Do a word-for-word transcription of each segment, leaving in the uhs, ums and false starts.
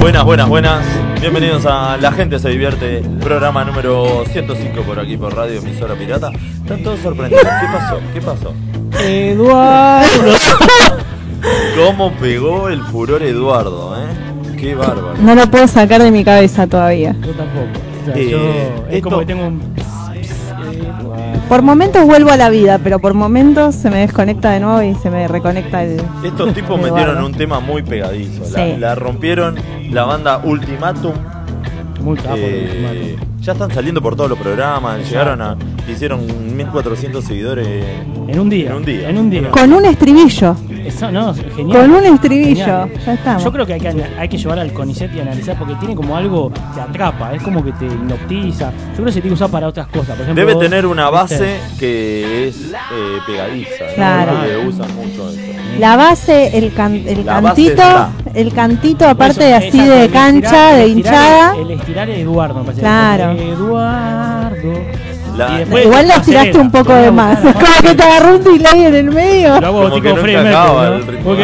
Buenas, buenas, buenas. Bienvenidos a La Gente Se Divierte, programa número ciento cinco por aquí por Radio Emisora Pirata. Están todos sorprendidos. ¿Qué pasó? ¿Qué pasó? Eduardo. ¿Cómo pegó el furor Eduardo, eh? Qué bárbaro. No lo puedo sacar de mi cabeza todavía. Yo tampoco. O sea, Eh, yo, es esto- como que tengo un... Por momentos vuelvo a la vida, pero por momentos se me desconecta de nuevo y se me reconecta el... Estos tipos Eduardo. metieron un tema muy pegadizo. La, Sí. la rompieron la banda Ultimatum. Muy capo. Eh, ya están saliendo por todos los programas. Llegaron a. Hicieron mil cuatrocientos seguidores En un día. en un día. En un día. Con un estribillo. Eso, no, genial. Con un estribillo. Genial. Ya estamos. Yo creo que hay, que hay que llevar al CONICET y analizar porque tiene como algo que atrapa, es como que te hipnotiza. Yo creo que se tiene que usar para otras cosas. Por ejemplo, Debe vos, tener una base ¿viste? que es eh, pegadiza. ¿no? Claro. Porque usan mucho eso. La base, el, can, el La base cantito, está. el cantito aparte Eso, de así exacto, de el cancha, estirar- de el estirar- hinchada. El estirar es Eduardo, me parece. Claro. Eduardo. La- Y después Igual lo acelera. tiraste un poco Lo voy a de más. buscar, Como que te agarró un delay en el medio. Lo hago Como que tipo nunca Freddie acaba Mercury, el ¿no? ritmo. Porque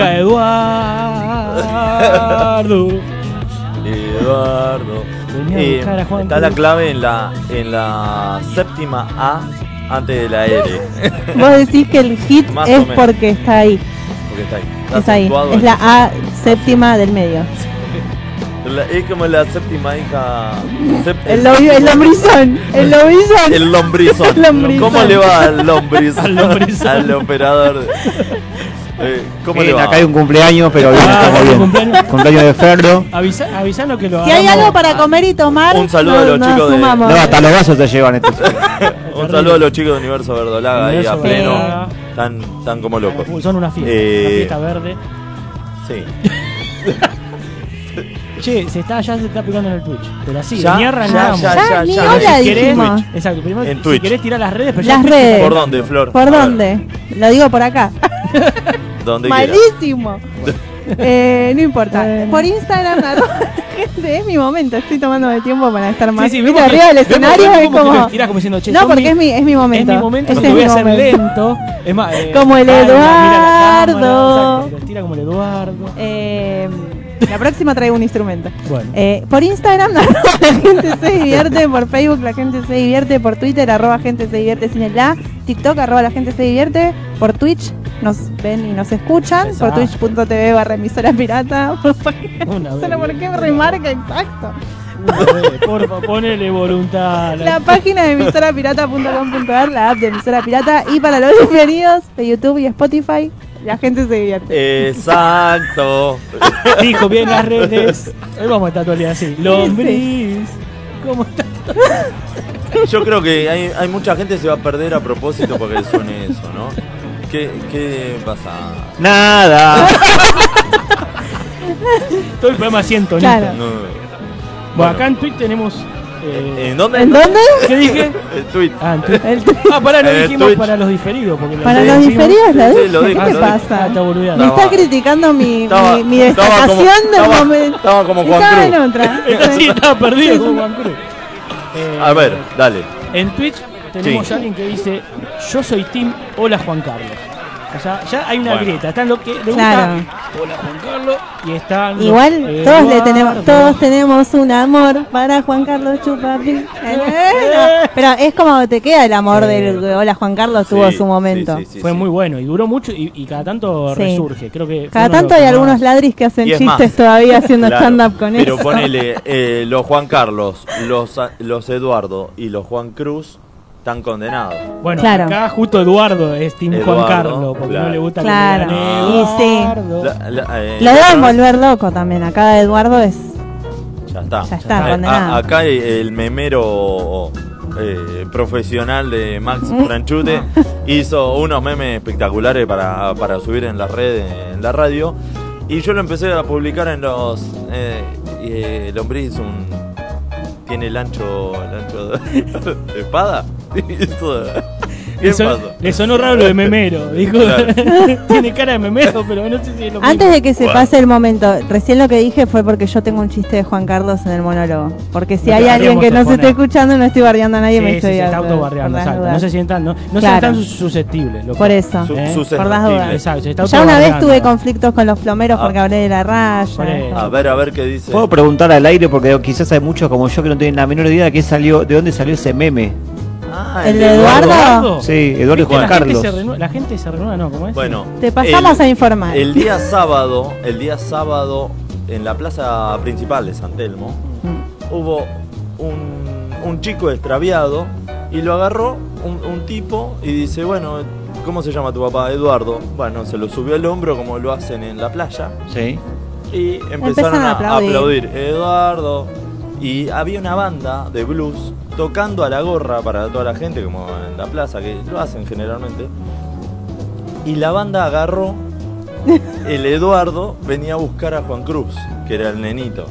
Eduardo. Eduardo. Venía a Eh, buscar a Juan está la Cruz. clave en la, en la séptima A antes de la R. Vos decís que el hit Más o es menos. porque está ahí. Porque está ahí. Está Es ahí. acentuado Es en- la A séptima del medio. La- es como la séptima hija. sep- El, lobi- el lombrizón. El lombrizón. El lombrizón. El lombrizón. ¿Cómo le va al lombrizón? Al lombrizón. Al operador. de- Eh, ¿Cómo le Bien, va? acá hay un cumpleaños, pero bien, Ah, estamos bien. cumpleaños. Cumpleaños de Ferro. Avisa, avisando que lo Si hay hagamos- algo para comer y tomar, Un saludo nos- a los nos chicos de- sumamos. No, hasta los vasos te llevan estos. Un saludo a los chicos de Universo Verdolaga ahí a Universo pleno. Verdolaga. Están, están como locos. Son una fiesta, Eh, una fiesta verde. Sí. Che, se está, ya se está pegando en el Twitch. Pero así, Ya, ni arrancamos. ya, Ya, ni ya. hola Si querés- dijimos. Exacto, primero En si Twitch. querés tirar las redes, pero ya Las Twitch está redes. ¿Por pegando. dónde, Flor? ¿Por A ver, dónde? Lo digo por acá. Donde quiera. Malísimo. Eh, no importa. Bueno. Por Instagram, arroba gente, es mi momento. Estoy tomando de tiempo para estar más. Sí, sí, Viste, vemos que- arriba del vemos- escenario vemos es como que como. lo estirás como diciendo, che, No, son porque mi- es mi, es mi momento. Es mi momento, Este te es voy mi a hacer momento. lento. Es más, eh, Como el calma, mira la Eduardo. cámara, exacto, lo estira como el Eduardo. Eh, la próxima traigo un instrumento. Bueno. Eh, por Instagram, arroba la gente se divierte. Por Facebook, la gente se divierte. Por Twitter, arroba gente se divierte sin el A. TikTok, arroba la gente se divierte. Por Twitch, nos ven y nos escuchan. Exacto. Por twitch.tv barra emisora pirata. Una vez. Solo porque me remarca exacto. Una vez, porfa, ponele voluntad. La página de emisora pirata punto com punto ar, la app de emisora pirata. Y para los bienvenidos de YouTube y Spotify, la gente se divierte. Exacto. Dijo bien las redes. Hoy vamos a estar todo el día así. Lombriz. ¿Cómo está? Yo creo que hay, hay mucha gente que se va a perder a propósito porque suene eso, ¿no? ¿Qué, qué pasa? Nada. Todo el programa siento, Claro. No. Bueno, acá en Twitch tenemos. eh, ¿En dónde? ¿En dónde? ¿Qué dije? El tweet. Ah, en Twitch. El- Ah, pará, no Eh, dijimos Twitch. para los diferidos. Porque Para Sí, los sí, diferidos, la sí, dije. lo dije, ¿Qué lo te dije. Ah, pasa? está boludeando. Me está Estaba- criticando mi, estaba- mi, mi estaba como- destacación del estaba- momento. estaba como Juan Estaba Cruz. en otra. Sí, estaba perdido como Juan Cruz. Eh, A ver, dale. En Twitch tenemos Sí. a alguien que dice: Yo soy Team Hola Juan Carlos. O sea, ya hay una Bueno. grieta. Están lo que le Claro. gusta Hola Juan Carlos y están los Igual todos le Eduardo. tenemos, todos tenemos un amor para Juan Carlos Chupapi. Pero es como te queda el amor Sí. del Hola Juan Carlos, tuvo Sí, su momento. sí, sí, sí, Fue sí. muy bueno y duró mucho y, y cada tanto Sí. resurge. Creo que fue Cada uno de tanto los hay que algunos más- ladris que hacen Y es chistes más, todavía haciendo Claro, stand-up con pero eso. ponele, eh, los Juan Carlos, los, los Eduardo y los Juan Cruz están condenados. Bueno, Claro. acá justo Eduardo es Team Eduardo, Juan Carlos porque claro. no le gusta Claro. que le Y digan sí. Eduardo. La- la- eh, Lo deben otra vez- volver loco también. Acá Eduardo es. Ya está. Ya está, Eh, condenado. a- acá el memero eh, profesional de Max Franchute hizo unos memes espectaculares para, para subir en las redes, en la radio. Y yo lo empecé a publicar en los... Eh, y, eh, el hombre hizo un... Tiene el ancho, el ancho de, de espada. Hizo- ¿Qué Le, son- pasó? le sonó raro lo de memero. Dijo, Claro. tiene cara de memero, pero no sé si es lo Antes mismo. de que se Bueno. pase el momento, recién lo que dije fue porque yo tengo un chiste de Juan Carlos en el monólogo. Porque si No hay te alguien que no queríamos se esté exponer. escuchando, no estoy bardeando a nadie, Sí, me sí, estoy se está por autobardeando, las exacto. dudas. No se sientan, no, no se Claro. sientan sus- susceptibles. loco. Por eso. Su- ¿Eh? susceptible. Por las dudas. Exacto, se está Ya una vez autobardeando. tuve conflictos con los plomeros porque Ah. hablé de la raya. Por eso. A ver, a ver qué dice. Puedo preguntar al aire porque quizás hay muchos como yo que no tienen la menor idea de qué salió, de dónde salió ese meme. Ah, ¿El de Eduardo? ¿Eduardo? Sí, Eduardo y ¿Viste? Juan la Carlos. Gente se renueva, la gente se renueva, ¿no? ¿Cómo es? Bueno, Te pasamos a informar. El día sábado, el día sábado, en la plaza principal de San Telmo, Mm. hubo un, un chico extraviado y lo agarró un, un tipo y dice, bueno, ¿cómo se llama tu papá? Eduardo. Bueno, se lo subió al hombro como lo hacen en la playa Sí. y empezaron Empezaron a a aplaudir. aplaudir. Eduardo. Y había una banda de blues tocando a la gorra para toda la gente, como en la plaza, que lo hacen generalmente. Y la banda agarró, el Eduardo venía a buscar a Juan Cruz, que era el nenito.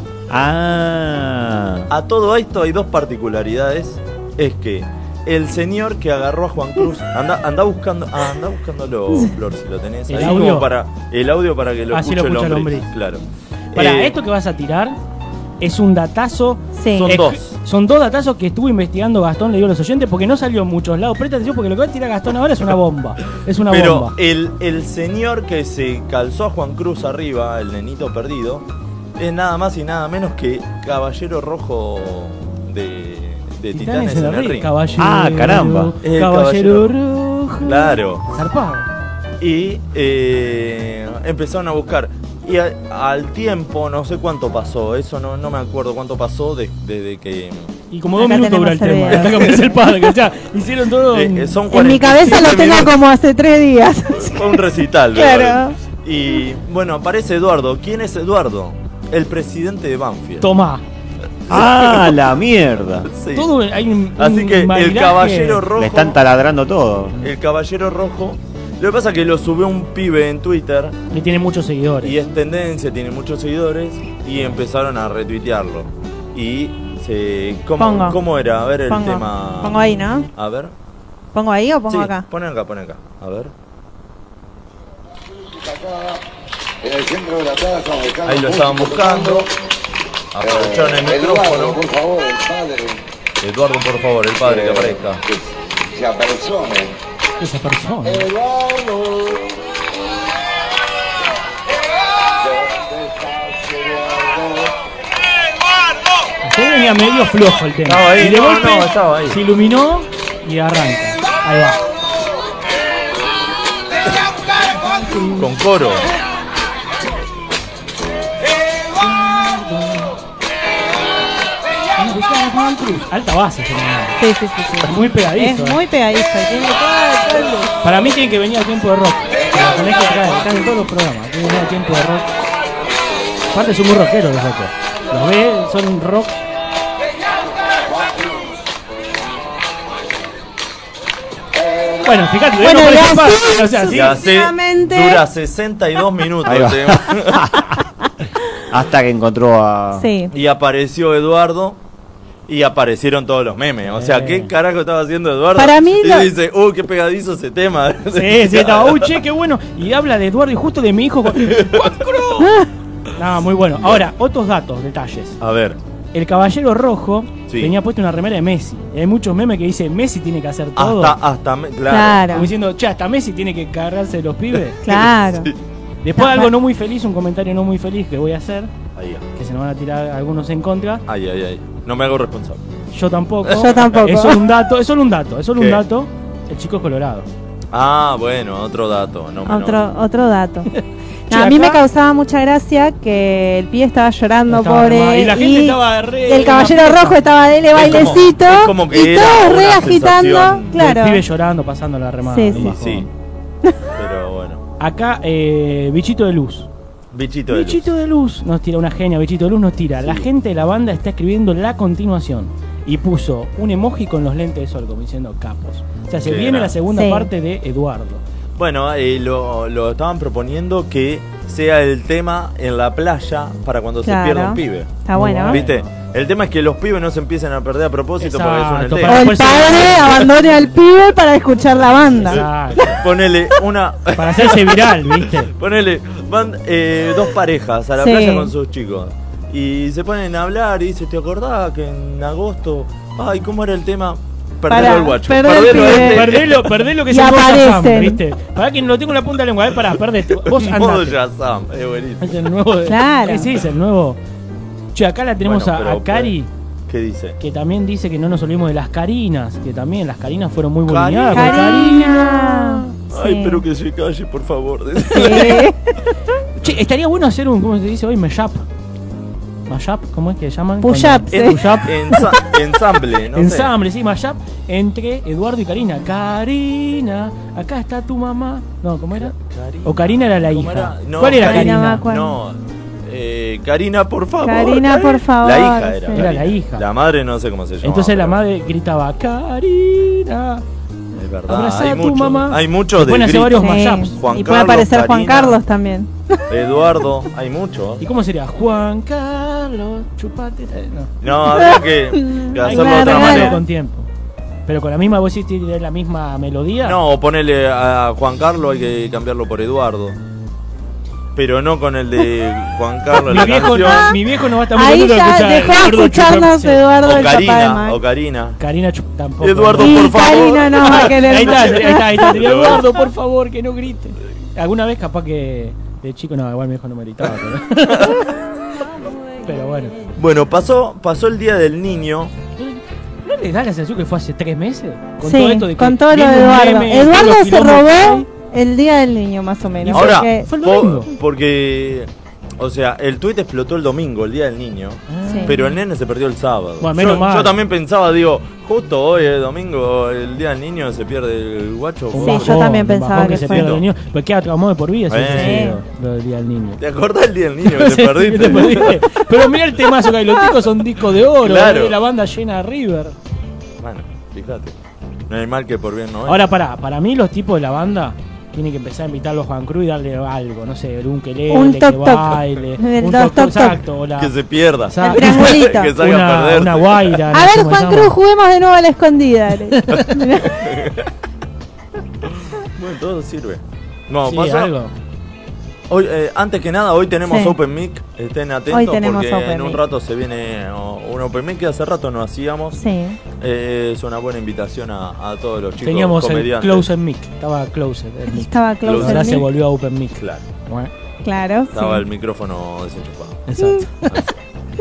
Ah. A todo esto hay dos particularidades. Es que el señor que agarró a Juan Cruz, anda, anda buscando, ah, anda buscándolo, Flor, si lo tenés ¿El ahí, audio? como para el audio para que lo Así escuche lo escucha el el hombre. hombre. Claro. Para Eh, esto que vas a tirar es un datazo. Sí. Son Eh, dos. Son dos datazos que estuvo investigando Gastón, le digo a los oyentes, porque no salió en muchos lados. Presta atención porque lo que va a tirar Gastón ahora es una bomba. Es una Pero bomba. el, el señor que se calzó a Juan Cruz arriba, el nenito perdido, es nada más y nada menos que Caballero Rojo de, de Titanes, en el ring. Caballero. Ah, caramba. El Caballero caballero. rojo. Claro. Zarpado. Y eh, empezaron a buscar. Y a- al tiempo, no sé cuánto pasó, eso no, no me acuerdo cuánto pasó de- desde que... Y como dos Acá minutos dura el tenemos el tema. video. Acá aparece el padre, que ya hicieron todo. eh, en- eh, son En mi cabeza lo cuarenta y siete tengo minutos. como hace tres días. Fue un recital, Claro. ¿verdad? Y bueno, aparece Eduardo. ¿Quién es Eduardo? El presidente de Banfield. Tomá. Ah, la mierda. Sí. Todo hay un, Así un que el maridaje. caballero rojo. Le están taladrando todo. El caballero rojo. Lo que pasa es que lo subió un pibe en Twitter. Que tiene muchos seguidores. Y es tendencia, tiene muchos seguidores. Y empezaron a retuitearlo. Y se. ¿Cómo, Pongo. ¿cómo era? A ver el Pongo. tema. Pongo ahí, ¿no? A ver. ¿Pongo ahí o pongo Sí, acá? Ponen acá, ponen acá. A ver. En el centro de la plaza, ubicando Ahí lo estaban músicos buscando. tocando. Aprovecharon el Eh, Eduardo, micrófono. por favor, el padre. Eduardo, por favor, el padre que eh, aparezca. Que se apersone. Esa persona. Eduardo. ¿Dónde estás, Eduardo? Usted venía medio flojo el tema. Estaba ahí, y de no, golpe no, estaba ahí. se iluminó y arranca. Ahí va. Con coro. Alta base, señor. Sí, sí, sí, sí. Muy pegadizo. Es eh. muy pegadizo. y Tiene todo, todo el- Para mí tiene que venir al tiempo de rock. Lo tenés que traer, están en todos los programas. Tiene que venir al tiempo de rock. Aparte son muy rockeros los otros. Los ve, son rock. Bueno, fíjate, Bueno, no y parece así, fácil, o sea, sí. Y hace, Sucesivamente. dura sesenta y dos minutos. Ahí va. ¿eh? Hasta que encontró a. Sí. Y apareció Eduardo. Y aparecieron todos los memes. O sea, Eh. ¿qué carajo estaba haciendo Eduardo? Para mí y lo- dice, uy, qué pegadizo ese tema. Sí, sí, estaba, uy, che, qué bueno. Y habla de Eduardo y justo de mi hijo. Con... ¡Juan Cruz! No, muy bueno. Ahora, otros datos, detalles. A ver. El caballero rojo Sí. tenía puesto una remera de Messi. Y hay muchos memes que dicen Messi tiene que hacer todo. Hasta, hasta, me- claro. Claro. Como diciendo, che, hasta Messi tiene que cargarse de los pibes. Claro. Sí. Después No, algo bueno. no muy feliz, un comentario no muy feliz que voy a hacer, Ahí, que se nos van a tirar algunos en contra. ay, ay, ay. No me hago responsable. Yo tampoco. Yo tampoco. Es solo un dato, es solo un dato, es solo un ¿Qué? dato. El chico es colorado. Ah, bueno, otro dato. No menor. Otro, otro dato. Che, No, a mí acá- me causaba mucha gracia que el pibe estaba llorando, Estaba re mal. pobre. Y la gente estaba re- el caballero una fiesta. rojo estaba dele Es como- bailecito. es como que y era todos una re agitando. sensación. Claro. El pibe llorando, pasando la remada. Sí, un sí. bajón. Sí. Pero bueno. Acá, eh, Bichito de Luz. Bichito de luz. Bichito de Luz nos tira una genia, Bichito de Luz nos tira. La gente de la banda está escribiendo la continuación. Y puso un emoji con los lentes de sol, como diciendo capos. O sea, se Qué viene grande. la segunda Sí. parte de Eduardo. Bueno, eh, lo, lo estaban proponiendo que sea el tema en la playa para cuando Claro. se pierda un pibe. Está bueno. Muy ¿Viste? El tema es que los pibes no se empiecen a perder a propósito porque es un Exacto, el para O el después padre se- abandone al pibe para escuchar la banda. Exacto. Ponele una. Para hacerse viral, ¿viste? Ponele, van eh, dos parejas a la Sí. playa con sus chicos. Y se ponen a hablar y dice, ¿te acordás que en agosto? Ay, ¿cómo era el tema? Perdelo Pará, el guacho. perdé el Perdelo pibe. este. Perdelo, perdelo que Y es el nuevo Shazam, aparecen. ¿viste? Para que lo tengo en la punta de la lengua, a ver, pará, perdete. Vos Modo andate. Shazam, es buenísimo. Es el nuevo. de- Claro. Sí, sí, es el nuevo. Che, acá la tenemos Bueno, a- pero a, Cari, puede- ¿Qué dice? que también dice que no nos olvidemos de las Carinas, que también las Carinas fueron muy Karina. bolineadas. con Karina. Ay, Sí. pero que se calle, por favor. Sí. Che, estaría bueno hacer un, ¿cómo se dice hoy? Mashup. Mashup, ¿cómo es que llaman? Push Cuando- up, sí. Eh, push up. Ensa- ensamble, no sé. Ensamble, sí, mashup entre Eduardo y Karina. Karina, acá está tu mamá. No, ¿cómo era? Karina. O Karina era la ¿Cómo hija. era? No, ¿Cuál era Karina Karina? va cuando- No, eh, Karina, por favor. Karina, por favor, La hija era. sí. Era la Karina. hija. La madre no sé cómo se llama. Entonces la pero madre gritaba, Karina. Es verdad, Abrazá hay a tu mucho. mamá. Hay muchos Se de pueden hacer grito. varios Sí. mashups. Juan Y puede Carlos, aparecer Juan Karina. Carlos también. Eduardo, hay muchos. ¿Y cómo sería? Juan Carlos, chupate. Eh, no. No, habría que, que Hay hacerlo de que otra claro. hacerlo manera. con tiempo. Pero con la misma voz y tiene la misma melodía. No, o ponerle a Juan Carlos, hay que cambiarlo por Eduardo. Pero no con el de Juan Carlos, Mi la viejo, canción. no, mi viejo no va a estar muy Ahí contento de ya escuchar dejó de Eduardo escucharnos Chupapé. Eduardo, O el papá de Karina, Mac. o Karina. Karina Chup tampoco. Eduardo, Y por favor. Karina no va a querer. Ahí está, ahí está, ahí está. Pero- Eduardo, por favor, que no grite. Alguna vez capaz que de chico, no, igual mi hijo no me gritaba. Pero, pero bueno. Bueno, pasó, pasó el día del niño. ¿No les da la sensación que fue hace tres meses? Con Sí, todo esto de que con todo lo viene de un Eduardo. meme, Eduardo todos los se quilombos que robó hay. el día del niño, más o menos. Ahora, porque- fue el po- domingo. porque, o sea, el tuit explotó el domingo, el día del niño. Sí. Pero el nene se perdió el sábado. Bueno, menos yo, mal. yo también pensaba, digo, justo hoy, el domingo, el día del niño, se pierde el guacho. Un Sí, yo bajón, también un pensaba bajón que se fue. pierde el niño. Pues queda traumado de por vida si Eh. hubiese sido lo del día del niño. ¿Te acordás el día del niño que te Sí, perdiste? que te perdiste. Pero mira el temazo que hay, los ticos son discos de oro, Claro. eh, la banda llena de River. Bueno, fíjate. No hay mal que por bien no es. Ahora pará, para mí los tipos de la banda tienen que empezar a invitarlo a Juan Cruz y darle algo, no sé, un quelele, Un que toc toc. baile, El un toc toc toc toc, toc. exacto, o la- que se pierda. Exacto. El triangulito. que salga a una, perderse. una guaira. no A sé ver, cómo Juan se Cruz, llama. juguemos de nuevo a la escondida. dale. Bueno, todo sirve. No, Sí, pasa. algo. Hoy, eh, antes que nada, hoy tenemos Sí. Open Mic. Estén atentos Hoy tenemos porque Open en un Mic. rato se viene oh, un Open Mic que hace rato no hacíamos. Sí. Eh, es una buena invitación a, a todos los chicos Teníamos el comediantes. Closer Mic, estaba Closer. el mic. Estaba close Ahora el se mic. volvió a Open Mic. Claro, Bueno, Claro. estaba sí. el micrófono desenchufado. exacto.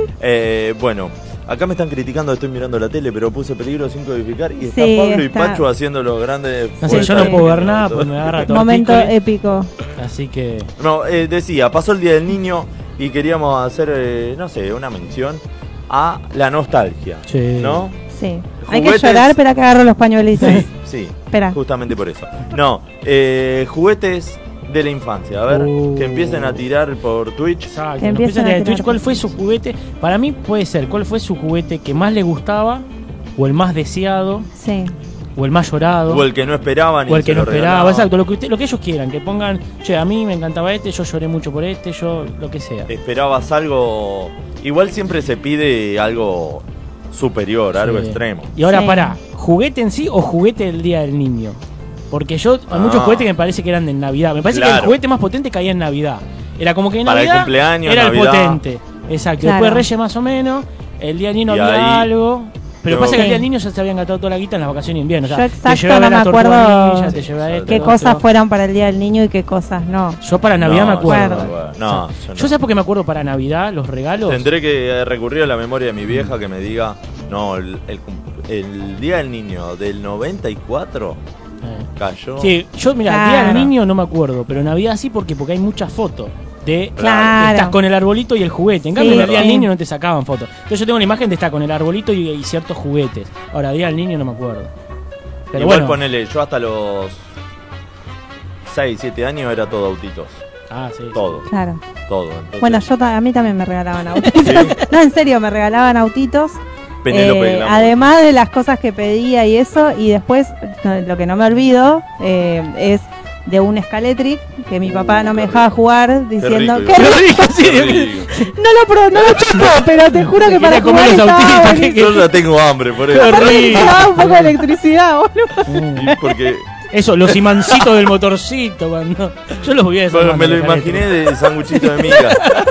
Eh, bueno, acá me están criticando, estoy mirando la tele, pero puse peligro sin codificar y está Sí, Pablo y está. Pacho haciendo los grandes. No sé, yo no fuertes puedo ver de nada minutos. porque me agarra todo Momento el épico. Así que. No, eh, decía, pasó el Día del Niño y queríamos hacer, eh, no sé, una mención a la nostalgia, Sí. ¿no? Sí. Hay que Juguetes. llorar, pero que agarro los pañuelitos. Sí, sí, Espera. justamente por eso. No, eh, juguetes de la infancia, a ver, Uh. que empiecen a tirar por Twitch. Exacto. Que nos empiecen empiezan a a tirar. Twitch, ¿cuál fue su juguete? Para mí puede ser, ¿cuál fue su juguete que más le gustaba? O el más deseado, Sí. o el más llorado. O el que no esperaban y O el que se no lo esperaba, regalaban. exacto, lo que, usted, lo que ellos quieran, que pongan, che, a mí me encantaba este, yo lloré mucho por este, yo lo que sea. Esperabas algo. Igual siempre se pide algo superior, algo Sí. extremo. Y ahora Sí. pará, ¿juguete en sí o juguete del Día del Niño? Porque yo, hay Ah. muchos juguetes que me parece que eran de Navidad. Me parece que Claro. el juguete más potente caía en Navidad. Era como que en Para el Navidad cumpleaños, era Navidad. el potente. Exacto. Claro. Después Reyes más o menos, el Día del Niño Y había ahí- algo. Pero Yo- pasa que el Sí. Día del Niño ya se habían gastado toda la guita en las vacaciones de invierno. O sea, Yo te exacto, llevé a ver no la me acuerdo Tortuga Ninja, te llevé a esto, ¿Qué lo cosas otro. fueron para el Día del Niño y qué cosas no? Yo para Navidad No, me acuerdo. acuerdo. yo No, yo no. Yo sé por qué me acuerdo para Navidad, los regalos. Tendré que eh, recurrir a la memoria de mi vieja que me diga, no, el, el, cum- el Día del Niño del noventa y cuatro Eh. cayó. Sí, yo mira, el Día Claro. del Niño no me acuerdo, pero Navidad sí porque porque hay muchas fotos de Claro. estás con el arbolito y el juguete. En cambio, Sí, en el Día del sí. Niño no te sacaban fotos. Entonces yo tengo una imagen de estar con el arbolito y, y ciertos juguetes. Ahora, Día del Niño no me acuerdo. Pero Igual bueno. ponele, yo hasta los seis, siete años era todo autitos. Ah, sí. Todo, Claro. todo. Entonces, Bueno, yo ta- a mí también me regalaban autitos. Sí. No, en serio, me regalaban autitos. Penélope Eh, Glamour. además de las cosas que pedía y eso, y después no, lo que no me olvido eh, es de un Scaletric que mi papá no me dejaba jugar diciendo rico, que igual. rico, sí. Qué rico. no lo pro, no lo chupó, pero te juro que Te para quería comer jugar los estaba autitos, buenísimo. Yo ya tengo hambre por eso. Qué Aparte rico. le daba un poco de electricidad, boludo. Y porque Eso, los imancitos del motorcito. Cuando... Yo los voy a bueno, me lo imaginé de sanguchito de miga.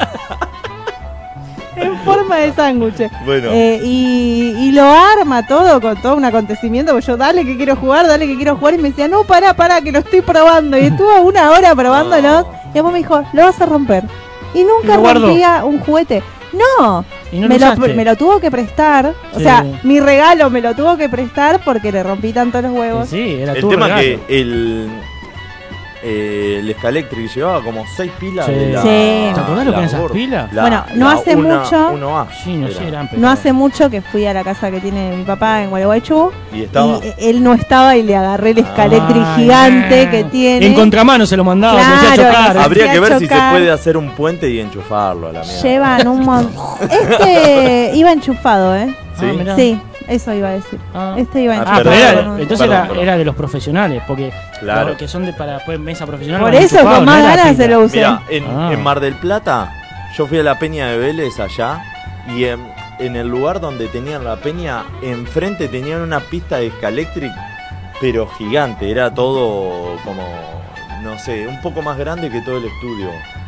En forma de sándwich. Bueno. Eh, y, y lo arma todo con todo un acontecimiento. Porque yo, dale que quiero jugar, dale que quiero jugar. Y me decía, no, pará, pará, que lo estoy probando. Y estuvo una hora probándolo. No. Y después me dijo, lo vas a romper. Y nunca ¿Y lo guardó? rompía un juguete. No, ¿Y no me, lo lo, usaste? me lo tuvo que prestar. O Sí. sea, mi regalo me lo tuvo que prestar porque le rompí tanto los huevos. Sí, era El tu tema regalo. que el eh, el Scaletric llevaba como seis pilas Sí. de la, Sí. ¿Te acordás lo que eran esas gorda. pilas? La- Bueno, no la hace una- mucho- uno A Sí, no era. sé, eran pero... No hace mucho que fui a la casa que tiene mi papá en Gualeguaychú. Y estaba Y eh, él no estaba y le agarré el Scaletric Ay, gigante no. que tiene. En contramano se lo mandaba, se Claro, hacía chocar. le- habría que ver si se chocar. puede hacer un puente y enchufarlo a la mierda. Llevan un montón. Este iba enchufado, ¿eh? ¿Sí? Ah, mirá. Sí, eso iba a decir. Ah. Este iba Ah, Ah, enchufado. pero era, con un- entonces Perdón, era, perdón. era de los profesionales, porque Claro. los que son de para pues, mesa profesional. Por van eso enchufados, con no más era ganas pila. se lo usé. Mira, en, Ah. en Mar del Plata, yo fui a la peña de Vélez allá y en, en el lugar donde tenían la peña, enfrente tenían una pista de Scaletric, pero gigante, era todo como, no sé, un poco más grande que todo el estudio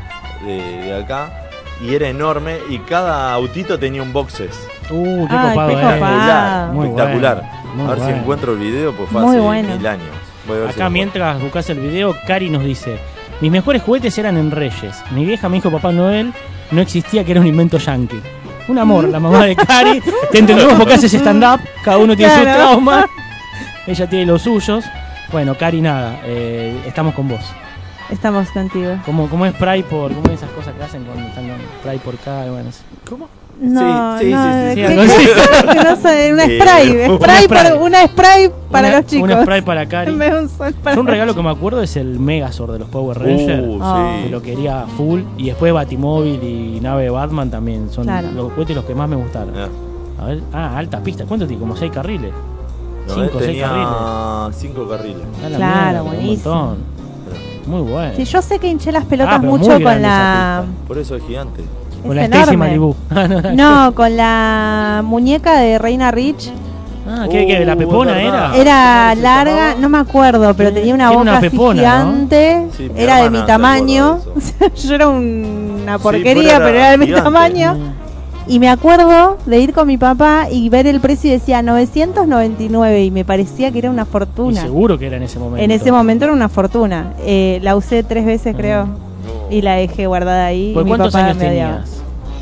de, de acá y era enorme y cada autito tenía un boxes. Uh, qué Ay, copado, qué eh. copado. Espectacular, Muy espectacular. bueno, muy a ver si bueno. encuentro el video, pues fue Muy hace bueno. mil años. Voy a ver si Acá lo mientras buscas el video, Cari nos dice: mis mejores juguetes eran en Reyes. Mi vieja me dijo Papá Noel no existía, que era un invento yankee. Un amor, la mamá de Cari. Te entendemos porque haces stand-up, cada uno tiene Claro. su trauma. Ella tiene los suyos. Bueno, Cari, nada, eh, estamos con vos. Estamos contigo. Como, como es Spray por, como esas cosas que hacen cuando están con Spray por acá, y bueno, sí. ¿Cómo? No, Sí, sí, no, sí, sí, sí, que- algo así. que no sé, una Eh, spray, un spray, spray. para- una spray para Una- los chicos. Un Spray para Cari. En vez de un sol para Yo un los regalo que chicos. me acuerdo es el Megazord de los Power Rangers. Uh, Ah. sí. Que lo quería full. Y después Batimóvil y nave de Batman también. Son Claro. los juguetes los que más me gustaron. Ah. A ver, ah, alta pista. ¿Cuánto tiene? Como seis carriles. No, Cinco, seis tenía carriles. cinco carriles. A la Claro, mierda, un buenísimo. montón. Muy bueno. Sí, yo sé que hinché las pelotas Ah, pero mucho muy con grande la. esa Por eso es gigante. Con Es la Stacy enorme. Malibu. No, con la muñeca de Reina Rich. Ah, ¿qué, qué? ¿La Uh, pepona es verdad. era? Era ¿Cómo se larga, llamaba? no me acuerdo, pero Sí, tenía una tiene boca una así pepona, ¿no? gigante. Sí, mi Era de hermana mi se tamaño. acuerda Yo era una Sí, porquería, pero era pero era de mi gigante. tamaño. Y me acuerdo de ir con mi papá y ver el precio y decía novecientos noventa y nueve y me parecía que era una Y fortuna. seguro que era en ese momento. En ese momento era una fortuna. Eh, la usé tres veces, creo, No. y la dejé guardada ahí. y Pues, mi ¿cuántos papá años me odiaba. tenías?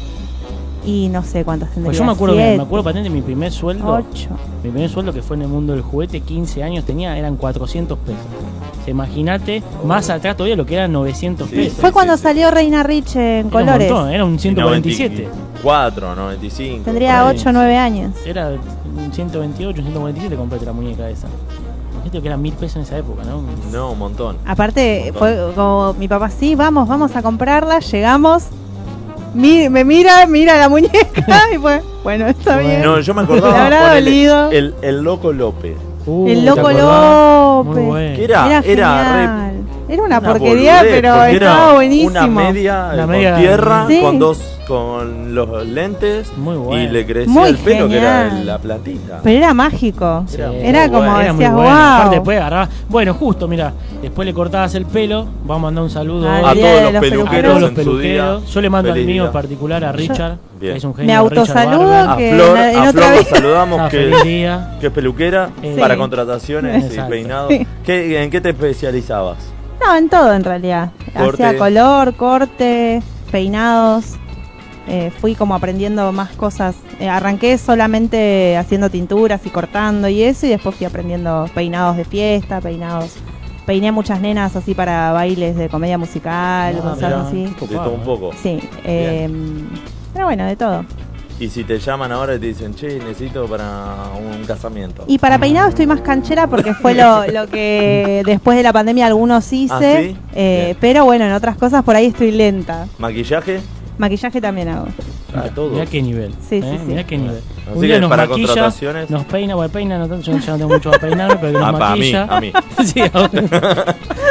Y no sé cuántos tendría. Pues yo me acuerdo, que- siete, me acuerdo patente, mi primer sueldo. ocho. Mi primer sueldo que fue en el mundo del juguete, quince años tenía, eran cuatrocientos pesos. O sea, imagínate, más atrás todavía lo que eran novecientos Sí, pesos. sí. Fue cuando salió Reina Rich en Era colores. un montón, era un ciento cuarenta y siete. noventa y cuatro, noventa y cinco. Tendría por ahí. ocho o nueve años. Era un ciento veintiocho, ciento cuarenta y siete compré la muñeca esa. Imagínate que eran mil pesos en esa época, ¿no? No, un montón. Aparte, fue como mi papá, sí, vamos, vamos a comprarla. Llegamos, mi- me mira, mira la muñeca y fue, bueno, está Bueno. bien. No, yo me Le acordaba habrá ponele, dolido. el, el Loco López. Uh, El ¿te Loco acordás? Muy López. bueno. Que era, Era, era re- genial. Era una, una porquería, boludez, pero porque estaba era buenísimo. Una media, Una con media- tierra, Sí. con dos, con los lentes Muy bueno. y le crecía Muy el pelo que era genial. la platita. Pero era mágico. Sí. Era muy como bueno. Era muy decías, bueno. wow. Aparte después agarrabas. Bueno, justo, mira, después le cortabas el pelo. Vamos a mandar un saludo Al hoy A día todos de los los a peluqueros todos los en su día. peluqueros. Yo le mando al Feliz mío día. en particular, a Richard, Bien. que es un Me genio. Richard autosaludo Barber. A que Flor, en a otra Flor vez- nos saludamos Ah, que, feliz día. que es peluquera Sí. para contrataciones Exacto. y peinados. Sí. ¿Qué, ¿En qué te especializabas? No, en todo en realidad. Corte. Hacía color, corte, peinados. Eh, fui como aprendiendo más cosas. Eh, arranqué solamente haciendo tinturas y cortando y eso, y después fui aprendiendo peinados de fiesta, peinados. Peiné muchas nenas así para bailes de comedia musical, Ah, cosas mirá. así. De todo un poco. Sí, eh, pero bueno, de todo. Y si te llaman ahora y te dicen, che, necesito para un casamiento. Y para peinado estoy más canchera porque fue lo, lo que después de la pandemia algunos hice. ¿Ah, sí? eh, Bien. pero bueno, en otras cosas por ahí estoy lenta. ¿Maquillaje? Maquillaje también hago. A todo. Mirá qué nivel. Sí, ¿eh? sí, sí. Mirá qué nivel. Así Un día que nos para maquilla, contrataciones- nos peina, bueno, peina, no tanto, yo ya no tengo mucho para peinarme, pero que nos Ah, pa, a mí, maquilla. a mí. Sí, a vos.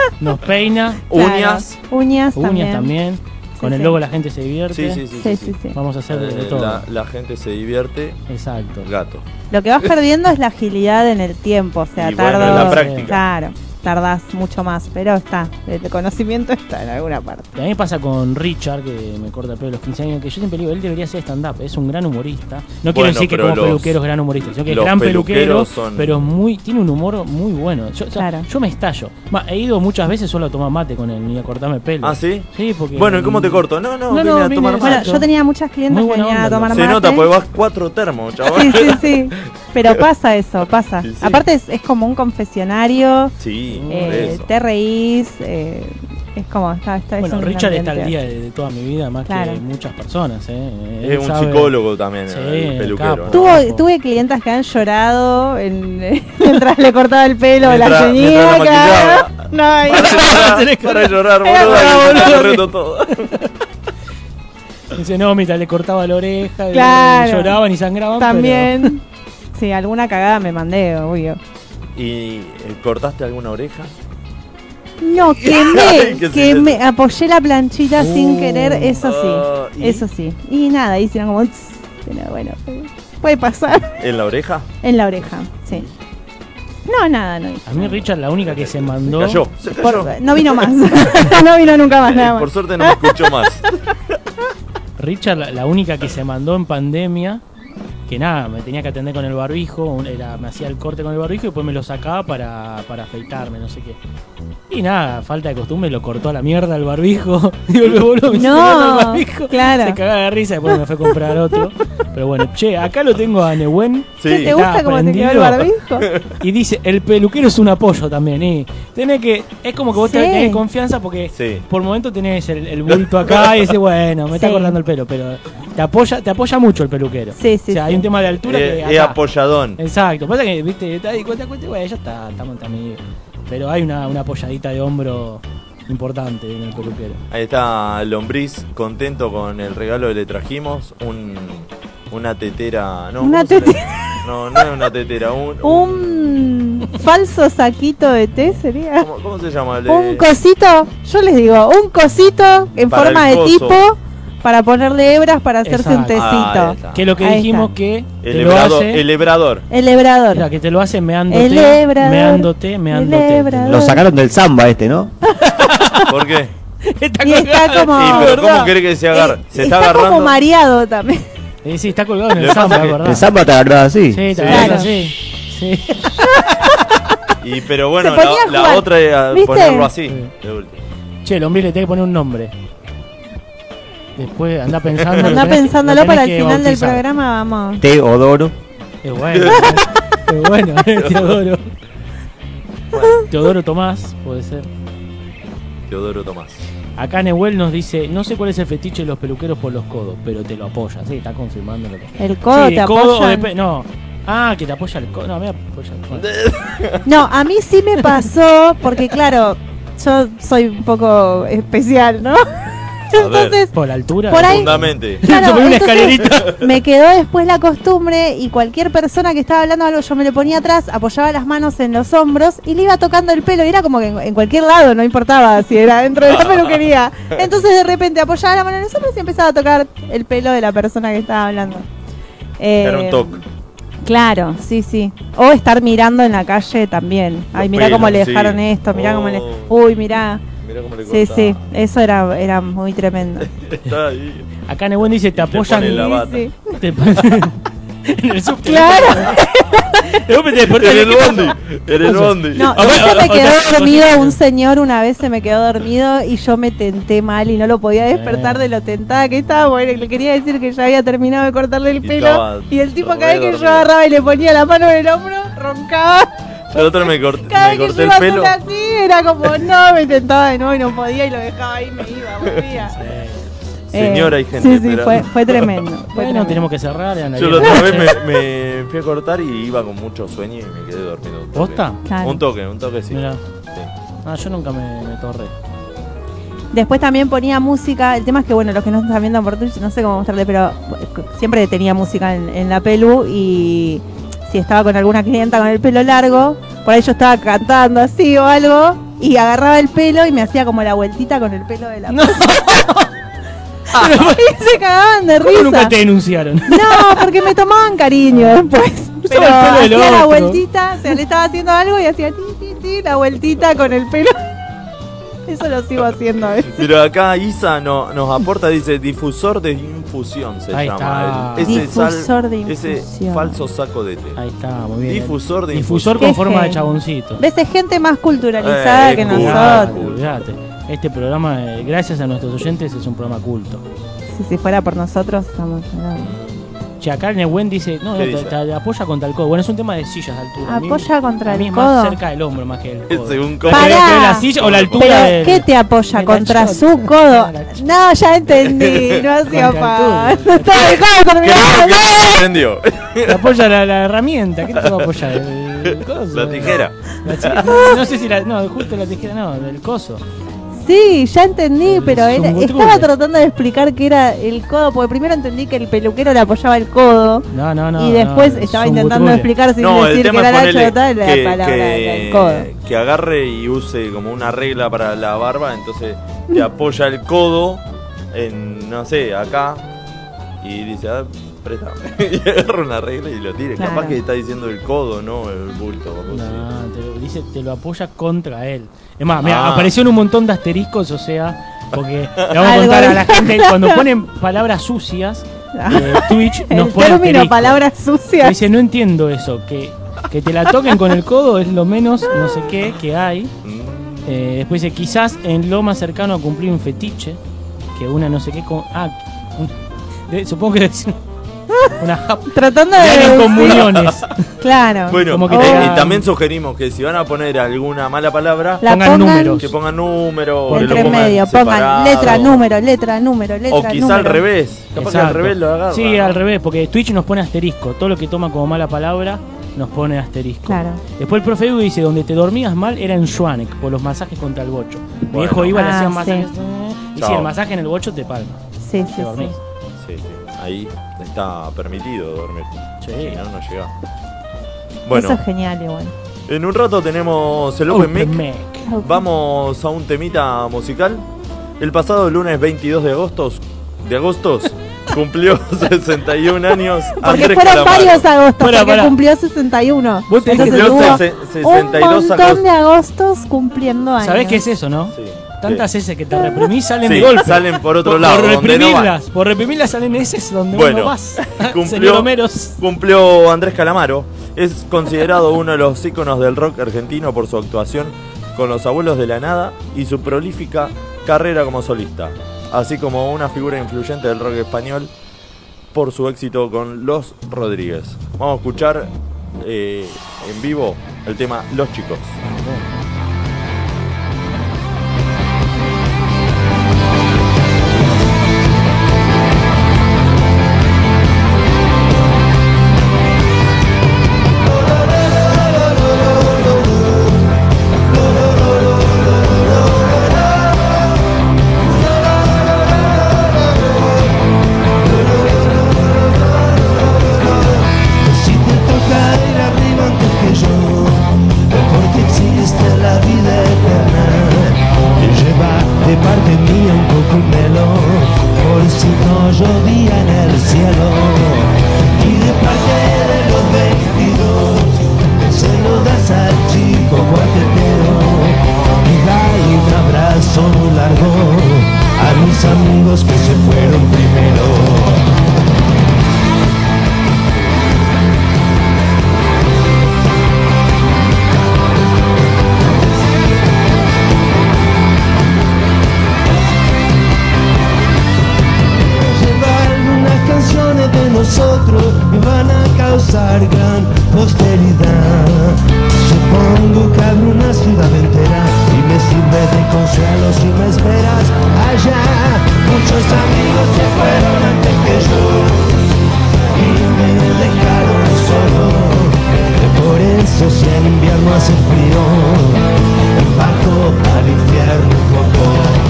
nos peina. Uñas. Uñas, Uñas también. también. Con Sí, el sí. logo la gente se divierte. Sí, sí, sí. Sí, sí, sí, sí. Vamos a hacer de, de Eh, todo. la, la gente se divierte. Exacto. Gato. Lo que vas perdiendo es la agilidad en el tiempo, o sea, Y bueno, tardo, en la práctica. claro, tardás mucho más, pero está, el conocimiento está en alguna parte. Y a mí me pasa con Richard, que me corta el pelo a los quince años, que yo siempre digo, él debería ser stand-up, es un gran humorista. No quiero Bueno, decir que pero como los- peluquero es gran humorista, sino que es los gran peluquero, peluqueros son- pero muy tiene un humor muy bueno. Yo, o sea, Claro. yo me estallo. Ma, he ido muchas veces solo a tomar mate con él, ni a cortarme el pelo. ¿Ah, sí? Sí, porque... Bueno, ¿y cómo te corto? No, no, No, vine no, a vine- tomar Bueno, mate. yo tenía muchas clientes Muy que buena venían a onda, tomar Se mate. nota, pues vas cuatro termos, chaval. Sí, sí, sí, pero pasa eso, pasa. Sí, sí. Aparte es, es como un confesionario, Sí, por eh, eso. te reís, eh, es como, está, está es Bueno, un Richard está ambiente. al día de, de toda mi vida, más Claro. que muchas personas. ¿eh? Él Es un sabe- psicólogo también, Sí, el peluquero. capo. ¿no? Tuvo, Abajo. tuve clientas que han llorado en, mientras le cortaba el pelo a la Mientras- señora. mientras la claro. maquillaba. No, y- Tenés que- Para llorar, Era boludo, para que se boludo. te reto todo. Dice, no, mientras le cortaba la oreja, y Claro. lloraban y sangraban. también. Sí, alguna cagada me mandé, obvio. ¿Y eh, cortaste alguna oreja? No, Ay, quemé, qué quemé, silencio. apoyé la planchita sin Uh, querer, eso ah, sí, ¿y? eso sí. Y nada, hicieron como, tss, pero bueno, puede pasar. ¿En la oreja? En la oreja, sí. No, nada, no hice. A mí Richard la única que se mandó... Se cayó, se cayó. Por- no vino más, no vino nunca más, nada más. Por suerte no me escuchó más. Richard, la, la única que se mandó en pandemia, que nada, me tenía que atender con el barbijo, un- era, me hacía el corte con el barbijo y después me lo sacaba para, para afeitarme, no sé qué. Y nada, falta de costumbre, lo cortó a la mierda el barbijo. Digo, el boludo me No, sacó el barbijo. claro. Se cagaba de risa y después me fue a comprar otro. Pero bueno, che, acá lo tengo a Nehuen. Sí. ¿Qué te gusta Está cómo te quedó el prendido. barbijo? Y dice, el peluquero es un apoyo también. Y tenés que, es como que vos Sí. tenés confianza porque Sí. por momento tenés el, el bulto acá y dices, bueno, me está Sí. cortando el pelo, pero te apoya, te apoya mucho el peluquero. Sí, sí, O sea, sí. hay un tema de altura Eh, que Es acá. apoyadón. Exacto, pasa que, viste, te das cuenta, cuenta, bueno, ya está, estamos entre amigos. Pero hay una, una apoyadita de hombro importante en el peluquero. Ahí está Lombriz, contento con el regalo que le trajimos. Un, una tetera. No, Una ¿cómo se le- tetera. No, no es una tetera. Un, Un falso saquito de té sería. ¿cómo, cómo se llama? El de- Un cosito, yo les digo, un cosito en Para forma el de coso. tipo para ponerle hebras para hacerse un Exacto. Ah, ahí tecito. está. Que lo que Ahí dijimos está. que El, te lo hebrador, hace, el hebrador. El hebrador. mira, que te lo hace meándote, El hebrador, meándote, el meándote. hebrador. Lo sacaron del samba este, ¿no? ¿Por qué? Está Y está colgado. como- Sí, pero ¿verdad? ¿cómo querés que se agarre? Eh, Se está, está agarrando. como mareado también. Eh, sí, está colgado en Le el pasa samba, que- ¿verdad? El samba te agarró así. Sí, te Sí. agarras Claro. así. Sí. Y, pero bueno, Se ponía la, a la jugar. otra era ¿Viste? ponerlo así. Sí. de última. Che, el hombre le tenés que poner un nombre. Después anda pensando. Anda lo tenés- pensándolo lo tenés para el que final del bautizar. programa, vamos. Teodoro. Es bueno. Es bueno, eh, Teodoro. Teodoro Tomás, puede ser. Teodoro Tomás. Acá Nehuel nos dice, no sé cuál es el fetiche de los peluqueros por los codos, pero te lo apoya. Sí, está confirmando lo que... El codo Sí, te codo o apoya. de pe- No. Ah, que te apoya el codo. No, me apoya el codo. No, a mí sí me pasó, porque claro, yo soy un poco especial, ¿no? Entonces, Por la altura. Por ahí- Profundamente. claro, Se pone una entonces, escalerita. me quedó después la costumbre y cualquier persona que estaba hablando algo yo me le ponía atrás, apoyaba las manos en los hombros y le iba tocando el pelo y era como que en, en cualquier lado, no importaba si era dentro de la peluquería. Entonces de repente apoyaba la mano en los hombros y empezaba a tocar el pelo de la persona que estaba hablando. Eh, Era un toque. Claro, sí, sí. O estar mirando en la calle también. Ay, Los mirá cómo pelos, le sí. dejaron esto, mirá cómo le... Oh. Uy, mirá. Mirá cómo le Sí, cortaba. sí, eso era, era muy tremendo. Está ahí. Acá Nehuel dice, te apoyan... pone la Sí, bata. sí. Te- en el subte. Claro. De repente te despertás En y el ¿qué pasó? bondi. En el bondi. No, Ah, ese bueno, me o quedó sea, dormido, o sea, un señor una vez se me quedó dormido y yo me tenté mal y no lo podía despertar Eh. de lo tentada que estaba, porque le quería decir que ya había terminado de cortarle el Y pelo estaba y el tipo re cada vez que yo dormido. agarraba y le ponía la mano en el hombro, roncaba. Yo otra me, cort- Cada me vez que corté yo el iba a pelo. hacer así era como, no, me tentaba de nuevo y no podía y lo dejaba ahí y me iba, volvía. Señora, hay Eh, gente Sí, sí, esperando. fue, fue tremendo. Fue Bueno, tremendo. tenemos que cerrar. eran las Yo diez la de otra la vez noche. me, me fui a cortar y iba con mucho sueño y me quedé dormido. un toque. ¿Posta? Claro. Un toque, un toque sí. Mirá. Sí. Ah, yo nunca me, me torré. Después también ponía música. El tema es que, bueno, los que no están viendo por Twitch, no sé cómo mostrarle, pero siempre tenía música en, en la pelu. Y si estaba con alguna clienta con el pelo largo, por ahí yo estaba cantando así o algo. y agarraba el pelo y me hacía como la vueltita con el pelo de la No. y se cagaban de ¿Cómo risa. nunca te denunciaron? No, porque me tomaban cariño después. Pero el pelo del hacía la otro. vueltita, o sea, le estaba haciendo algo y hacía ti, ti, ti, la vueltita con el pelo. Eso lo sigo haciendo a veces. Pero acá Isa no, nos aporta, dice, difusor de infusión se Ahí llama. está. El- ese, Difusor de ese infusión. falso saco de té. Ahí está, muy bien. Difusor de Difusor infusión. con Qué forma de genio. chaboncito. Ves, es gente más culturalizada Eh, que cool. nosotros. Olvídate. Este programa, eh, gracias a nuestros oyentes, es un programa culto. Si, si fuera por nosotros, estamos hablando. Che, acá Nehuen dice, no, no ¿Qué te, dice? te apoya contra el codo. Bueno, es un tema de sillas de altura. A mí- Apoya contra a mí el es más codo. cerca del hombro más que el codo. Según cómo- Pará. ¿Pero que la silla o la altura Pero, del- ¿qué te apoya? de la ¿Contra chota? su codo? De la chota. No, ya entendí. No hacía Contra falta. el codo. Estaba el codo con mi ¿Qué mano. ¿Qué se entendió? Te apoya la, la herramienta. ¿Qué te va a apoyar? El, el coso. La tijera. La chi- no sé si la. No, justo la tijera, no, del coso. Sí, ya entendí, El pero era- zungutrule. estaba tratando de explicar que era el codo, porque primero entendí que el peluquero le apoyaba el codo. No, no, no. y después no, estaba zungutrule. intentando explicar sin No, el decir que tema era es la ponerle chota y la que, palabra era el que, codo. que agarre y use como una regla para la barba, entonces te apoya el codo en, no sé, acá y dice, ah, préstame. Y agarra una regla y lo tira. Claro. Capaz que está diciendo el codo, no el bulto. o algo así. No, te lo, dice, te lo apoya contra él. Es más, mira, Ah. aparecieron un montón de asteriscos, o sea, porque le vamos a Algo contar a de- la gente, cuando ponen palabras sucias, eh, Twitch nos El pone término asterisco. palabras sucias. Dice, no entiendo eso, que, que te la toquen con el codo es lo menos no sé qué que hay. Mm. Eh, después dice, quizás en lo más cercano a cumplir un fetiche, que una no sé qué con... Ah, un- de- supongo que es una jap- Tratando de de alguien con deducir. muñones. Claro. Bueno, Como que y, te y hagan- también sugerimos que si van a poner alguna mala palabra, La pongan números. que pongan número, o que lo entre pongan medio, pongan separado. letra, número, letra, número, letra, O quizá número. al revés. Capaz que Exacto. al revés lo agarra. Sí, ¿no? al revés, porque Twitch nos pone asterisco. Todo lo que toma como mala palabra nos pone asterisco. Claro. Después el profe Edu dice, donde te dormías mal era en Schwanek, por los masajes contra el bocho. Mi Bueno. viejo iba, le Ah, hacían sí. masajes. eh, Y Chao. si el masaje en el bocho te palma. Sí, Te sí, sí. dormís. Sí, sí. Ahí está permitido dormir. Sí. Si no, no llega. Bueno, Eso es genial igual. en un rato tenemos el Open Mic. Mic. Vamos a un temita musical. El pasado lunes veintidós de agosto, de agosto cumplió sesenta y un años. Porque Andrés fueron Calamaro. varios agostos, Pará, porque pará. cumplió sesenta y uno. Vos tenés que Entonces cumplió hubo sesen- un sesenta y dos montón agostos. de agostos cumpliendo años. ¿Sabés qué es eso, no? Sí. Tantas Sí. S que te reprimís salen Sí, de golpe. salen por otro Por- lado, Por donde no reprimirlas, por reprimirlas salen S donde Bueno, uno vas. Señor cumplió, Homeros. cumplió Andrés Calamaro. Es considerado uno de los íconos del rock argentino por su actuación con Los Abuelos de la Nada y su prolífica carrera como solista, así como una figura influyente del rock español por su éxito con Los Rodríguez. Vamos a escuchar eh, en vivo el tema Los Chicos. Si te toca ir arriba antes que yo, porque existe la vida eterna, lleva de parte mía un poco el velo, por si no llovía en el cielo. Y de parte de los veintidós, se lo das al chico cuartetero, y dale un abrazo muy largo a mis amigos que se fueron primero. Llevar unas canciones de nosotros me van a causar gran posteridad. Supongo que abro una ciudad entera y me sirve de consuelo si me esperas allá. Muchos amigos se fueron antes que yo y me dejaron solo. Por eso si en invierno hace frío, bajo al infierno un poco.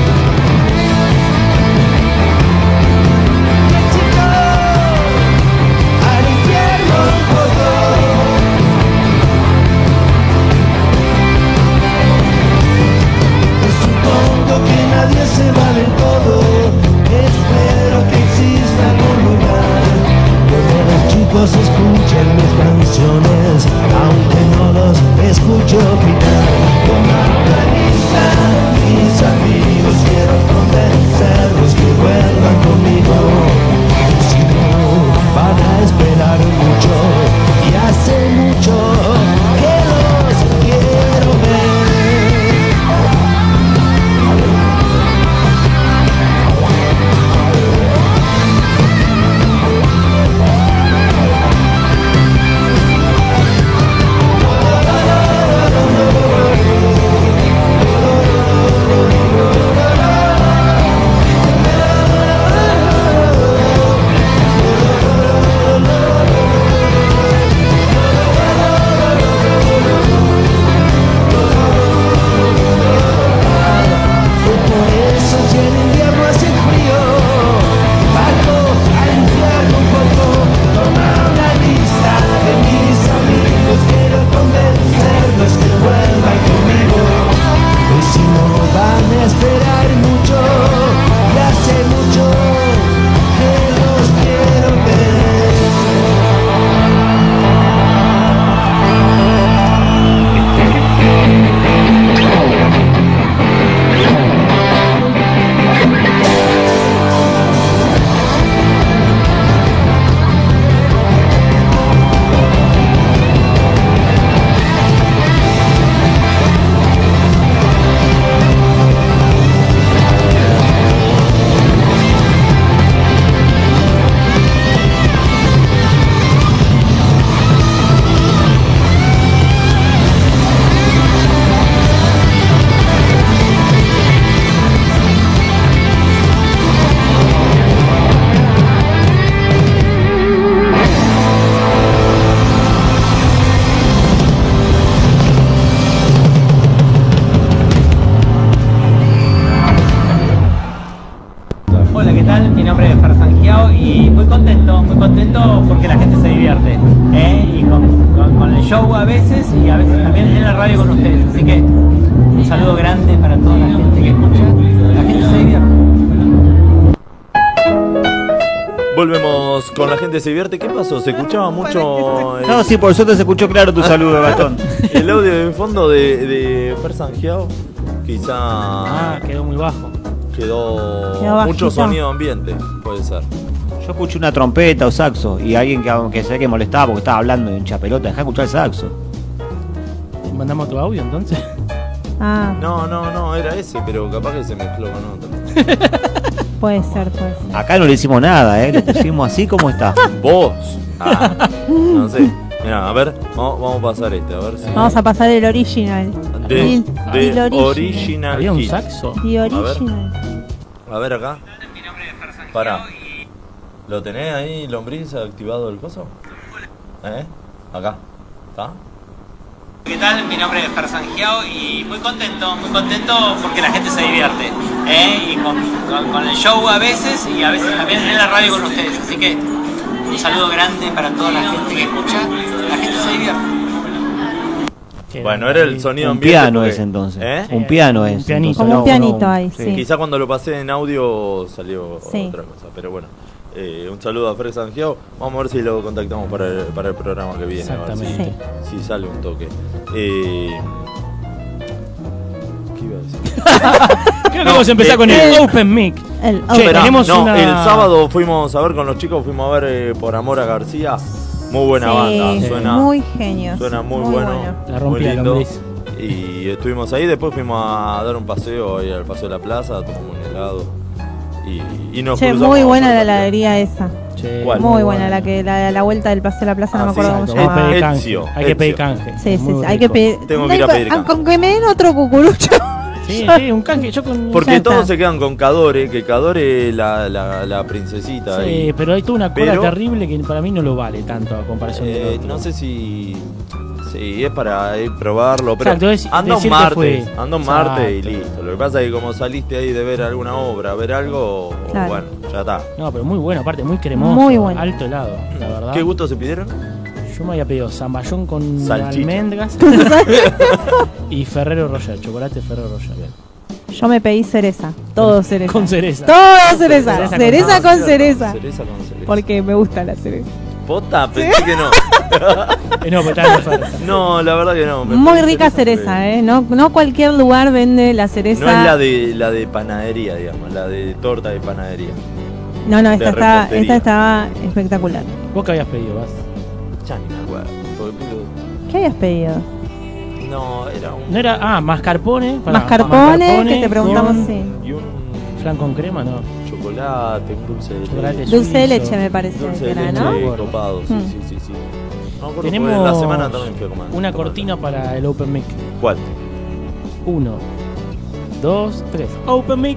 Al infierno un poco. muy contento, muy contento porque la gente se divierte. ¿eh? Y con, con, con el show a veces y a veces también en la radio con ustedes. Así que un saludo grande para toda la gente que escucha. La gente se divierte. Volvemos con La Gente Se Divierte. ¿Qué pasó? ¿Se escuchaba mucho el, No, sí, por suerte se escuchó claro tu saludo, Gastón. el audio de fondo de, de Fer Sangiao? Quizá Ah, quedó muy bajo. quedó, Quedó bajito. mucho sonido ambiente, puede ser. Yo escuché una trompeta o saxo y alguien que, que se ve que molestaba porque estaba hablando de hincha pelota. Dejá de escuchar el saxo. ¿Mandamos tu audio entonces? Ah, No, no, no, era ese, pero capaz que se mezcló con otro. puede ser, puede ser. Acá no le hicimos nada, ¿eh? Lo pusimos así como está. ¿Vos? Ah, no sé. Mira, a ver, vamos, vamos a pasar este, a ver si... Vamos a pasar el original. De, El- de el original. Original ¿Había un Hit. saxo? The ver. original. A ver acá. Pará. ¿Lo tenés ahí, lombriz, activado el coso? ¿Eh? Acá. ¿Está? ¿Qué tal? Mi nombre es Fer Sangiao y muy contento, muy contento porque la gente se divierte. ¿eh? Y con, con, con el show a veces y a veces también en la radio con ustedes. Así que un saludo grande para toda la gente que escucha. La gente se divierte. Bueno, era el sonido Un ambiente. piano porque- es entonces. ¿Eh? Un piano es. Un pianito. entonces, Como un pianito no, ahí, sí. Quizá cuando lo pasé en audio salió Sí. otra cosa, pero bueno. Eh, un saludo a Fer Sangiao. Vamos a ver si lo contactamos para el, para el programa que viene. A ver si, Exactamente. Sí. si sale un toque. Eh, ¿Qué iba a decir? Creo que vamos a empezar eh, con el eh, Open Mic. El Che, open. Esperá, tenemos no, una- el sábado fuimos a ver con los chicos, fuimos a ver eh, Por Amor a García. Muy buena Sí, banda, suena muy genios. suena muy, bueno, La muy rompía lindo. Lombriz. Y estuvimos ahí, después fuimos a dar un paseo ahí al Paseo de la Plaza, tomamos un helado. Y, y nos Che, cruzamos muy a buena hacer la también. heladería esa. Che, ¿Cuál? Muy buena, la que la, la vuelta del Paseo de la Plaza, no Ah, me sí, acuerdo cómo Exacto, se hay que llamaba. pedir canje. Ezio, Hay que pedir Ezio. canje. Sí, sí, Muy sí, hay que rico. pedir. Tengo que ir a Con- pedir canje. Con que me den otro cucurucho. Sí, sí, un canje. Yo con. Porque Ya todos está. se quedan con Cadore, que Cadore es la, la, la princesita. Sí, ahí. pero hay toda una cola Pero- terrible que para mí no lo vale tanto a comparación Eh, del otro. no sé si. Sí, es para ir probarlo, pero Exacto, es anda un decir que martes, fue. anda un martes y Exacto. listo. Lo que pasa es que como saliste ahí de ver alguna obra, ver algo, Claro. bueno, ya está. No, pero muy bueno, aparte, muy cremoso. Muy bueno. Alto helado, la verdad. ¿Qué gusto se pidieron? Yo me había pedido zamballón con Salchicha. almendras y Ferrero Rocher, chocolate Ferrero Rocher. Yo me pedí cereza. Todo cereza. Con cereza. Todo cereza. Cereza con- Cereza Ah, con cierto, cereza. Cereza con cereza. Porque me gusta la cereza. Pota, pensé que no. Eh, no, pero está en oferta. No, la verdad que no. me Muy pedí rica cereza, ¿eh? No, no cualquier lugar vende la cereza. No es la de la de panadería, digamos, la de torta de panadería. No, no, de esta, está, repostería. esta estaba espectacular. ¿Vos qué habías pedido, Vas? Ya ni me acuerdo. porque pido- ¿Qué habías pedido? No, era un. No era. Ah, mascarpone. pará, Mascarpone, que te preguntamos, con sí. Y un Flan con crema, no. chocolate, un dulce de Chocolate leche. Dulce de suizo. leche me parece Dulce que de era, leche ¿no? copado, sí, Mm. sí, sí, sí. No me acuerdo, Tenemos porque la semana también fui a comer. una cortina para el Open Mic. ¿Cuál? Uno, dos, tres. Open Mic.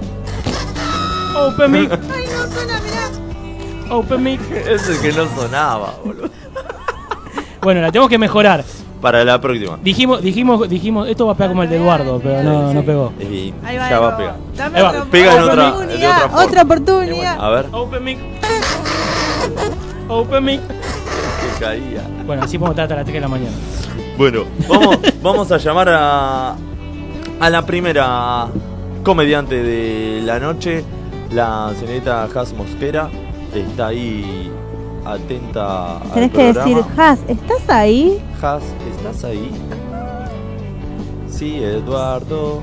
Open Mic. Ay, no suena, mirá. Open Mic. Es el que no sonaba, boludo. Bueno, la tenemos que mejorar. Para la próxima. Dijimos, dijimos, dijimos, esto va a pegar como el de Eduardo, pero no, no pegó. Y Ahí va, ya de va a nuevo. pegar. Dame Ahí va, otra pega en otra- oportunidad, de otra forma. otra oportunidad. A ver, Open Mic. Open Mic. que caía. Bueno, así podemos estar hasta las tres de la mañana. Bueno, vamos, vamos a llamar a, a la primera comediante de la noche, la señorita Has Mosquera. Está ahí atenta al Tenés que decir, programa. Has, ¿estás ahí? Has, ¿estás ahí? Sí, Eduardo.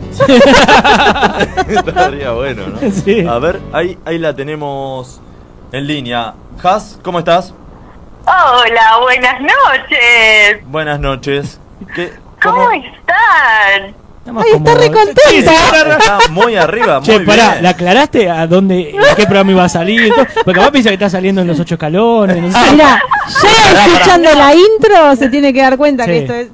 Estaría bueno, ¿no? Sí. A ver, ahí, ahí la tenemos en línea. Has, ¿cómo estás? Hola, buenas noches. Buenas noches. ¿Qué, ¿Cómo están? Estamos Ay, está como- re contenta. Sí, sí, está- Está muy arriba, muy Che, bien. pará, ¿le aclaraste a dónde, a qué programa iba a salir? Porque capaz piensa que está saliendo en los ocho escalones. No sé. Mira, ya escuchando la intro se tiene que dar cuenta Sí. que esto es.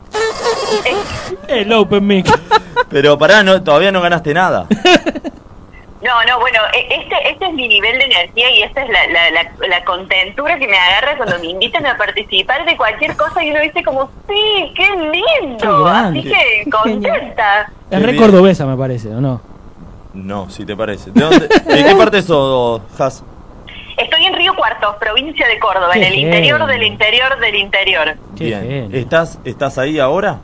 El Open Mic. Pero pará, no, todavía no ganaste nada. No, no, bueno, e- este este es mi nivel de energía y esta es la, la, la, la contentura que me agarra cuando me invitan a participar de cualquier cosa y uno dice como, sí, qué lindo. Qué grande. Así que contenta. Es Qué re bien. cordobesa, me parece, ¿o no? No, si te parece. ¿De, dónde, ¿de qué parte sos, Has? Estoy en Río Cuarto, provincia de Córdoba, Qué en el genio. interior del interior del interior. Qué Bien. genio. ¿Estás, ¿Estás ahí ahora?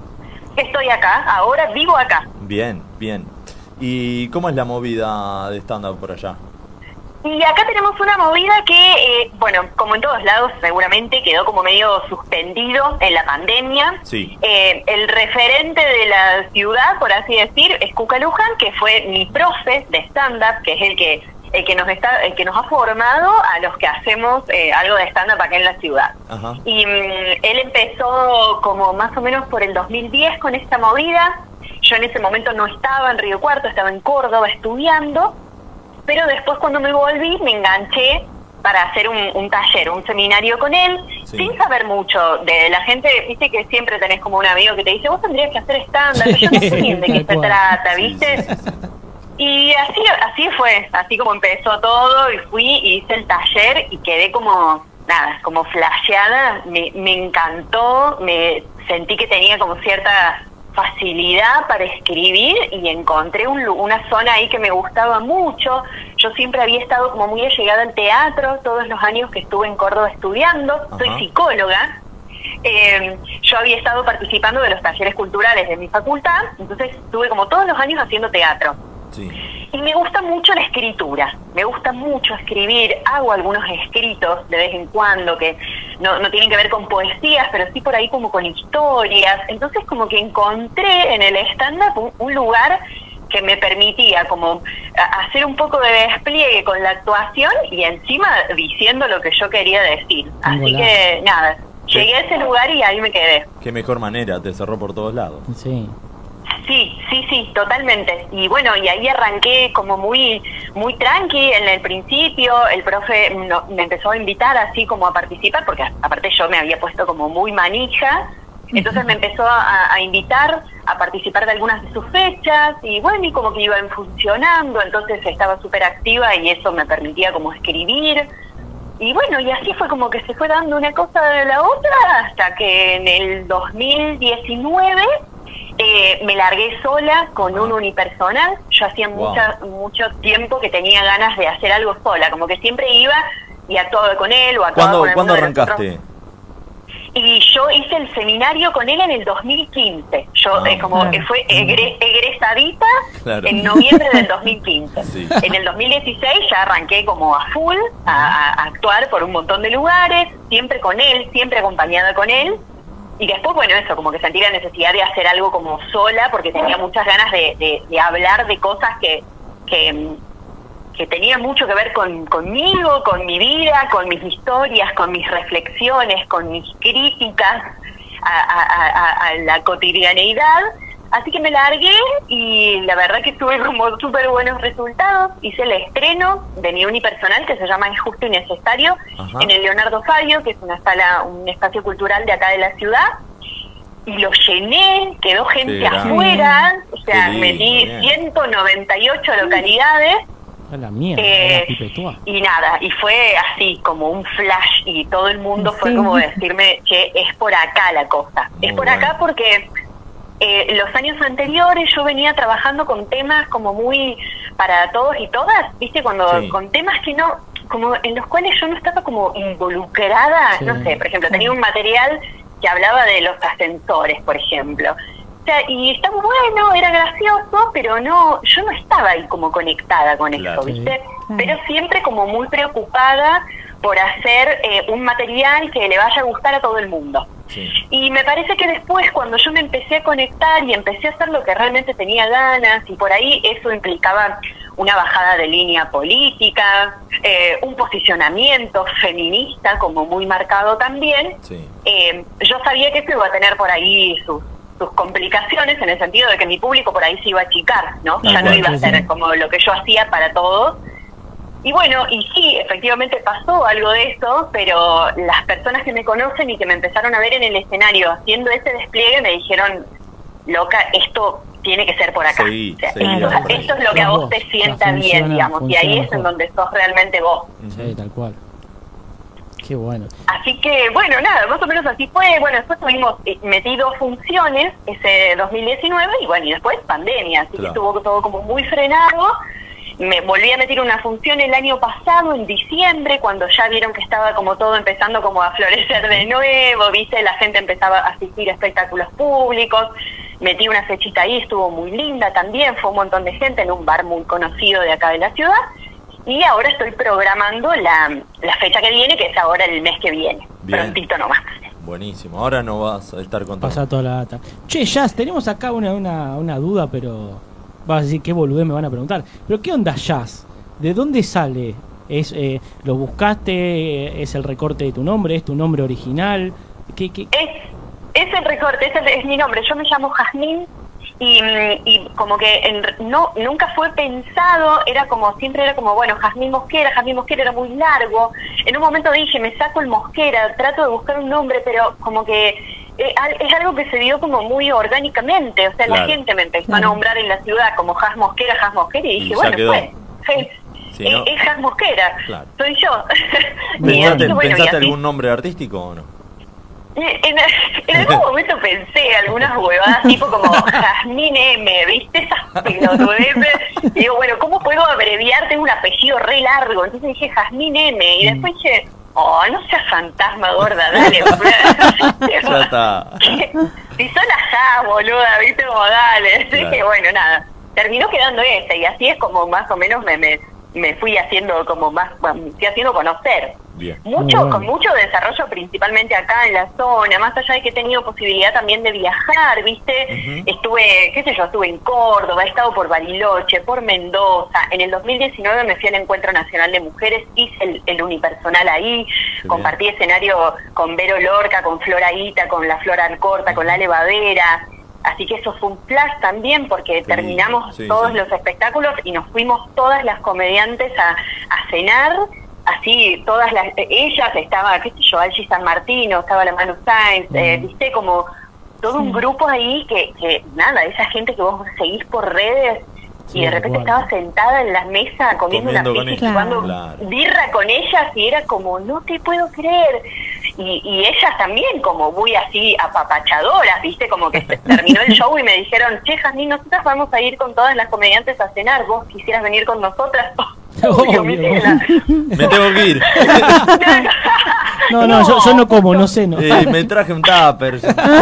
Estoy acá, ahora vivo acá. Bien, bien. ¿Y cómo es la movida de stand-up por allá? Y acá tenemos una movida que, eh, bueno, como en todos lados seguramente quedó como medio suspendido en la pandemia. Sí. Eh, el referente de la ciudad, por así decir, es Cuca Luján, que fue mi profe de stand-up, que es el que el que nos está el que nos ha formado a los que hacemos eh, algo de stand-up acá en la ciudad. Ajá. Y mm, él empezó como más o menos por el dos mil diez con esta movida. Yo en ese momento no estaba en Río Cuarto, estaba en Córdoba estudiando, pero después cuando me volví me enganché para hacer un, un taller, un seminario con él, Sí. sin saber mucho de la gente. Viste que siempre tenés como un amigo que te dice, vos tendrías que hacer stand-up, yo no sé bien de qué Tal se cual. trata, Sí, ¿viste? sí, sí, sí. Y así así fue, así como empezó todo, y fui y hice el taller y quedé como, nada, como flasheada, me, me encantó, me sentí que tenía como cierta facilidad para escribir y encontré un, lu- una zona ahí que me gustaba mucho. Yo siempre había estado como muy allegada al teatro, todos los años que estuve en Córdoba estudiando, soy Ajá. psicóloga. Eh, yo había estado participando de los talleres culturales de mi facultad, entonces estuve como todos los años haciendo teatro. Sí. Y me gusta mucho la escritura, me gusta mucho escribir, hago algunos escritos de vez en cuando que no, no tienen que ver con poesías, pero sí por ahí como con historias. Entonces como que encontré en el stand-up un, un lugar que me permitía como a- hacer un poco de despliegue con la actuación y encima diciendo lo que yo quería decir. Así Golazo. que nada, llegué a ese lugar y ahí me quedé. Qué mejor manera, te cerró por todos lados. Sí. Sí, sí, sí, totalmente. Y bueno, y ahí arranqué como muy muy tranqui en el principio. El profe no- me empezó a invitar así como a participar, porque a- aparte yo me había puesto como muy manija. Entonces me empezó a, a invitar a participar de algunas de sus fechas y bueno, y como que iban funcionando, entonces estaba súper activa y eso me permitía como escribir. Y bueno, y así fue como que se fue dando una cosa de la otra hasta que en el dos mil diecinueve eh, me largué sola con un unipersonal. Yo hacía Wow. mucha, mucho tiempo que tenía ganas de hacer algo sola, como que siempre iba y actuaba con él o actuaba ¿Cuándo, con ¿cuándo alguno de los arrancaste? otros. Y yo hice el seminario con él en el dos mil quince. Yo Ah, eh, como claro. que fue egre- egresadita Claro. en noviembre del dos mil quince. Sí. En el dos mil dieciséis ya arranqué como a full a, a- a actuar por un montón de lugares, siempre con él, siempre acompañada con él. Y después, bueno, eso, como que sentí la necesidad de hacer algo como sola, porque tenía muchas ganas de, de, de hablar de cosas que, que, que tenía mucho que ver con, conmigo, con mi vida, con mis historias, con mis reflexiones, con mis críticas a, a, a, a la cotidianeidad. Así que me largué y la verdad que tuve como súper buenos resultados. Hice el estreno de mi unipersonal que se llama Es Justo y Necesario Ajá. en el Leonardo Fabio, que es una sala, un espacio cultural de acá de la ciudad. Y lo llené, quedó gente grande. afuera, o sea, Qué lindo, metí bien. ciento noventa y ocho localidades. A la mierda, Eh, la pipetúa. y nada, y fue así como un flash y todo el mundo fue Sí. como decirme, che, es por acá la cosa. Muy es por bueno. acá porque eh, los años anteriores yo venía trabajando con temas como muy para todos y todas, ¿viste? Cuando Sí. con temas que no, como en los cuales yo no estaba como involucrada, Sí. no sé, por ejemplo, tenía un material que hablaba de los ascensores, por ejemplo. O sea, y estaba bueno, era gracioso, pero no, yo no estaba ahí como conectada con Claro. eso, ¿viste? Sí. Pero siempre como muy preocupada por hacer eh, un material que le vaya a gustar a todo el mundo. Sí. Y me parece que después, cuando yo me empecé a conectar y empecé a hacer lo que realmente tenía ganas, y por ahí eso implicaba una bajada de línea política, eh, un posicionamiento feminista como muy marcado también, Sí. eh, yo sabía que eso iba a tener por ahí sus, sus complicaciones, en el sentido de que mi público por ahí se iba a achicar, ¿no? Tal Ya no cual, iba a sí, ser sí. como lo que yo hacía para todos. Y bueno, y sí, efectivamente pasó algo de eso, pero las personas que me conocen y que me empezaron a ver en el escenario haciendo ese despliegue me dijeron, loca, esto tiene que ser por acá. Sí, O sea, sí, esto, digamos. esto es lo que a Sos vos vos, te ya sienta funciona- bien, digamos, y ahí funciona es en mejor. donde sos realmente vos. Sí, tal cual. Qué bueno. Así que, bueno, nada, más o menos así fue. Bueno, después tuvimos, eh, metí dos funciones ese dos mil diecinueve y bueno, y después pandemia, así Claro. que estuvo todo como muy frenado. me volví a meter una función el año pasado, en diciembre, cuando ya vieron que estaba como todo empezando como a florecer de nuevo, viste, la gente empezaba a asistir a espectáculos públicos. Metí una fechita ahí, estuvo muy linda también, fue un montón de gente en un bar muy conocido de acá de la ciudad. Y ahora estoy programando la, la fecha que viene, que es ahora el mes que viene. Bien. Prontito nomás. Buenísimo, ahora no vas a estar contando. Pasa toda la data. Che, Jazz, tenemos acá una, una, una duda, pero vas a decir qué boludez me van a preguntar. Pero ¿qué onda Jazz? ¿De dónde sale? ¿Es eh, lo buscaste? ¿Es el recorte de tu nombre? ¿Es tu nombre original? ¿Qué, qué? Es, es el recorte, es, el, es mi nombre. Yo me llamo Jazmín. Y, y como que en, no nunca fue pensado, era como, siempre era como, bueno, Jazmín Mosquera, Jazmín Mosquera era muy largo. En un momento dije, me saco el Mosquera, trato de buscar un nombre, pero como que eh, es algo que se dio como muy orgánicamente, o sea, claro. La gente me empezó a nombrar en la ciudad como Jazz Mosquera, Jazz Mosquera, y dije, y bueno, pues, es, sí, ¿no? es Jazz Mosquera, claro. Soy yo. ¿Pensaste, que, bueno, ¿pensaste algún nombre artístico o no? En, en algún momento pensé algunas huevadas tipo como Jazmín M, ¿viste? Esas pelotudeces. Y digo, bueno, ¿cómo puedo abreviar? Tengo un apellido re largo. Entonces dije Jazmín M. Y después dije, oh, no seas fantasma gorda, dale. Ya está. Si son ajá, boluda, ¿viste? Como dale. Claro. Dije, bueno, nada. Terminó quedando ese. Y así es como más o menos me, me, me fui haciendo como más, me fui haciendo conocer. Bien. Mucho, bueno. Con mucho desarrollo principalmente acá en la zona, más allá de que he tenido posibilidad también de viajar, ¿viste? Uh-huh. Estuve, qué sé yo, estuve en Córdoba, he estado por Bariloche, por Mendoza. En el dos mil diecinueve me fui al Encuentro Nacional de Mujeres, hice el, el unipersonal ahí, sí, compartí bien. Escenario con Vero Lorca, con Flora Ita, con la Flora Alcorta, uh-huh. con la Ale Badera. Así que eso fue un flash también, porque sí, terminamos sí, todos sí. los espectáculos y nos fuimos todas las comediantes a, a cenar. Así, todas las, ellas, estaba, qué sé yo, Angie San Martino, estaba la Manu Sainz, mm. eh, viste, como todo sí. un grupo ahí que, que, nada, esa gente que vos seguís por redes sí, y de repente igual. Estaba sentada en la mesa comiendo, comiendo una pizza y jugando claro. birra con ellas y era como, no te puedo creer. Y, y ellas también como muy así apapachadoras, viste, como que terminó el show y me dijeron, che, Jazmín, nosotras vamos a ir con todas las comediantes a cenar, vos quisieras venir con nosotras. Obvio, me tengo que ir. No, no, no yo, yo no como, no sé. No. Eh, me traje un tupper.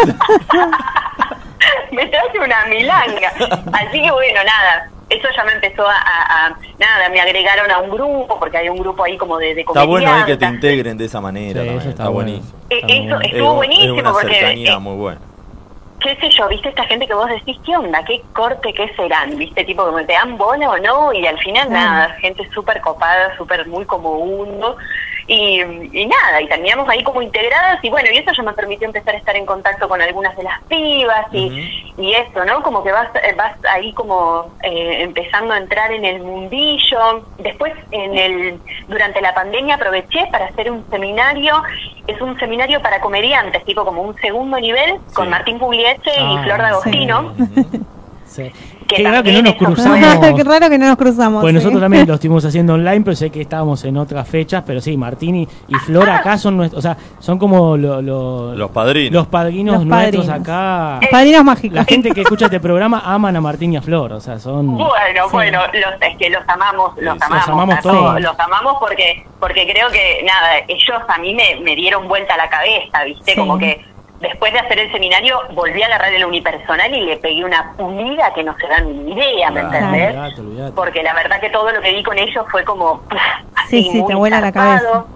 Me traje una milanga. Así que bueno, nada. Eso ya me empezó a, a, a... Nada, me agregaron a un grupo, porque hay un grupo ahí como de, de Está bueno ahí que te integren de esa manera sí, también. Está, está bueno. buenísimo. Eh, eso estuvo es, buenísimo es una porque... cercanía eh, muy buena. Qué sé yo, viste esta gente que vos decís, ¿qué onda? ¿Qué corte? ¿Qué serán? ¿Viste? Tipo, como te dan bola o no, y al final nada, gente súper copada, súper muy como uno, y, y nada, y terminamos ahí como integradas, y bueno, y eso ya me permitió empezar a estar en contacto con algunas de las pibas, y, uh-huh. y eso, ¿no? Como que vas vas ahí como eh, empezando a entrar en el mundillo. Después, en el durante la pandemia aproveché para hacer un seminario, es un seminario para comediantes, tipo como un segundo nivel, sí. con Martín Pugliese ah, y Flor D'Agostino. Sí. Sí. Que Qué raro que no nos cruzamos. Qué raro que no nos cruzamos. Pues sí. nosotros también lo estuvimos haciendo online, pero sé que estábamos en otras fechas. Pero sí, Martín y, y Flor acá son nuestros, o sea, son como lo, lo, los padrinos. Los padrinos los nuestros padrinos. acá. Los padrinos mágicos. La gente que escucha este programa aman a Martín y a Flor, o sea, son. Bueno, sí. bueno, los, es que los amamos, los sí, amamos. Los amamos todos. Los amamos porque, porque creo que, nada, ellos a mí me, me dieron vuelta a la cabeza, ¿viste? Sí. Como que después de hacer el seminario, volví a agarrar el unipersonal y le pegué una pulida que no se dan ni idea, ¿me Claro. entendés? Olvidate, olvidate. Porque la verdad que todo lo que vi con ellos fue como pff, así, Sí, sí, muy te vuela la zarpado. cabeza.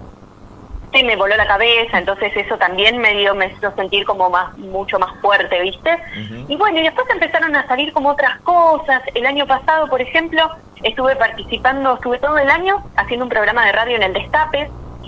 Sí, me voló la cabeza, entonces eso también me dio, me hizo sentir como más, mucho más fuerte, ¿viste? Uh-huh. Y bueno, y después empezaron a salir como otras cosas. El año pasado, por ejemplo, estuve participando, estuve todo el año haciendo un programa de radio en el Destape.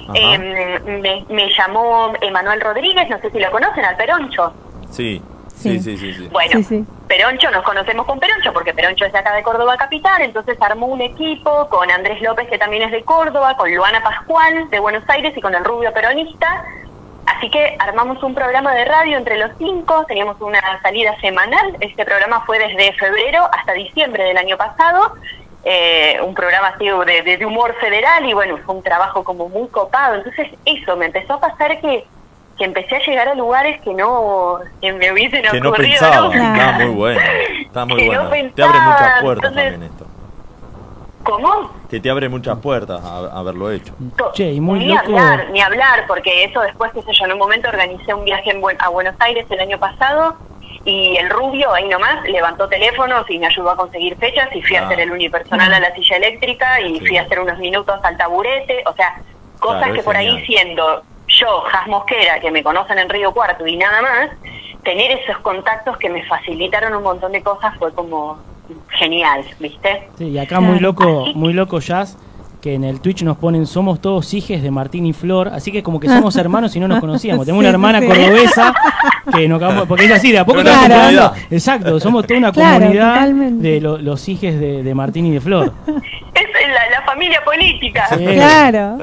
Eh, me, me llamó Emanuel Rodríguez, no sé si lo conocen, al Peroncho. Sí, sí, sí, sí. sí. Bueno, sí, sí. Peroncho, nos conocemos con Peroncho porque Peroncho es de acá de Córdoba Capital, entonces armó un equipo con Andrés López, que también es de Córdoba, con Luana Pascual de Buenos Aires y con el Rubio Peronista. Así que armamos un programa de radio entre los cinco, teníamos una salida semanal. Este programa fue desde febrero hasta diciembre del año pasado. Eh, un programa así de, de, de humor federal y bueno, fue un trabajo como muy copado. Entonces eso, me empezó a pasar que, que empecé a llegar a lugares que no que me hubiesen que ocurrido. no pensaba, ¿no? está muy bueno, está muy que bueno. no pensaba, te abre muchas puertas entonces, también esto. ¿Cómo? Que te abre muchas puertas a, haberlo hecho. Che, y muy ni loco. hablar, ni hablar, porque eso después, qué sé yo, en un momento organicé un viaje en Buen- a Buenos Aires el año pasado y el rubio ahí nomás levantó teléfonos y me ayudó a conseguir fechas y fui Ah. a hacer el unipersonal a la silla eléctrica y Sí. fui a hacer unos minutos al taburete, o sea, cosas Claro, que es por genial. ahí siendo yo, Jas Mosquera, que me conocen en Río Cuarto y nada más, tener esos contactos que me facilitaron un montón de cosas fue como genial, ¿viste? Sí, y acá muy loco, Así que- muy loco Jazz, que en el Twitch nos ponen somos todos hijes de Martín y Flor, así que como que somos hermanos y no nos conocíamos. Tenemos Sí, una hermana sí. cordobesa que nos acabamos, porque es así, de a poco Una estamos comunidad. formando- exacto, somos toda una Claro, comunidad totalmente. de lo- los hijes de, de Martín y de Flor. Es la, la familia política. Sí. Claro.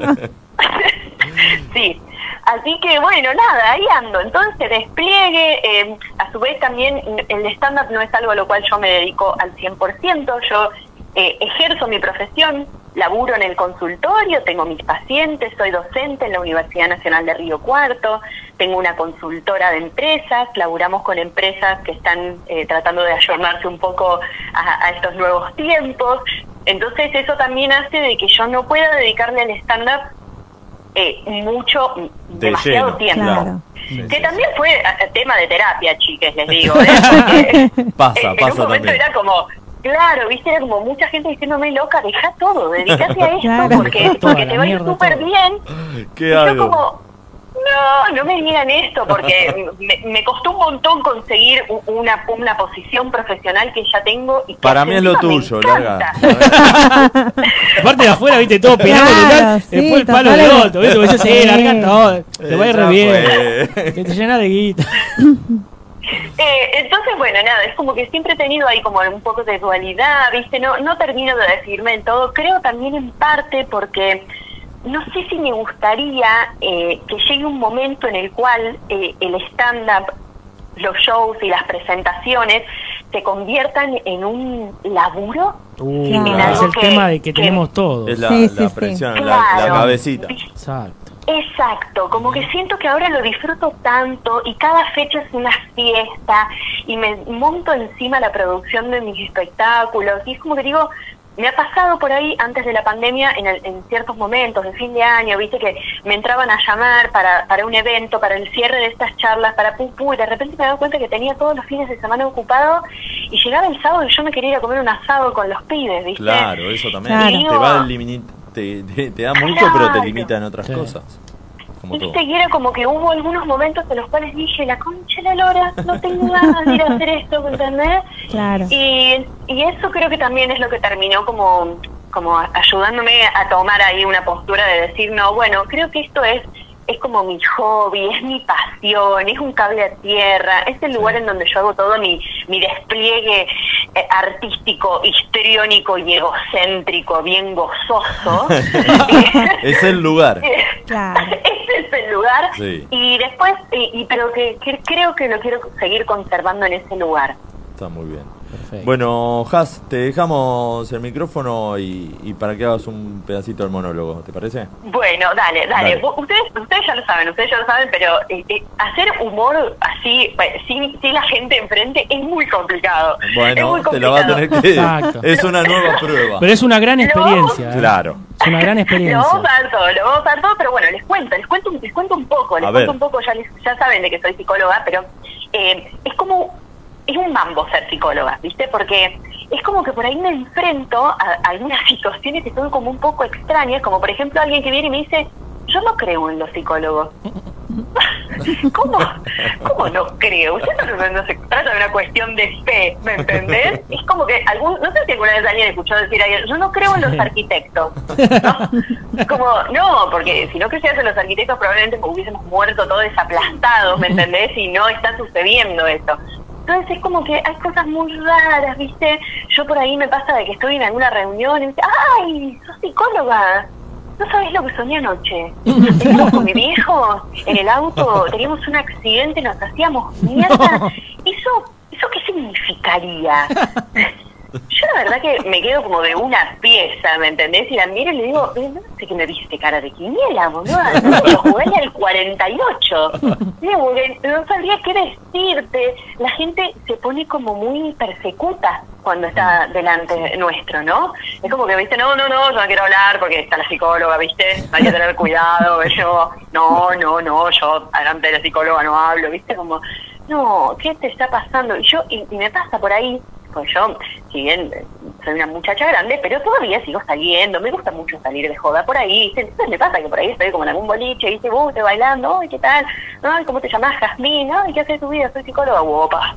Sí, así que bueno, nada, ahí ando. Entonces, despliegue, eh, a su vez también el stand-up no es algo a lo cual yo me dedico al cien por ciento. Yo eh, ejerzo mi profesión, laburo en el consultorio, tengo mis pacientes, soy docente en la Universidad Nacional de Río Cuarto, tengo una consultora de empresas, laburamos con empresas que están eh, tratando de ayornarse un poco a, a estos nuevos tiempos. Entonces eso también hace de que yo no pueda dedicarle al stand-up eh, mucho, De demasiado lleno, tiempo. Claro. Sí, Que sí, también fue eh, tema de terapia, chiques, les digo. ¿eh? Porque, Pasa, eh, en pasa un momento también. era como, claro, viste, era como mucha gente diciéndome, loca, deja todo, dedícate a esto, Claro. porque, Toda porque la te va a ir mierda, súper todo. bien. Qué Y yo algo. como, no, no me digan esto, porque me, me costó un montón conseguir u- una, una posición profesional que ya tengo. Y que Para mí es lo encima me tuyo, encanta. larga. Aparte de afuera, viste, todo pegado, Claro, sí, después el palo total. de otro, viste, porque yo sé, Sí. larga todo, te va a ir re Ya bien, fue. te, te llena de guita. Eh, entonces, bueno, nada, es como que siempre he tenido ahí como un poco de dualidad, ¿viste? No, no termino de decidirme en todo. Creo también en parte porque no sé si me gustaría eh, que llegue un momento en el cual eh, el stand-up, los shows y las presentaciones se conviertan en un laburo. Uh, Claro. es algo el que- tema de que que- tenemos todos. Es la, Sí, la sí, sí. presión, la, la Claro. cabecita. Exacto. Exacto, como que siento que ahora lo disfruto tanto y cada fecha es una fiesta y me monto encima la producción de mis espectáculos y es como que digo, me ha pasado por ahí antes de la pandemia en, el- en ciertos momentos de fin de año, viste que me entraban a llamar para, para un evento, para el cierre de estas charlas, para pupú y de repente me daba cuenta que tenía todos los fines de semana ocupado y llegaba el sábado y yo me quería ir a comer un asado con los pibes, viste. Claro, eso también. Claro. Te va a limitar, te, te, te da mucho, Claro. pero te limita en otras Sí. cosas. Como todo. Viste, y era como que hubo algunos momentos en los cuales dije, la concha de la lora, no tengo ganas de ir a hacer esto, ¿entendés? Claro. Y, y eso creo que también es lo que terminó como, como ayudándome a tomar ahí una postura de decir, no, bueno, creo que esto es es como mi hobby, es mi pasión, es un cable a tierra, es el lugar en donde yo hago todo mi, mi despliegue eh, artístico, histriónico y egocéntrico, bien gozoso. Es el lugar. Claro. Ese es el lugar. Sí. Y después, y, y pero que, que creo que lo quiero seguir conservando en ese lugar. Está muy bien. Perfecto. Bueno, Has, te dejamos el micrófono y, y para que hagas un pedacito del monólogo, ¿te parece? Bueno, dale, dale. Dale. U- Ustedes, ustedes ya lo saben, ustedes ya lo saben, pero eh, eh, hacer humor así, pues, sin, sin la gente enfrente, es muy complicado. es Bueno, muy te la va a tener complicado. que... Exacto. Es una nueva prueba. Pero es una gran experiencia. ¿eh? Claro. Es una gran Lo experiencia. vamos a dar todo, lo vamos a dar todo, pero bueno, les cuento, les cuento, les cuento un poco, les A cuento ver. un poco, ya les, ya saben de que soy psicóloga, pero eh, es como, es un mambo ser psicóloga, ¿viste? Porque es como que por ahí me enfrento a, a algunas situaciones que son como un poco extrañas, como por ejemplo alguien que viene y me dice, yo no creo en los psicólogos. ¿Cómo? ¿Cómo no creo? Usted no, no se trata de una cuestión de fe, ¿me entendés? Es como que algún, no sé si alguna vez alguien escuchó decir a alguien, yo no creo en los arquitectos. ¿No? Como, no, porque si no creyeras en los arquitectos probablemente hubiésemos muerto todos aplastados, ¿me entendés? Y no está sucediendo eso. Entonces es como que hay cosas muy raras, ¿viste? Yo por ahí me pasa de que estoy en alguna reunión y me dice, ¡ay, sos psicóloga! No sabés lo que soñé anoche. Veníamos con mi viejo en el auto, teníamos un accidente, nos hacíamos mierda. ¿Eso, eso qué significaría? yo la verdad que me quedo como de una pieza, ¿me entendés? Y la miro y le digo, eh, no sé qué me viste cara de quiniela, boludo. No, yo jugué al cuarenta y ocho. Digo, porque no sabía qué decirte. La gente se pone como muy persecuta cuando está delante nuestro, ¿no? Es como que, viste, no, no, no, yo no quiero hablar porque está la psicóloga, ¿viste? Hay que tener cuidado, yo, no, no, no, yo delante de la psicóloga no hablo, ¿viste? Como, no, ¿qué te está pasando? Y yo, y, y me pasa por ahí, pues yo, si bien soy una muchacha grande, pero todavía sigo saliendo, me gusta mucho salir de joda por ahí, ¿viste? Entonces me pasa que por ahí estoy como en algún boliche, ¿viste? Vos, estoy bailando, ay, ¿qué tal? Ay, ¿cómo te llamás? Jazmín, ay, ¿qué haces tu vida? Soy psicóloga, opa.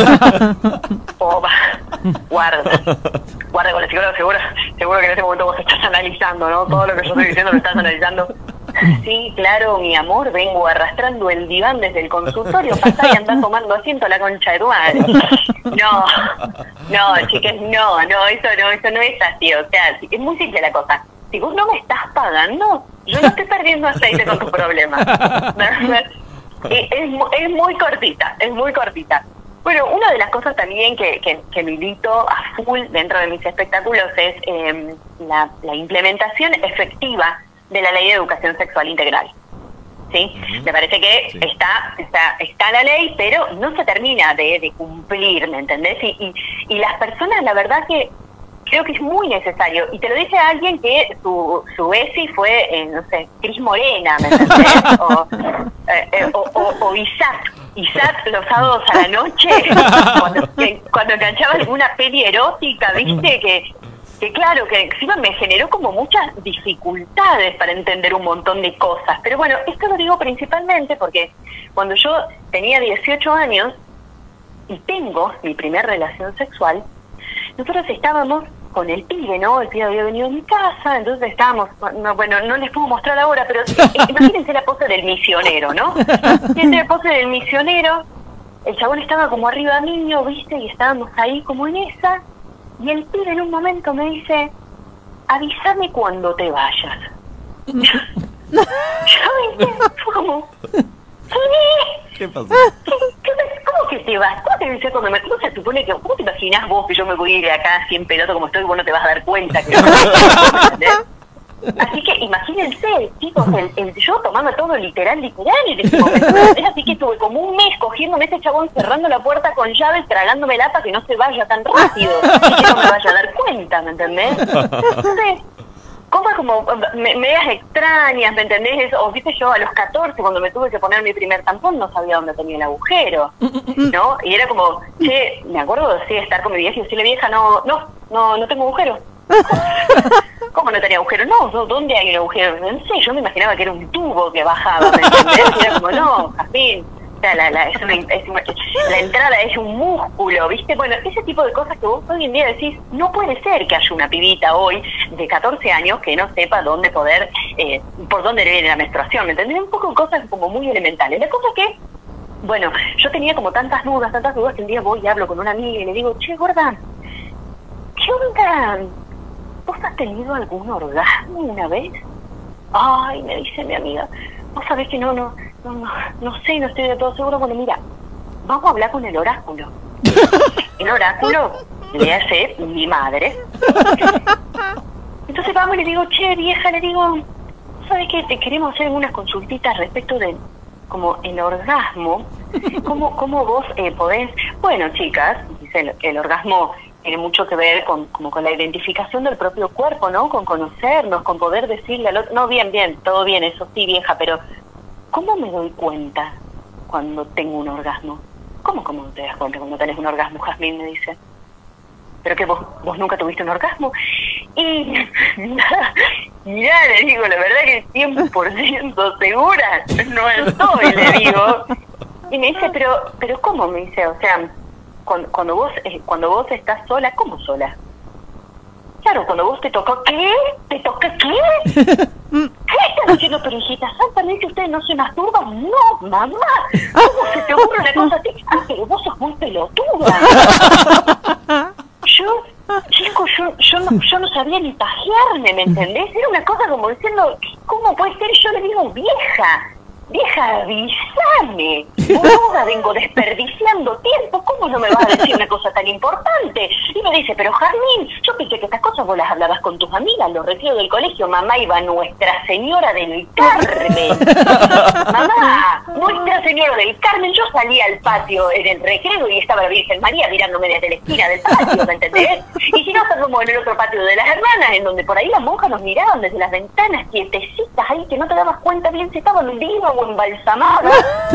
Opa, guarda, guarda con el psicólogo, seguro, seguro que en ese momento vos estás analizando, ¿no? Todo lo que yo estoy diciendo lo estás analizando. Sí, claro, mi amor, vengo arrastrando el diván desde el consultorio, pasá y andá tomando asiento a la concha de tu madre. No, no, chicas, no, no, eso no, eso no es así, o sea, es muy simple la cosa. Si vos no me estás pagando, yo no estoy perdiendo aceite con tu problema. Es, es, es muy cortita, es muy cortita. Bueno, una de las cosas también que, que, que milito a full dentro de mis espectáculos es eh, la, la implementación efectiva de la Ley de Educación Sexual Integral. ¿Sí? Uh-huh. Me parece que sí. está, está está la ley, pero no se termina de, de cumplir, ¿me entendés? Y, y, y las personas, la verdad que creo que es muy necesario. Y te lo dice alguien que su, su ESI fue, eh, no sé, Cris Morena, ¿me entendés? O, eh, eh, o, o, o Isaac. Isaac los sábados a la noche, cuando, que, cuando enganchaba alguna peli erótica, ¿viste? Que que claro, que encima me generó como muchas dificultades para entender un montón de cosas. Pero bueno, esto lo digo principalmente porque cuando yo tenía dieciocho años y tengo mi primera relación sexual, nosotros estábamos con el pibe, ¿no? El pibe había venido a mi casa, entonces estábamos, no, bueno, no les puedo mostrar ahora, pero eh, imagínense la pose del misionero, ¿no? Imagínense la pose del misionero, el chabón estaba como arriba mío, ¿viste? Y estábamos ahí como en esa... Y el pibe en un momento me dice, avísame cuando te vayas. Yo, yo ¿viste? Fue como, ¿qué pasó? ¿Qué, qué, ¿Cómo que te vas? ¿Cómo te dice cuando me... ¿Cómo se supone que... ¿Cómo te imaginás vos que yo me voy a ir de acá así en pelota como estoy y vos no te vas a dar cuenta que... Así que imagínense, chicos, el, el, yo tomando todo literal, literal en ese momento. Es así que estuve como un mes cogiéndome ese chabón, cerrando la puerta con llave, tragándome la para que no se vaya tan rápido y que no me vaya a dar cuenta, ¿me entendés? Entonces, cosas como me, medias extrañas, ¿me entendés? O viste, yo a los catorce, cuando me tuve que poner mi primer tampón, no sabía dónde tenía el agujero, ¿no? Y era como, che, me acuerdo de sí, estar con mi vieja y decirle, vieja, no, no, no, no tengo agujero. ¿Cómo no tenía agujero? No, ¿dónde hay un agujero? No sé, yo me imaginaba que era un tubo que bajaba, ¿me entendés? Y era como, no, Jazmín, o sea, la, la, es una, es una, la entrada es un músculo, ¿viste? Bueno, ese tipo de cosas que vos hoy en día decís, no puede ser que haya una pibita hoy de catorce años que no sepa dónde poder, eh, por dónde le viene la menstruación, ¿me entendés? Un poco cosas como muy elementales. La cosa que, bueno, yo tenía como tantas dudas, tantas dudas que un día voy y hablo con una amiga y le digo, che, gorda, ¿qué onda? ¿Vos has tenido algún orgasmo una vez? Ay, me dice mi amiga, vos sabés que no, no, no, no, no sé, no estoy de todo seguro. Bueno, mira, vamos a hablar con el oráculo. El oráculo le hace mi madre. Entonces vamos y le digo, che, vieja, le digo, ¿sabés qué? Te queremos hacer unas consultitas respecto de como el orgasmo. ¿Cómo, cómo vos eh, podés? Bueno, chicas, dice el, el orgasmo tiene mucho que ver con como con la identificación del propio cuerpo, ¿no? Con conocernos, con poder decirle al otro, no, bien, bien, todo bien, eso sí, vieja, pero ¿cómo me doy cuenta cuando tengo un orgasmo? ¿Cómo, cómo te das cuenta cuando tenés un orgasmo, Jazmín? Me dice. ¿Pero que vos, vos nunca tuviste un orgasmo? Y mirá, mirá, le digo, la verdad que cien por ciento segura no estoy, le digo. Y me dice, pero, pero ¿cómo? Me dice, o sea... Cuando, cuando vos eh, cuando vos estás sola, ¿cómo sola? Claro, cuando vos te tocó, ¿qué? ¿Te toca qué? ¿Qué estás diciendo, pero hijita santa? ¿Me dice ustedes no se masturban? No, mamá. ¿Cómo se te ocurre una cosa así? Ah, pero vos sos muy pelotuda. Yo, chico, yo, yo, no, yo no sabía ni pajearme, ¿me entendés? Era una cosa como diciendo, ¿cómo puede ser? Yo le digo, vieja, vieja, avísame, boluda, vengo desperdiciando tiempo, ¿cómo no me vas a decir una cosa tan importante? Y me dice, pero Jazmín, yo pensé que estas cosas vos las hablabas con tus amigas, los retiros del colegio, mamá iba Nuestra Señora del Carmen. Mamá, Nuestra Señora del Carmen, yo salía al patio en el recreo y estaba la Virgen María mirándome desde la esquina del patio, ¿me entendés? Y si no, estábamos en el otro patio de las hermanas, en donde por ahí las monjas nos miraban desde las ventanas, quietecitas ahí, que no te dabas cuenta bien si estaban vivas o embalsamadas.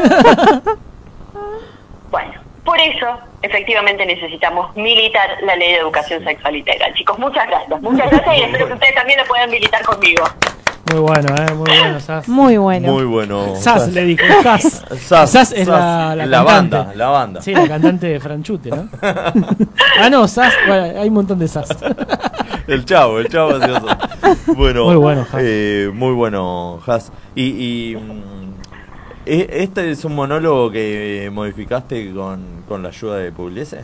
Bueno, por eso, efectivamente, necesitamos militar la ley de educación sexual integral. Chicos, muchas gracias, muchas gracias y espero que ustedes también lo puedan militar conmigo. Muy bueno, ¿eh? Muy bueno, Sas. Muy bueno. Muy bueno. Sas le dijo, Sas. Sas, Sas es Sas, la, la, la cantante. banda, la banda. Sí, la cantante de Franchute, ¿no? Ah, no, Sas, bueno, hay un montón de Sas. El chavo, el chavo ansioso. Bueno, Muy bueno, Has. Eh, muy bueno, Has. Y, y mm, ¿e- ¿este es un monólogo que modificaste con, con la ayuda de Pugliese?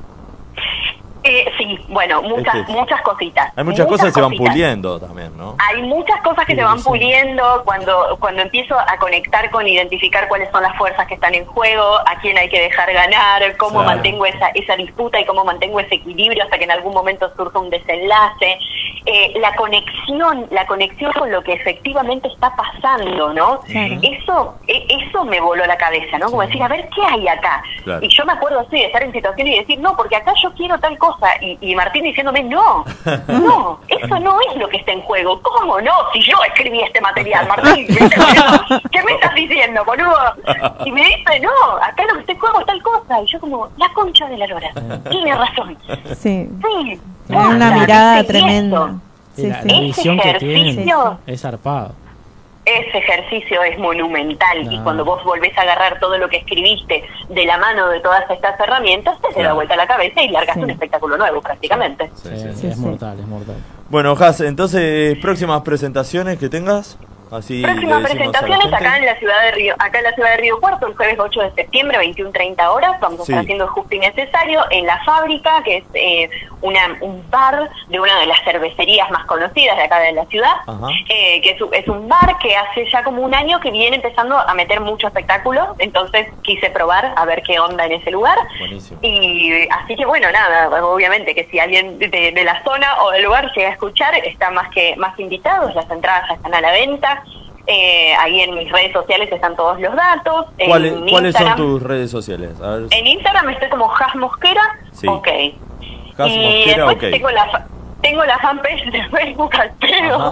Eh, sí, bueno, muchas Este es- muchas cositas. Hay muchas, cosas que se van cositas. puliendo también, ¿no? Hay muchas cosas que Sí, se van sí. puliendo cuando cuando empiezo a conectar con identificar cuáles son las fuerzas que están en juego, a quién hay que dejar ganar, cómo Claro. mantengo esa esa disputa y cómo mantengo ese equilibrio hasta que en algún momento surja un desenlace. Eh, la conexión, la conexión con lo que efectivamente está pasando, ¿no? Claro. Eso e- eso me voló la cabeza, ¿no? Como decir, a ver, ¿qué hay acá? Claro. Y yo me acuerdo así de estar en situaciones y decir, no, porque acá yo quiero tal cosa. Y, y Martín diciéndome, no, no, eso no es lo que está en juego. ¿Cómo no? Si yo escribí este material, Martín, ¿viste? ¿Qué me estás diciendo, boludo? Y me dice, no, acá lo que está en juego es tal cosa. Y yo como, la concha de la lora. Tiene razón. Sí. Sí. Tiene una posta, mirada ¿viste? Y tremenda. eso, Sí, la, sí. la Ese visión que tiene ejercicio- es zarpado. Ese ejercicio es monumental y No. cuando vos volvés a agarrar todo lo que escribiste de la mano de todas estas herramientas, te da Claro. vuelta la cabeza y largas Sí. un espectáculo nuevo prácticamente. Sí, Sí, sí, sí, sí. es sí. mortal, es mortal. Bueno, Has, entonces, próximas presentaciones que tengas. Así Próximas le decimos a la presentaciones gente. acá en la ciudad de Río, acá en la ciudad de Río Cuarto, el jueves ocho de septiembre, veintiuno treinta horas, vamos a Sí. estar haciendo justo y necesario en La Fábrica, que es eh, una, un bar de una de las cervecerías más conocidas de acá de la ciudad, Ajá. eh, que es, un- es un bar que hace ya como un año que viene empezando a meter mucho espectáculo, entonces quise probar a ver qué onda en ese lugar. Buenísimo. Y así que bueno, nada, obviamente que si alguien de, de la zona o del lugar llega a escuchar, está más que más que invitados, las entradas ya están a la venta. Eh, ahí en mis redes sociales están todos los datos. En ¿Cuáles, ¿cuáles son Instagram- tus redes sociales? A ver, En Instagram estoy como Jas Mosquera, Sí. ok. Jas y Mosquera, después ok. tengo la fa- tengo la fanpage de Facebook al pedo.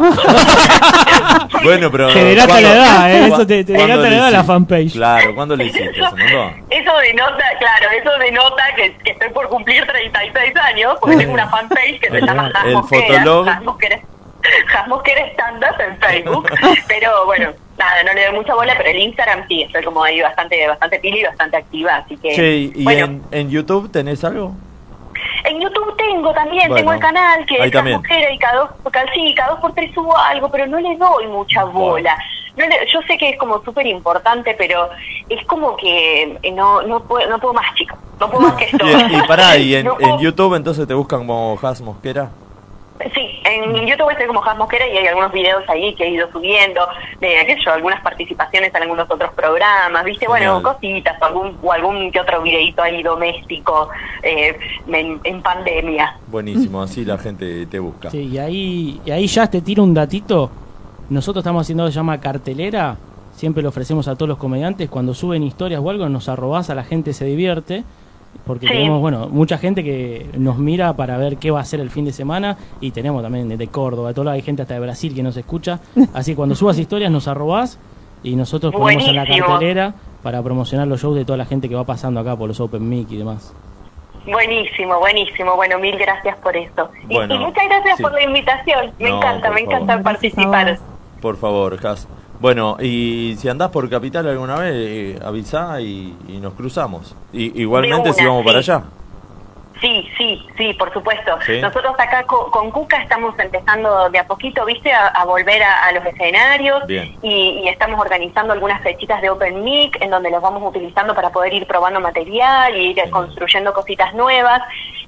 Bueno, pero. Te delata ¿cuándo- la edad, ¿eh? cua- Eso te, te cuándo delata la lo edad la hiciste? fanpage. Claro, ¿cuándo lo hiciste? ¿Se mandó? Eso denota, claro, eso denota que, que estoy por cumplir treinta y seis años, porque tengo una fanpage que se llama Jas El Mosquera, fotolog. Jas Mosquera, Jas Mosquera Stand-Up en Facebook, pero bueno, nada, no le doy mucha bola, pero el Instagram sí, estoy como ahí bastante bastante pila y bastante activa, así que... Che, ¿y bueno, en, en YouTube tenés algo? en YouTube tengo también, Bueno, tengo el canal que ahí es Jas también. Mosquera y cada dos, cada, sí, cada dos por tres subo algo, pero no le doy mucha bola. No le- yo sé que es como súper importante, pero es como que eh, no no puedo, no puedo más, chicos, no puedo más que esto. Y, y pará, y en, No en puedo- YouTube entonces te buscan como Jas Mosquera. Sí, en YouTube estoy como Jas Mosquera y hay algunos videos ahí que he ido subiendo, de aquello, algunas participaciones en algunos otros programas, viste, bueno, Genial. cositas, o algún, o algún que otro videito ahí doméstico eh, en, en pandemia. Buenísimo, así la gente te busca. Sí, y ahí, y ahí ya te tiro un datito. Nosotros estamos haciendo algo que se llama cartelera. Siempre lo ofrecemos a todos los comediantes. Cuando suben historias o algo, nos arrobás, a la gente se divierte. Porque Sí. tenemos, bueno, mucha gente que nos mira para ver qué va a hacer el fin de semana. Y tenemos también de Córdoba, de todo lado, hay gente hasta de Brasil que nos escucha. Así que cuando subas historias, nos arrobás y nosotros ponemos en la Buenísimo. cartelera para promocionar los shows de toda la gente que va pasando acá por los Open Mic y demás. Buenísimo, buenísimo. Bueno, mil gracias por eso. Y, Bueno, y muchas gracias sí. por la invitación. Me No, encanta, por me favor. encanta Gracias a participar. vos. Por favor, Jas. Bueno, y si andás por Capital alguna vez, eh, avisá y, y nos cruzamos. Y, igualmente De una, si vamos para sí. allá. Sí, sí, sí, por supuesto. ¿Sí? Nosotros acá co- con Cuca estamos empezando de a poquito, viste, a, a volver a, a los escenarios. Bien. Y, y estamos organizando algunas fechitas de Open Mic en donde los vamos utilizando para poder ir probando material y ir construyendo cositas nuevas.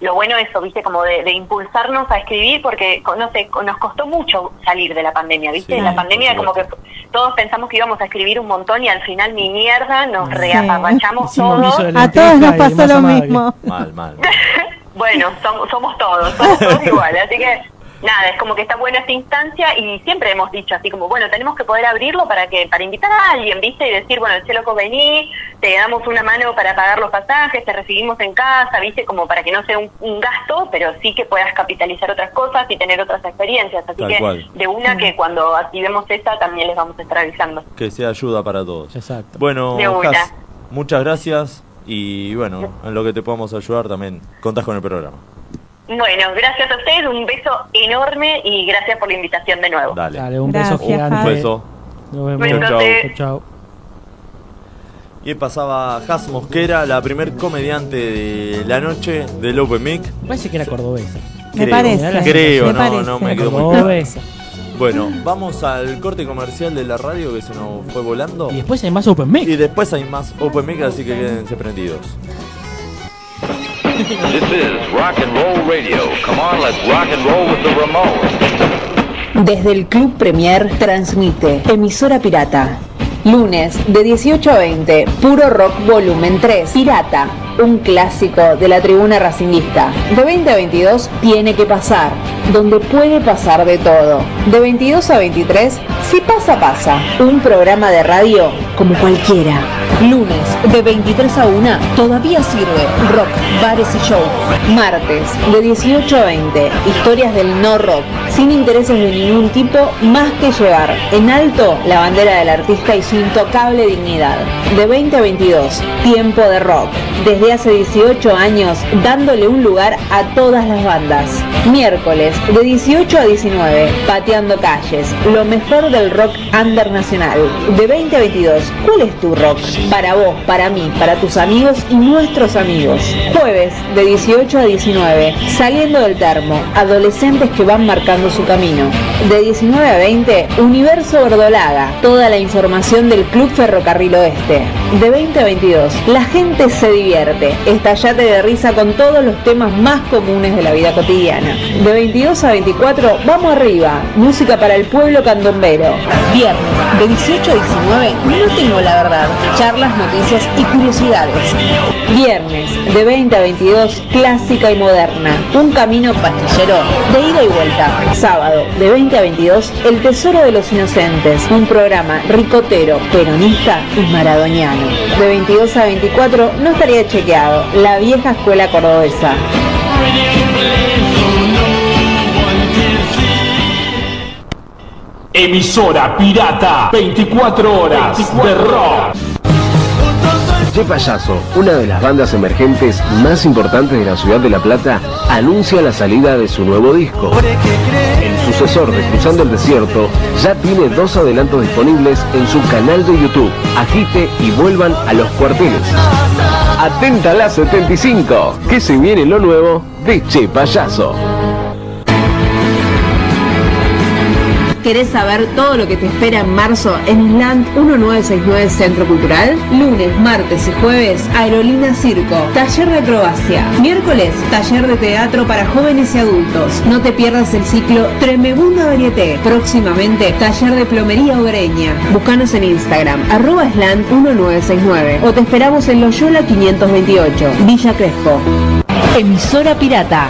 lo bueno es eso, viste, como de, de impulsarnos a escribir, porque, no sé, nos costó mucho salir de la pandemia, viste, Sí, la pandemia como que todos pensamos que íbamos a escribir un montón y al final ni mierda, nos reaparrachamos Hicimos todos. guiso de A todos nos lenteja y pasó masa lo madre. mismo. Mal, mal. Bueno, somos, somos todos, somos todos iguales, así que nada, es como que está buena esta instancia y siempre hemos dicho así como, bueno, tenemos que poder abrirlo para que para invitar a alguien, ¿viste? Y decir, bueno, che, loco, vení, te damos una mano para pagar los pasajes, te recibimos en casa, ¿viste? Como para que no sea un, un gasto, pero sí que puedas capitalizar otras cosas y tener otras experiencias. Así Tal que cual. de una que cuando activemos esta también les vamos a estar avisando. Que sea ayuda para todos. Exacto. Bueno, De una. Has, muchas gracias y bueno, en lo que te podamos ayudar también contás con el programa. Bueno, gracias a ustedes, un beso enorme y gracias por la invitación de nuevo. Dale. Dale, un Gracias, beso gigante. Un beso. Nos vemos. Besote. Chau, Chau, chau. Y ahí pasaba Has Mosquera, la primer comediante de la noche del Open Mic. Me parece que era cordobesa. Me Creo, parece. Creo, me no, parece. no me quedó muy claro. Cordobesa. Bueno, vamos al corte comercial de la radio que se nos fue volando. Y después hay más Open Mic. Y después hay más Open Mic, así que quédense prendidos. This is Rock and Roll Radio. Come on, let's rock and roll with the Ramones. Desde el Club Premier transmite Emisora Pirata. Lunes de dieciocho a veinte, Puro Rock Volumen tres. Pirata, un clásico de la tribuna racinguista. De veinte a veintidós, Tiene que pasar, donde puede pasar de todo. De veintidós a veintitrés, Si pasa, pasa. Un programa de radio como cualquiera. Lunes de veintitrés a una, Todavía sirve. Rock, bares y show. Martes de dieciocho a veinte, Historias del no rock, sin intereses de ningún tipo más que llevar en alto la bandera del artista y su intocable dignidad. De veinte a veintidós, Tiempo de rock. Desde hace dieciocho años, dándole un lugar a todas las bandas. Miércoles de dieciocho a diecinueve, Pateando calles, lo mejor del rock under nacional. De veinte a veintidós, ¿cuál es tu rock? Para vos, para mí, para tus amigos y nuestros amigos. Jueves de dieciocho a diecinueve, Saliendo del termo, adolescentes que van marcando su camino. De diecinueve a veinte, Universo Verdolaga, toda la información del Club Ferrocarril Oeste. De veinte a veintidós, La gente se divierte, estallate de risa con todos los temas más comunes de la vida cotidiana. De veintidós a veinticuatro, Vamos arriba, música para el pueblo candombero. Viernes, de dieciocho a diecinueve, No tengo la verdad, charlas, noticias y curiosidades. Viernes, de veinte a veintidós, Clásica y moderna, un camino pastillero de ida y vuelta. Sábado, de veinte a veintidós, El tesoro de los inocentes, un programa ricotero, peronista y maradoniano. De veintidós a veinticuatro, No estaría chequeado, La vieja escuela cordobesa. Emisora pirata, veinticuatro horas de rock. Che Payaso, una de las bandas emergentes más importantes de la ciudad de La Plata, anuncia la salida de su nuevo disco. El sucesor de Cruzando el Desierto ya tiene dos adelantos disponibles en su canal de YouTube. Agite y vuelvan a los cuarteles. Atenta a la setenta y cinco, que se viene lo nuevo de Che Payaso. ¿Querés saber todo lo que te espera en marzo en Slant mil novecientos sesenta y nueve Centro Cultural? Lunes, martes y jueves, Aerolínea Circo, taller de acrobacia. Miércoles, taller de teatro para jóvenes y adultos. No te pierdas el ciclo Tremebunda Varieté. Próximamente, taller de plomería hogareña. Búscanos en Instagram, arroba Slant mil novecientos sesenta y nueve. O te esperamos en Loyola quinientos veintiocho, Villa Crespo. Emisora Pirata.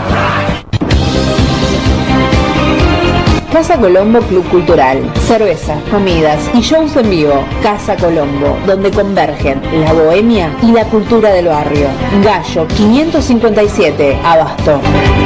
Casa Colombo Club Cultural, cerveza, comidas y shows en vivo. Casa Colombo, donde convergen la bohemia y la cultura del barrio. Gallo quinientos cincuenta y siete, Abasto.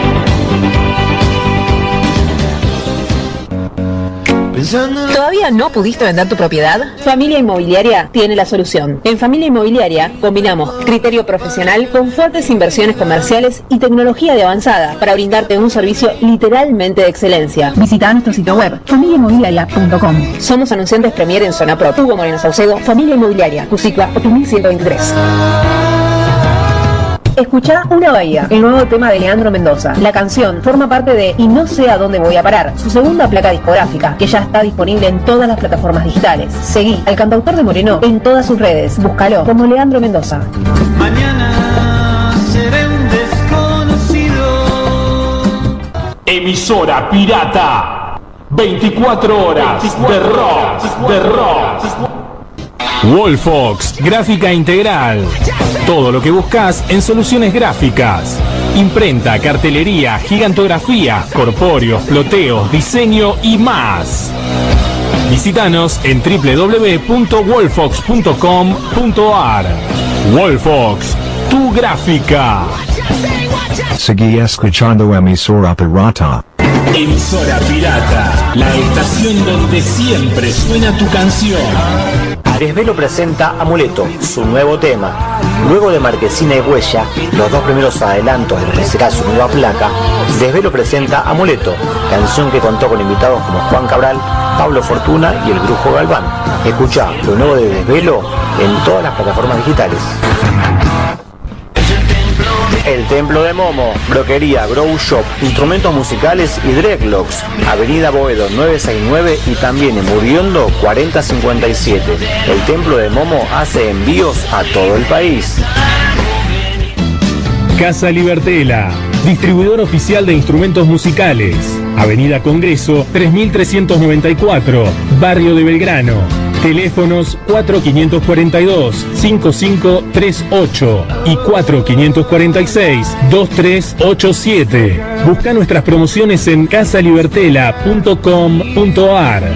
¿Todavía no pudiste vender tu propiedad? Familia Inmobiliaria tiene la solución. En Familia Inmobiliaria combinamos criterio profesional con fuertes inversiones comerciales y tecnología de avanzada para brindarte un servicio literalmente de excelencia. Visita nuestro sitio web familia inmobiliaria punto com. Somos anunciantes Premier en Zona Pro. Hugo Moreno Saucedo, Familia Inmobiliaria, Cusicua ocho mil ciento veintitrés. Escuchá Una Bahía, el nuevo tema de Leandro Mendoza. La canción forma parte de Y no sé a dónde voy a parar, su segunda placa discográfica, que ya está disponible en todas las plataformas digitales. Seguí al cantautor de Moreno en todas sus redes. Búscalo como Leandro Mendoza. Mañana seré un desconocido Emisora pirata. veinticuatro horas de rock, de rock. Wolfox, gráfica integral. Todo lo que buscas en soluciones gráficas. Imprenta, cartelería, gigantografía, corpóreos, floteos, diseño y más. Visítanos en doble u doble u doble u punto wolfox punto com punto a r. Wolfox, tu gráfica. Seguí escuchando Emisora Pirata. Emisora Pirata, la estación donde siempre suena tu canción. Desvelo presenta Amuleto, su nuevo tema. Luego de Marquesina y Huella, los dos primeros adelantos de lo que será su nueva placa, Desvelo presenta Amuleto, canción que contó con invitados como Juan Cabral, Pablo Fortuna y el Brujo Galván. Escuchá lo nuevo de Desvelo en todas las plataformas digitales. El Templo de Momo, Broquería, Grow Shop, instrumentos musicales y dreadlocks. Avenida Boedo novecientos sesenta y nueve y también en Muriondo cuarenta cincuenta y siete. El Templo de Momo hace envíos a todo el país. Casa Libertela, distribuidor oficial de instrumentos musicales. Avenida Congreso tres mil trescientos noventa y cuatro, Barrio de Belgrano. Teléfonos cuatro cinco cuatro dos, cinco cinco tres ocho y cuatro cinco cuatro seis, dos tres ocho siete. Busca nuestras promociones en casa libertela punto com punto a r.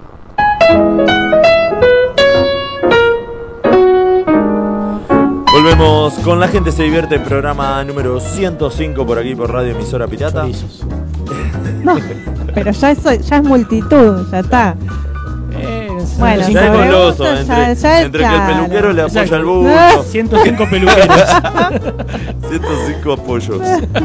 Volvemos con La Gente Se Divierte, programa número ciento cinco por aquí por Radio Emisora Pirata. No, pero ya es, ya es multitud, ya está. Bueno, ya es goloso, ya, entre, ya es entre que claro. el peluquero le apoya Exacto. el busto. ciento cinco peluqueros. ciento cinco apoyos.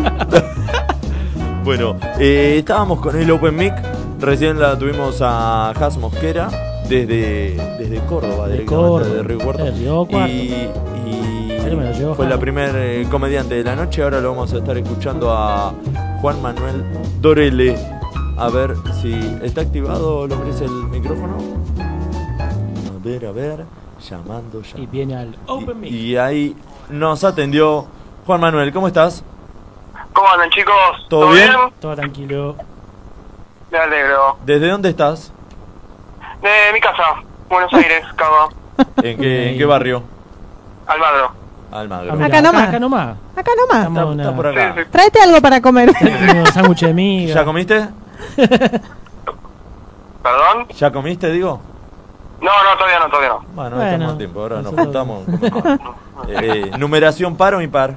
Bueno, eh, estábamos con el Open Mic. Recién la tuvimos a Has Mosquera desde, desde Córdoba, De directamente Córdoba. de Río Cuarto. Eh, llegó cuarto. Y, y Ahí me lo llevó fue Juan. la primer eh, comediante de la noche. Ahora lo vamos a estar escuchando a Juan Manuel Dorele. A ver si está activado, lo que es el micrófono. A ver, a ver, llamando ya. Y viene al Open Mic. Y ahí nos atendió Juan Manuel. ¿Cómo estás? ¿Cómo andan, chicos? ¿Todo bien? Todo tranquilo. Me alegro. ¿Desde dónde estás? De mi casa, Buenos Aires, Cabo. ¿En qué, en qué barrio? Almagro. Almagro. Ah, mira, Acá nomás. Acá nomás. Acá nomás. Estamos Está, una- está por acá. Sí, sí. Tráete algo para comer. Un sándwich de miga. ¿Ya comiste? ¿Perdón? ¿Ya comiste, digo? No, no, todavía no, todavía no. Bueno, Bueno, estamos a tiempo. Ahora nos nosotros- juntamos. Eh, eh, numeración par o impar.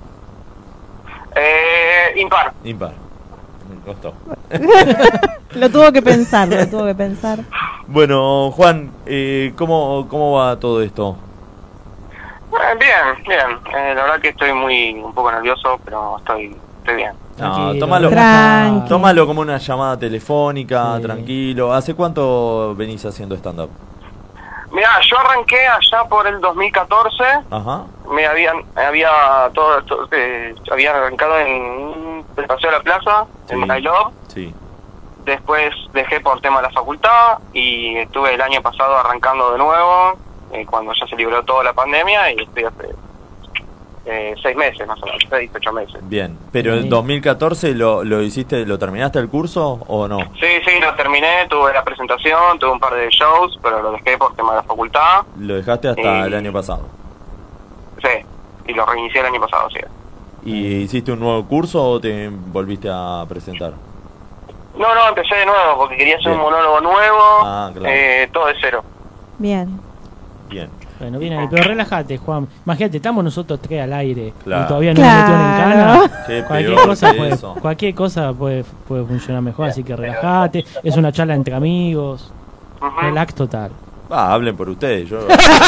Eh, impar. Impar. Me costó. Lo tuvo que pensar, lo tuvo que pensar. Bueno, Juan, eh, ¿cómo, ¿cómo va todo esto? Eh, bien, bien. Eh, la verdad que estoy muy, un poco nervioso, pero estoy, estoy bien. No, Tranquilo, tómalo, Tranqui. tómalo como una llamada telefónica, Sí. tranquilo. ¿Hace cuánto venís haciendo stand-up? Mirá, yo arranqué allá por el dos mil catorce. Ajá. Me habían, había todo esto, eh, había arrancado en el Paseo de la Plaza, Sí. en My Love. Sí. Después dejé por tema de la facultad y estuve el año pasado arrancando de nuevo, eh, cuando ya se libró toda la pandemia, y estoy hace eh, seis meses más o menos, seis, ocho meses. Bien. ¿Pero en Sí. dos mil catorce lo, lo hiciste, lo terminaste el curso o no? Sí, sí, lo terminé, tuve la presentación, tuve un par de shows, pero lo dejé por tema de la facultad, Lo dejaste hasta Eh, el año pasado. sí, y lo reinicié el año pasado, sí. ¿Y hiciste un nuevo curso o te volviste a presentar? No, no, empecé de nuevo porque quería hacer Bien. un monólogo nuevo, Ah, claro. eh, todo de cero. Bien. Bien. Bueno, viene ahí. Pero relájate, Juan. Imagínate, estamos nosotros tres al aire. Claro. Y todavía no Claro. nos metieron en cana. Qué Cualquier peor cosa, que puede, eso. cualquier cosa puede, puede funcionar mejor. Así que relájate. Es una charla entre amigos. Ujú. Relax total. Ah, hablen por ustedes. Yo...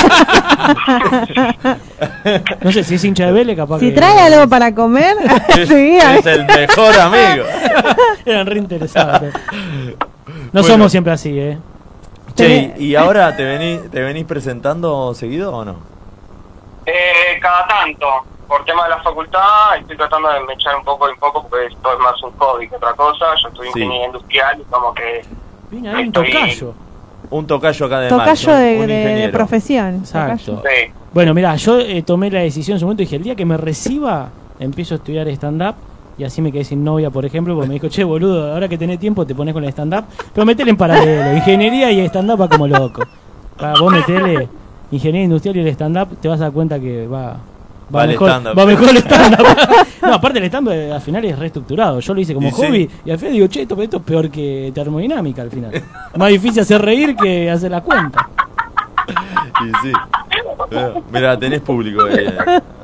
No sé si es hincha de Vélez, capaz Si que. trae algo para comer, sí, a- es el mejor amigo. Eran re interesados. No Bueno. somos siempre así, ¿eh? Che, ¿y y ahora te venís, te venís presentando seguido o no? Eh, cada tanto, por tema de la facultad, estoy tratando de me echar un poco en poco porque esto es más un hobby que otra cosa. Yo estoy Sí. ingeniería industrial y como que Viene ahí un Estoy- tocayo. Un tocayo acá de Max, tocayo un- de, un de ingeniero. profesión. Exacto. sí. Bueno, mira, yo eh, tomé la decisión en su momento y dije, el día que me reciba, empiezo a estudiar stand-up Y así me quedé sin novia, por ejemplo, porque me dijo, che, boludo, ahora que tenés tiempo te pones con el stand-up, pero metele en paralelo, ingeniería y stand-up va como loco. Ah, vos metele ingeniería industrial y el stand-up, te vas a dar cuenta que va... Va, Va mejor, stand-up. va mejor el stand-up. No, aparte el stand-up al final es reestructurado. Yo lo hice como Y sí. hobby y al final digo, che, esto, esto es peor que termodinámica al final. Más difícil hacer reír que hacer la cuenta. Y sí. Mira, tenés público. Eh.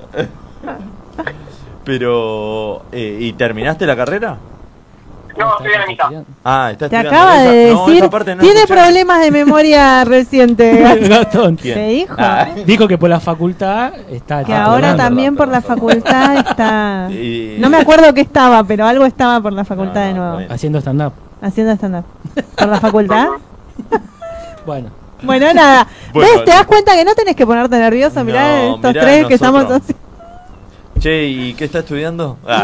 Pero, eh, ¿y terminaste la carrera? No, estoy a la mitad. Ah, está Te estudiando. acaba Esa- de no, decir, esa parte no tiene escuché. problemas de memoria reciente. Gastón. ¿Quién? ¿Te dijo? Ah. Dijo que por la facultad está... Que está ahora estudiando. también por la facultad está... Y- No me acuerdo qué estaba, pero algo estaba por la facultad No, de no, nuevo. está bien. Haciendo stand-up. Haciendo stand-up. ¿Por la facultad? Bueno. Bueno, nada. Bueno, ¿Ves? ¿Te das no. cuenta que no tenés que ponerte nervioso? Mirá No, estos mirá tres que estamos nosotros. así. Che, ¿y qué está estudiando? Ah.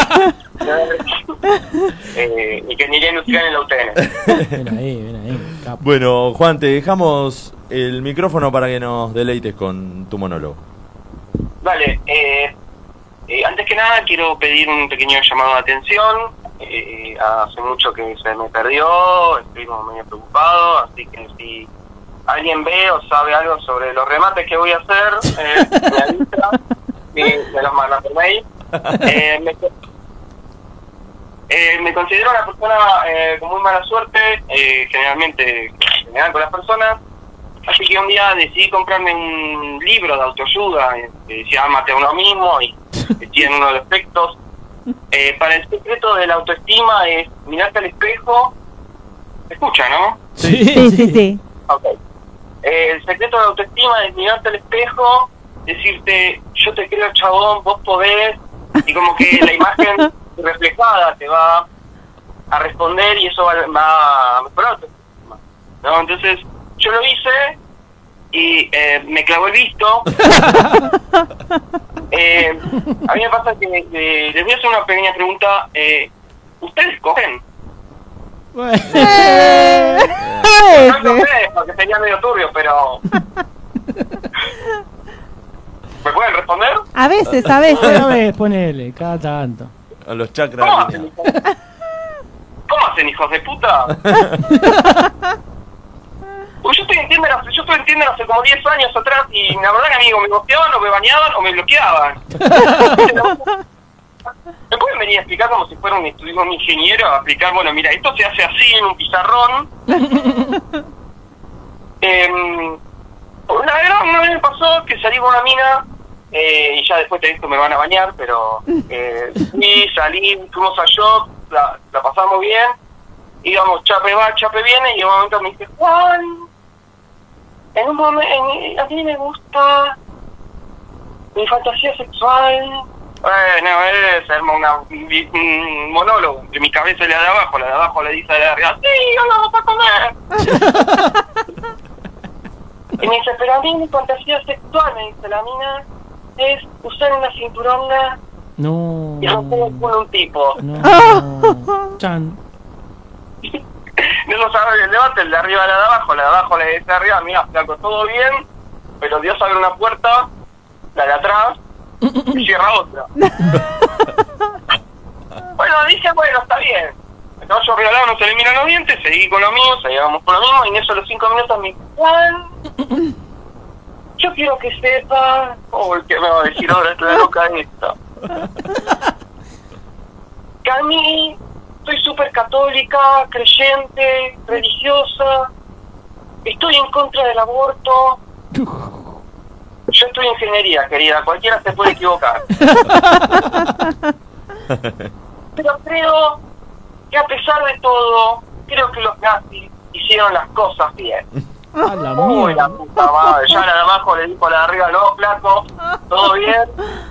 Eh, ingeniería industrial en la U T N. Ven ahí, ven ahí. Capo. Bueno, Juan, te dejamos el micrófono para que nos deleites con tu monólogo. Vale, eh, eh, antes que nada quiero pedir un pequeño llamado de atención. Eh, hace mucho que se me perdió, estoy como medio preocupado, así que si alguien ve o sabe algo sobre los remates que voy a hacer, eh, me avisa y me los manda por mail. Eh, me, eh, me considero una persona eh, con muy mala suerte, eh, generalmente en general con las personas. Así que un día decidí comprarme un libro de autoayuda eh, que se llama Amate a uno mismo y que tiene uno de los textos. Eh, para el secreto de la autoestima es mirarte al espejo. ¿Se escucha, no? Sí, sí, sí. Ok. Eh, el secreto de la autoestima es mirarte al espejo, decirte, yo te creo chabón, vos podés, y como que la imagen reflejada te va a responder y eso va, va a mejorar tu autoestima, ¿no? Entonces, yo lo hice y eh, me clavó el visto. eh, a mí me pasa que eh, les voy a hacer una pequeña pregunta. Eh, ¿Ustedes cogen? Eh, No, no sé, porque sería medio turbio, pero... ¿Me pueden responder? A veces, a veces. Una vez, ponele, cada tanto. A los chakras. ¿Cómo hacen, hijos? ¿Cómo hacen, hijos de puta? Porque yo estoy en Tinder, hace- yo estoy en Tinder hace como diez años atrás y la verdad que amigos me bloqueaban o me bañaban o me bloqueaban. ¿Me pueden venir a explicar como si fuera un estudiante, un ingeniero, a explicar, bueno, mira, esto se hace así en un pizarrón? eh, una, vez, una vez me pasó que salí con una mina, eh, y ya después te visto me van a bañar, pero eh, sí, salí, fuimos a shop, la, la pasamos bien, íbamos chape va, chape viene, y en un momento me dice, Juan, en un momento, a mí me gusta mi fantasía sexual. Bueno, es se arma una, un, un monólogo entre mi cabeza y la de abajo. La de abajo le dice a la de arriba, sí, vamos a comer. Y me dice, pero a mí mi fantasía sexual, me dice la mina, es usar una cinturonga No. y romper el culo a un tipo. No. Chan. No sabe el debate, el de arriba a la de abajo. La de abajo le dice a arriba, mira, flaco, todo bien, pero Dios abre una puerta, la de atrás, y cierra otra. Bueno, dije, bueno, está bien. El caballo regalado no se le miran los dientes, seguí con lo mío, seguíamos con lo mismo, y en eso a los cinco minutos me dice, Juan, yo quiero que sepa... Oh, ¿qué me va a decir ahora esta loca esta? Que a mí soy súper católica, creyente, religiosa, estoy en contra del aborto. Yo estudio ingeniería, querida, cualquiera se puede equivocar. Pero creo que a pesar de todo, creo que los nazis hicieron las cosas bien. A la Uy, mierda. la puta madre, ya la de abajo le dijo a la de arriba, no, flaco, todo bien.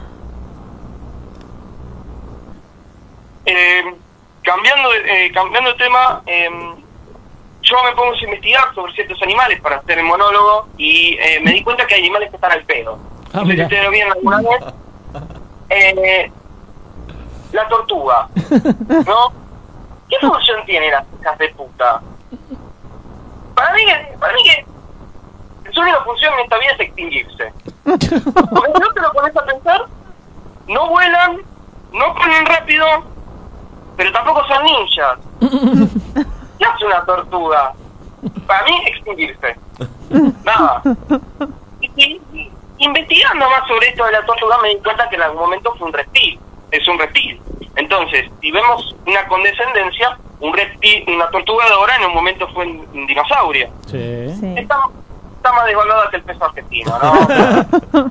Eh, cambiando, de, eh, cambiando de tema, eh, yo me pongo a investigar sobre ciertos animales para hacer el monólogo y eh, me di cuenta que hay animales que están al pedo. Ah, No sé si mira. ustedes lo vieron alguna vez. Eh, la tortuga, ¿no? ¿Qué función tiene las hijas de puta? Para mí, que- para mí que su única función en esta vida es extinguirse. Porque si no te lo pones a pensar, no vuelan, no corren rápido rápido, pero tampoco son ninjas. ¿Qué hace una tortuga? Para mí, extinguirse. Nada. Y, y, y, investigando más sobre esto de la tortuga, me di cuenta que en algún momento fue un reptil. Es un reptil. Entonces, si vemos una condescendencia, un reptil, una tortuga de ahora en un momento fue un, un dinosaurio. Sí. Sí. Está, está más devaluada que el peso argentino, ¿no?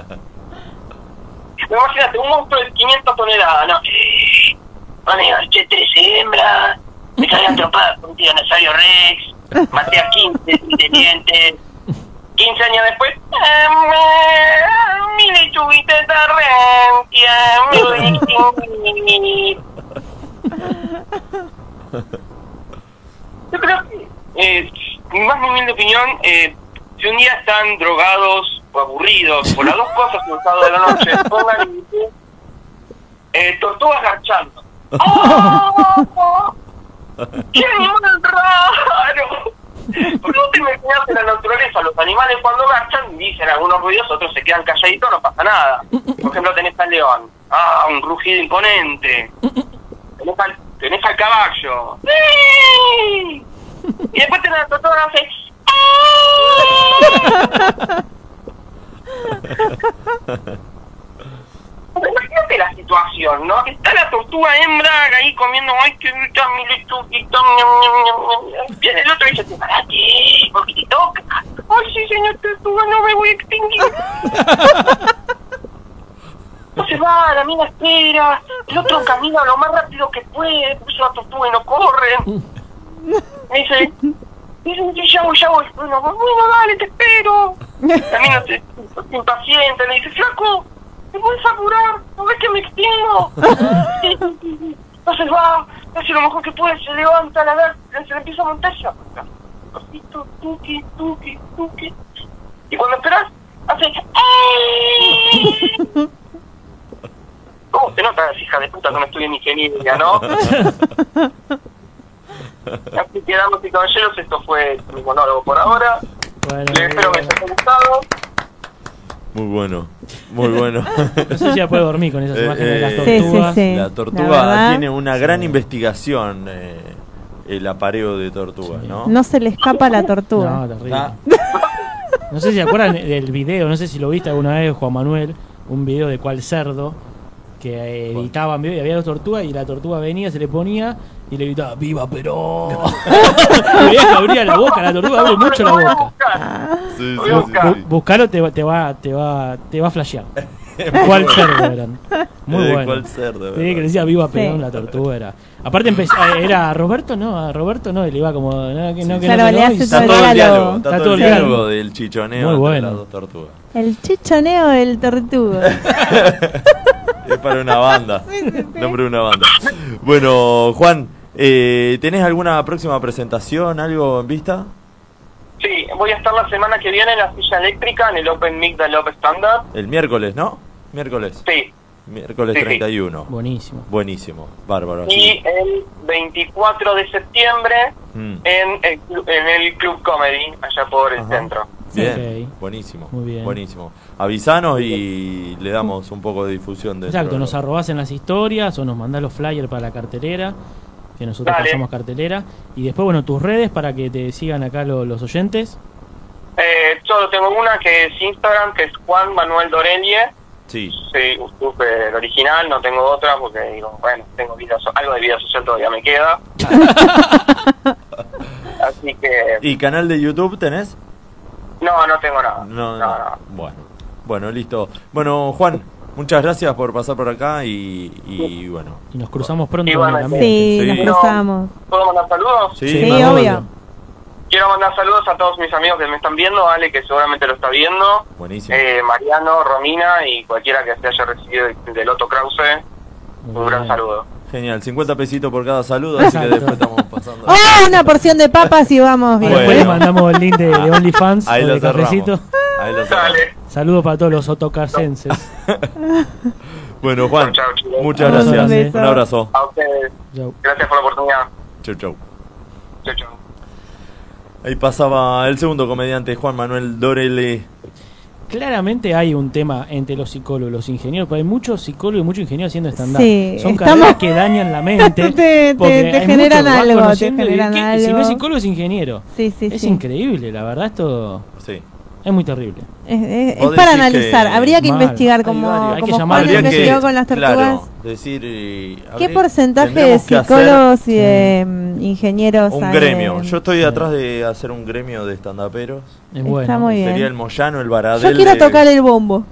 Imagínate, un monstruo de quinientas toneladas, ¿no? Van a llevar tres hembras, me caían tropadas con un tiranosaurio Rex, maté a quince intendentes, quince años después, eh, mi lechuguita está rentia, mi... Yo creo que, eh, en más mi humilde opinión, eh, si un día están drogados o aburridos, por las dos cosas que un sábado de la noche, pongan eh, tortugas garchando. ¡Oh! ¡Qué animal raro! ¿Por qué te imaginas en la naturaleza? Los animales cuando garchan dicen algunos ruidos, otros se quedan calladitos, no pasa nada. Por ejemplo, tenés al león. ¡Ah, un rugido imponente! Tenés al, tenés al caballo. ¡Sí! Y después tenés la tortuga que hace... Imagínate la situación, ¿no? Está la tortuga hembra ahí comiendo, ay, que rica mi lechuguita. Viene el otro y dice, parate, porque te toca. Ay, sí, señor tortuga, no me voy a extinguir. No se va, la mina espera. El otro camina lo más rápido que puede, puso la tortuga y no corre. Me dice, dice, ya voy, ya voy. Bueno, bueno, dale, te espero. La mina se, se impaciente, le dice, flaco, ¿te puedes apurar? ¿No ves que me extingo? Entonces va, hace lo mejor que puede, se levanta, la ver, se le empieza a montar ya. Cosito, tuki, tuki, tuki. Y cuando esperas, hace... ¡ay! ¿Cómo se nota, hija de puta, que no estoy en ingeniería, no? Así que, damas y caballeros, esto fue mi monólogo por ahora. Bueno, Les espero que les haya gustado. Muy bueno, muy bueno. No sé si ya puede dormir con esas Eh, imágenes de las eh, tortugas. Sí, sí, sí. La La tortuga verdad, tiene una gran sí. investigación, eh, el apareo de tortugas, Sí. ¿no? No se le escapa la tortuga. No, terrible. Ah. No sé si se acuerdan del video, no sé si lo viste alguna vez, Juan Manuel, un video de cuál cerdo que eh, editaban video y había dos tortugas y la tortuga venía, se le ponía y le gritaba ¡Viva Perón! Y veías que abría la boca, la tortuga abre mucho la boca. Sí, sí, Bu- sí, Bu- sí. Buscalo, te, va- te va, te va, te va a flashear. ¿Cuál cerdo eran? Muy Eh, bueno. ¿Cuál cerdo? Sí, verdad? que decía Viva Perón, Sí. la tortuga era. Aparte empezó, eh, era a Roberto, no, a Roberto no, y le iba como no, que no, que Claro, no, que le no, hace y todo Está el todo el diálogo. diálogo, está Está todo todo el el diálogo diálogo. del chichoneo Muy entre bueno. las dos tortugas. El chichoneo del tortuga. Es para una banda. Nombre de una banda. Bueno, Juan, eh, ¿tenés alguna próxima presentación, algo en vista? Sí, voy a estar la semana que viene en la silla eléctrica en el Open Mic del Love Standard. El miércoles, ¿no? Miércoles. Sí. Miércoles Sí, sí. treinta y uno. Buenísimo. Buenísimo, bárbaro. Y Sí. el veinticuatro de septiembre Mm. en el, clu- en el Club Comedy, allá por el Ajá. centro. Bien, Ok. buenísimo. Muy bien. Buenísimo. Avisanos y le damos un poco de difusión de Exacto, nos arrobás en las historias o nos mandás los flyers para la cartelera, que nosotros Dale. pasamos cartelera. Y después, bueno, tus redes para que te sigan acá lo- los oyentes. Eh, solo tengo una que es Instagram, que es Juan Manuel Dorelie. Sí. Sí, súper original, no tengo otra porque digo, bueno, tengo vida so- algo de vida social todavía me queda. Así que ¿Y canal de YouTube tenés? no, no tengo nada. No, No, no. no. Bueno, bueno, listo. Bueno, Juan, muchas gracias por pasar por acá y, y bueno. Y nos cruzamos pronto en el Igualmente. ambiente. Sí, Sí. nos cruzamos. ¿Puedo mandar saludos? Sí, Sí, Manuel. obvio. Quiero mandar saludos a todos mis amigos que me están viendo, Ale, que seguramente lo está viendo, Buenísimo. eh, Mariano, Romina y cualquiera que se haya recibido del Otto Krause. Muy Un gran bien. saludo. Genial, cincuenta pesitos por cada saludo, así que Exacto. después estamos pasando. ¡Oh! Una porción de papas y vamos bien. Después le Bueno. mandamos el link de, de OnlyFans Ahí o lo de cerramos. cafecito. Ahí lo cerramos. Dale. Saludos para todos los otocarcenses. Bueno, Juan, Chau, chau, chicos. muchas Un gracias. beso. Un abrazo. A ustedes, Chau. gracias por la oportunidad. Chau, chau. Chau, chau. Ahí pasaba el segundo comediante, Juan Manuel Dorele. claramente hay un tema entre los psicólogos y los ingenieros, porque hay muchos psicólogos y muchos ingenieros haciendo stand-up. Sí, Son estamos- carreras que dañan la mente. te, porque te, te hay generan muchos, vas algo, te conociendo y generan ¿qué? algo. Y si no es psicólogo, es ingeniero. Sí, sí, es sí. increíble, la verdad, esto Sí. es muy terrible. Es, es- es Vos para decís analizar, que- habría que Mal. investigar Hay como, varios, hay que como llamar- Juan Habría investigó que, con las tortugas. claro, decir, eh, ¿Qué habría- porcentaje de tendríamos que hacer psicólogos y de mm, ingenieros un hay gremio? en- Yo estoy atrás de hacer un gremio de estandaperos. Es bueno. Está muy bien. Sería el Moyano, el Baradel. Yo quiero de- tocar el bombo.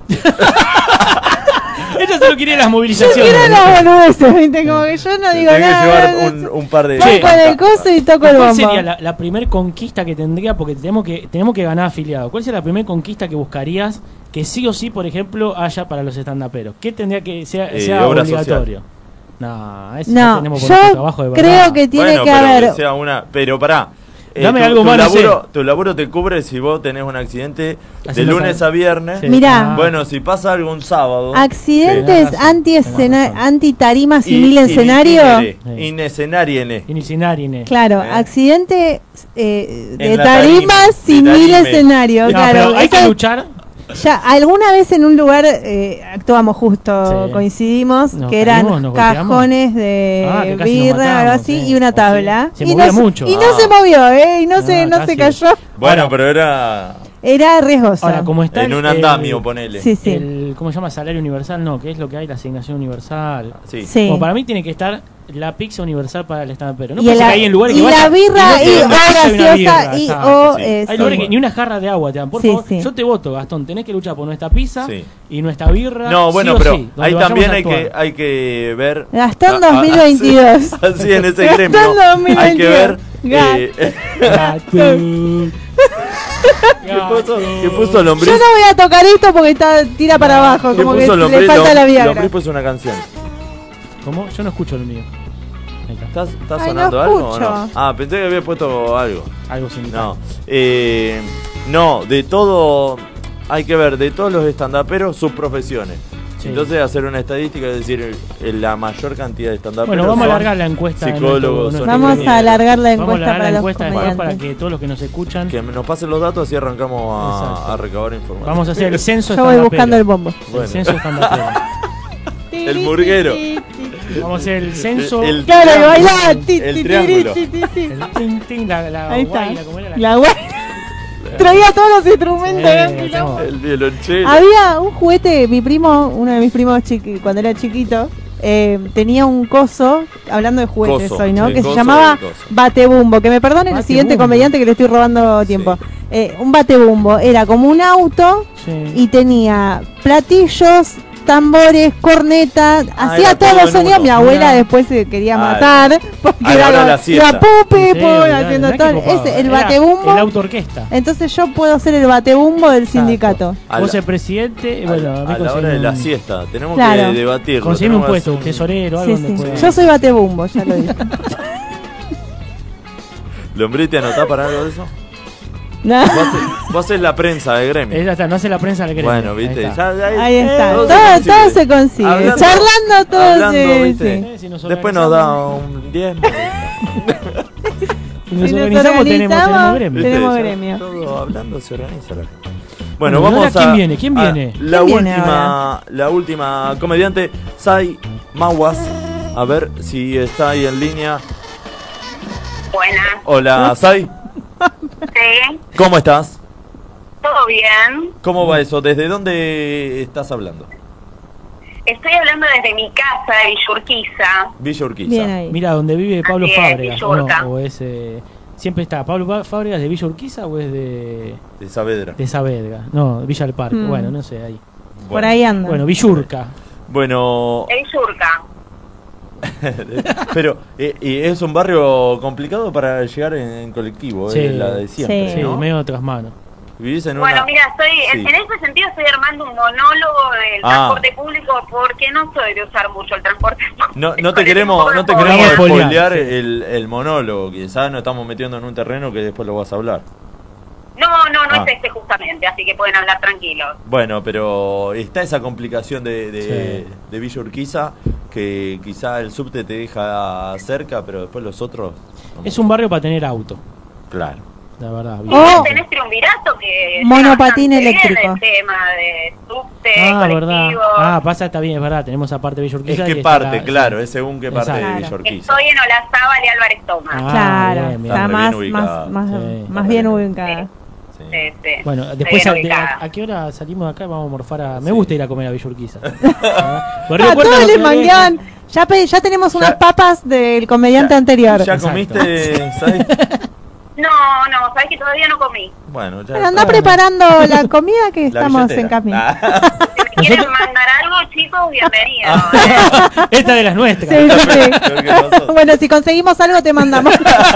Ella solo quería las Yo movilizaciones. quiero las boludeces, ¿viste? Como que yo no digo Tenés que nada. llevar un, un par de. Voy con el coso y toco el ¿Cuál bombo. sería la, la primer conquista que tendría? Porque tenemos que tenemos que ganar afiliados. ¿Cuál sería la primera conquista que buscarías que sí o sí, por ejemplo, haya para los estandaperos? ¿Qué tendría que sea, Eh, sea obra obligatorio? No, eso ya No, tenemos que poner yo trabajo de verdad. creo que tiene Bueno, que pero haber. que sea una. Pero pará. eh, Dame tu, algo tu más, no laburo, sé. tu laburo te cubre si vos tenés un accidente de Haciendo lunes sal- a viernes. Sí. Mirá. Bueno, si pasa algo un sábado. Accidentes Tenés razón, anti tenés razón. anti tarima y- civil y- escenario. inere, Inescenariene. Inicinarine. Claro, ¿Eh? accidente eh, de En la tarima tarima, de civil tarime. escenario. No, claro, pero hay que Esa- luchar. Ya, alguna vez en un lugar eh, actuamos justo, Sí. coincidimos, Nos que eran caímos, nos golpeamos. cajones de Ah, que casi nos birra, algo matamos, así, sí. y una Oh, sí. tabla. Se y movía no, se- mucho. y no Ah. se movió, ¿eh? Y no, Ah, se, no se casi. cayó. Bueno, Ahora- pero era Era riesgoso. Ahora, como está en el- un el- andamio, ponele. Sí, sí. el, ¿cómo se llama? Salario universal, no, ¿qué es lo que hay? La asignación universal. Sí. Sí. Como para mí tiene que estar la pizza universal para el stand pero no Y puede el- ser que hay en lugares y que la vaya birra no y te den o una pizza y una gaseosa birra, y exacto, o sí. eh, Hay sí. lugares que ni una jarra de agua te dan. Por Sí, favor, sí. yo te voto, Gastón. Tenés que luchar por nuestra pizza Sí. y nuestra birra. No, bueno, sí o pero sí, donde ahí vayamos también a hay que, actuar. hay que ver. Gastón Ah, ah, dos mil veintidós. Así, así en ese Gastón gremio. dos mil Hay que ver. veintidós. eh, Gastón. ¿Qué puso, qué puso Lombriz? Yo no voy a tocar esto porque está tira para abajo, ¿Qué como que puso le Lombriz? falta la Lom- Viagra. Lombriz puso una canción. ¿Cómo? Yo no escucho lo mío. Ahí está. ¿Estás, está Ay, no sonando algo o escucho. no? Ah, pensé que había puesto algo. Algo sin No. Eh, no, de todo. Hay que ver, de todos los estandaperos, sus profesiones. Sí. Entonces, hacer una estadística, es decir, eh, la mayor cantidad de estandaperos. Bueno, vamos a son alargar la encuesta. en Psicólogos, nuestro- son Vamos a ingenieros. alargar la Vamos a encuesta alargar para la los encuesta después para comediantes. que todos los que nos escuchan. Que nos pasen los datos, así arrancamos a, Exacto. a recabar información. Vamos a hacer el censo Yo voy estandapero. buscando el bombo. Bueno. El censo estandapero. El murguero. Vamos a hacer el censo. El- el Claro, y triángulo. bailá. ti, El ti, triángulo. ti, ti, ti. El ting, ting, la, la Ahí está. guaina, ¿cómo era? La- La guay. Traía todos los instrumentos. Eh, era un quilombo. hacemos- El violonchelo. Había un juguete, mi primo, uno de mis primos chiqui, cuando era chiquito, eh, tenía un coso, hablando de juguetes Coso, hoy, ¿no? sí, que se coso llamaba de coso. Batebumbo, que me perdone el Batebumbo. siguiente comediante que le estoy robando tiempo. Eh, un Batebumbo era como un auto Sí. y tenía platillos, tambores, corneta, Ah, hacía era todos todo los en sonidos. uno. Mi abuela Mirá. después se quería Ah, matar porque a la era hora de como- la siesta. iba pupe, Sí, pum, mirá, haciendo mirá todo qué copado. ese, el Era Batebumbo. El autoorquesta. Entonces yo puedo ser el Batebumbo del sindicato. A Vos la- el presidente. a, Bueno, a me la hora de la siesta. Tenemos Claro. que debatirlo. conseguime un tenemos que puesto, un hacer tesorero, algo Sí, donde sí. pueda. Yo soy Batebumbo, ya lo dije. ¿Lombriz te anotás para algo de eso? No. Vos haces, vos haces la prensa de gremio. Ella está, no hace la prensa del gremio. Bueno, viste, Ahí está. ya, ya- Ahí está. todo Todo, se consigue. todo se consigue. Hablando- Charlando todo hablando, se viste. sí. Eh, si nos Después nos da organizamos- un diez. Si nos Si nos organizamos, tenemos, organizamos, tenemos gremio. tenemos Ya gremio. Todo hablando se organiza la gente. Bueno, Bueno, ¿y vamos ahora a. quién viene? ¿Quién a viene? La ¿Quién viene última, la última comediante, Sai Mawas. A ver si está ahí en línea. Buenas. Hola, Sai. Sí, ¿Cómo estás? todo bien. ¿Cómo va eso? ¿Desde dónde estás hablando? Estoy hablando desde mi casa de Villurquiza. Villa Urquiza. Bien ahí. Mira, donde vive Pablo Así es, Fábregas. ¿O no? Villurca. O es, eh, siempre está. ¿Pablo Fa- Fábregas de Villa Urquiza o es de, De Saavedra. de Saavedra? No, Villa del Parque. Mm. Bueno, no sé, ahí. Por ahí anda. Bueno, Villurca. Bueno, De Villurca. pero eh, y es un barrio complicado para llegar en, en colectivo, Sí. eh, la de siempre, Sí, ¿no? medio de otras manos. Vivís en Bueno, una... mira, estoy en, Sí. en ese sentido estoy armando un monólogo del Ah. transporte público porque no soy de usar mucho el transporte público. No, no te queremos, no te Vamos queremos a spoilear, spoilear sí. el, el monólogo, quizás nos estamos metiendo en un terreno que después lo vas a hablar. No, no, no Ah. es este justamente, así que pueden hablar tranquilos. Bueno, pero está esa complicación de, de, Sí. de Villa Urquiza, que quizá el subte te deja cerca, pero después los otros... Es un barrio para tener auto. Claro. la verdad. Y bien. vos tenés Triunvirato que Monopatín lleva bastante eléctrico. bien el tema de subte, Ah, verdad. colectivo. Ah, pasa, está bien, es verdad. Tenemos aparte de Villa Es Urquiza. que y parte, está- claro, es según qué parte Exacto. de Claro. Villa Urquiza. Estoy en Olazábal y Álvarez Thomas. Ah, Claro, bien, bien. está Están más, re bien más, ubicadas. más, Sí. más bien ubicada. Sí. Sí, sí. Bueno, Estoy después, bien a, de- ubicada. a, ¿a qué hora salimos de acá? Vamos a morfar a... Me Sí. gusta ir a comer a Villa Urquiza. Ah, todos le manguean. Ya, pe- ya tenemos unas papas del comediante anterior. ¿Ya Exacto. comiste, Sai? No, no, sabés que todavía no comí. Bueno, ya Pero anda está. preparando la comida que La estamos billetera. en camino. Ah. Si me quieren mandar algo, chicos, bienvenidos. Esta de las nuestras. Sí, sí, sí. Peor que nosotros. Bueno, si conseguimos algo te mandamos.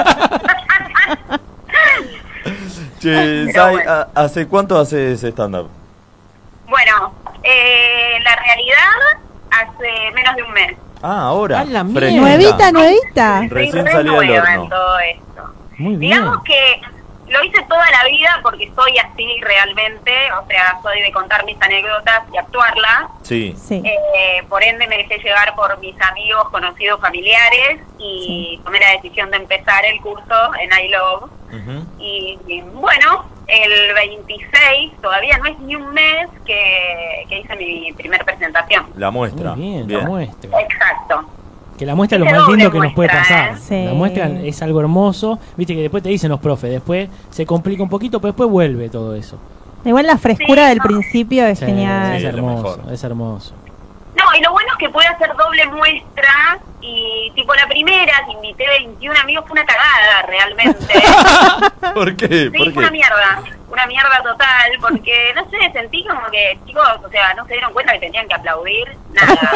Che, Pero Sai, bueno. ¿a- ¿hace cuánto haces stand-up? Bueno, eh, la realidad hace menos de un mes. Ah, ahora. A la mierda. Fresquita. Nuevita, nuevita. Recién Estoy re salió del nueva en horno. todo esto. Muy bien. Digamos que lo hice toda la vida porque soy así realmente, o sea, soy de contar mis anécdotas y actuarlas. Sí. Sí. Eh, por ende me dejé llevar por mis amigos, conocidos, familiares y tomé la decisión de empezar el curso en I Love. Ujú. Y, y, bueno, el veintiséis, todavía no es ni un mes que, que hice mi primer presentación. La muestra. Muy bien, la muestra. Exacto. Que la muestra es lo Hice más doble lindo que nos puede muestra, pasar. ¿eh? Sí. La muestra es algo hermoso. Viste que después te dicen los profes, después se complica un poquito, pero después vuelve todo eso. Igual la frescura Sí, del no. principio es Sí, genial. es Sí, es lo hermoso, mejor. es hermoso. No, y lo bueno es que pude hacer doble muestra y tipo la primera, que invité veintiún amigos, fue una cagada realmente. ¿Por qué? Sí, ¿Por fue una qué? mierda, una mierda total, porque, no sé, sentí como que, chicos, o sea, no se dieron cuenta que tenían que aplaudir, nada.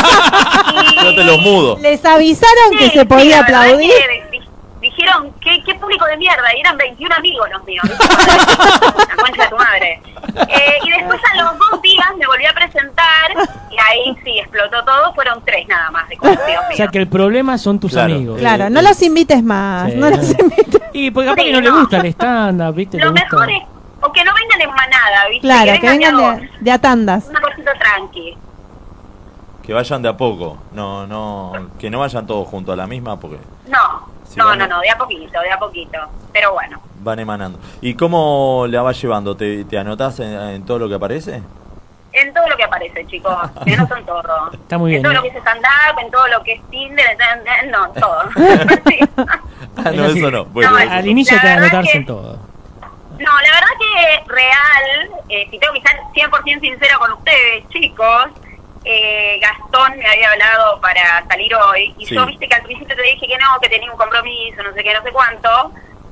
Yo te los mudo. Les avisaron que Sí, se sí, podía la verdad aplaudir. que di- dijeron, ¿qué, qué público de mierda, y eran veintiún amigos los míos. La concha de tu madre. Eh, y después a los dos días me volví a presentar, y ahí sí explotó todo, fueron tres nada más de conocidos O míos. sea que el problema son tus Claro. amigos. Claro, Eh, no eh. los invites más. Sí, no los no. invites. Y porque capaz Sí, que no, le no. gusta el stand-up, ¿viste? Le Lo gusta- mejor es, o que no vengan en manada, ¿viste? Claro, que vengan de a de, de a tandas. dos, una cosita tranqui. Que vayan de a poco. No, no, que no vayan todos juntos a la misma porque No, Sí, no, bueno. no, no, de a poquito, de a poquito. Pero bueno. van emanando. ¿Y cómo la vas llevando? ¿Te, te anotás en, en todo lo que aparece? En todo lo que aparece, chicos, que no son todo. Está muy En bien, todo ¿eh? lo que es stand-up, en todo lo que es Tinder, en- en- no, todo. Sí. Ah, no, Es así. eso no. Bueno, No, eso Al no. inicio La te va a verdad anotarse que- en todo. No, la verdad que real, eh, si tengo que ser cien por ciento sincera con ustedes, chicos, eh, Gastón me había hablado para salir hoy, y Sí. yo, viste que al principio te dije que no, que tenía un compromiso, no sé qué, no sé cuánto.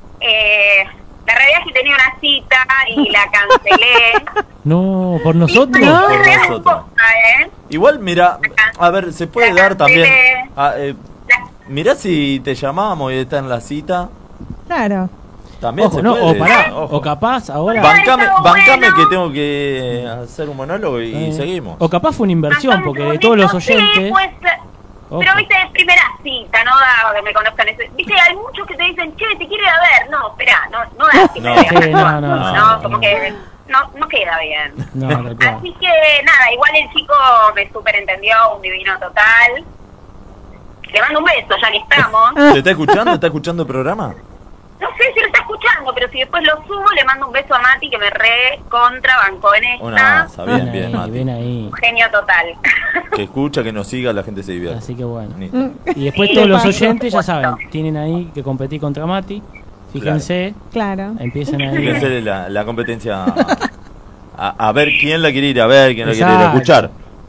Eh, la realidad es que tenía una cita y la cancelé. No, por nosotros. Y No. fue Por real nosotros. posta, ¿eh? Igual, mira, a ver, se puede La dar también. cancelé. Ah, eh, La- mirá si te llamamos y está en la cita. Claro. También Ojo, se no, puede. o pará, Ojo. o capaz ahora. Bancame, Bueno, bancame bueno. que tengo que hacer un monólogo y, y Eh, seguimos. O capaz fue una inversión, Bastante porque de todos los bonito, oyentes. Sí, pues, eh, Ojo. pero viste, es primera cita, no da que me conozcan. Ese- Viste, hay muchos que te dicen, che, te quiero ir a ver. No, espera, no, no da que No, me veas sí, actuar, no, no, ¿no? no, Como no. que no, no queda bien. No, tal cual. Así que nada, igual el chico me súper entendió, un divino total. Le mando un beso, ya que estamos. ¿Te está escuchando? ¿Está escuchando el programa? No sé si lo está escuchando, pero si después lo subo, le mando un beso a Mati, que me re contra bancó en esta. Una masa, bien, Ven bien, ahí, Mati. ven ahí. Un genio total. Que escucha, que nos siga, la gente se divierte. Así que bueno. Listo. Mm, Y después Sí, todos los por oyentes ya supuesto. saben, tienen ahí que competir contra Mati. Fíjense, Claro. empiezan ahí. Fíjense la, la competencia. A, a ver quién la quiere ir a ver, quién la quiere ir a Exacto. escuchar.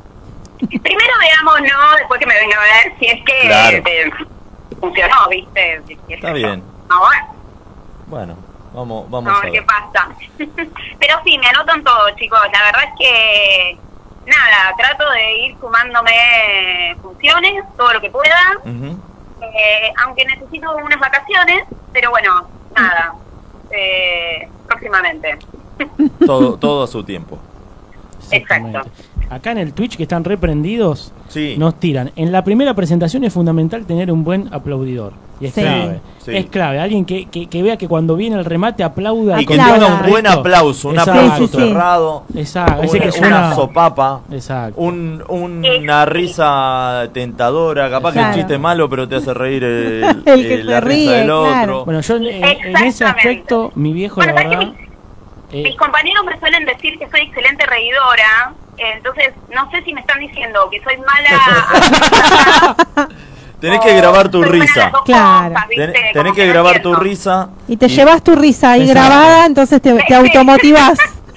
Primero veamos, ¿no? Después que me venga a ver si es que Claro. eh, funcionó, ¿viste? Si es que Está yo- bien. Vamos a ver, Bueno, vamos, vamos vamos a a ver qué ver. pasa. Pero sí, me anotan todo, chicos. La verdad es que, nada, trato de ir sumándome funciones, todo lo que pueda. Ujú. Eh, aunque necesito unas vacaciones, pero bueno, nada. Eh, próximamente. Todo, todo a su tiempo. Exactamente. Acá en el Twitch, que están reprendidos, Sí. nos tiran. En la primera presentación es fundamental tener un buen aplaudidor. Y es Sí. clave. Sí. Es clave. Alguien que, que, que vea que cuando viene el remate aplauda. Y que Aplauda. tenga un buen aplauso, un Exacto. aplauso Sí, sí, sí. cerrado, Exacto. Ese una, que suena. una sopapa, Exacto. un, una risa tentadora, capaz que Claro. el chiste es malo, pero te hace reír el, El que el- la se risa ríe, del otro. claro. Bueno, yo en, en ese Exactamente. aspecto, mi viejo, Bueno, la ¿sabes verdad. qué? eh, Mis compañeros me suelen decir que soy excelente reidora, eh, entonces no sé si me están diciendo que soy mala. Tenés que grabar tu soy buena en risa. las dos Claro. cosas, ¿viste? Ten- Como tenés que que no grabar entiendo. tu risa. Y te llevas tu risa ahí Exacto. grabada, entonces te, te automotivás.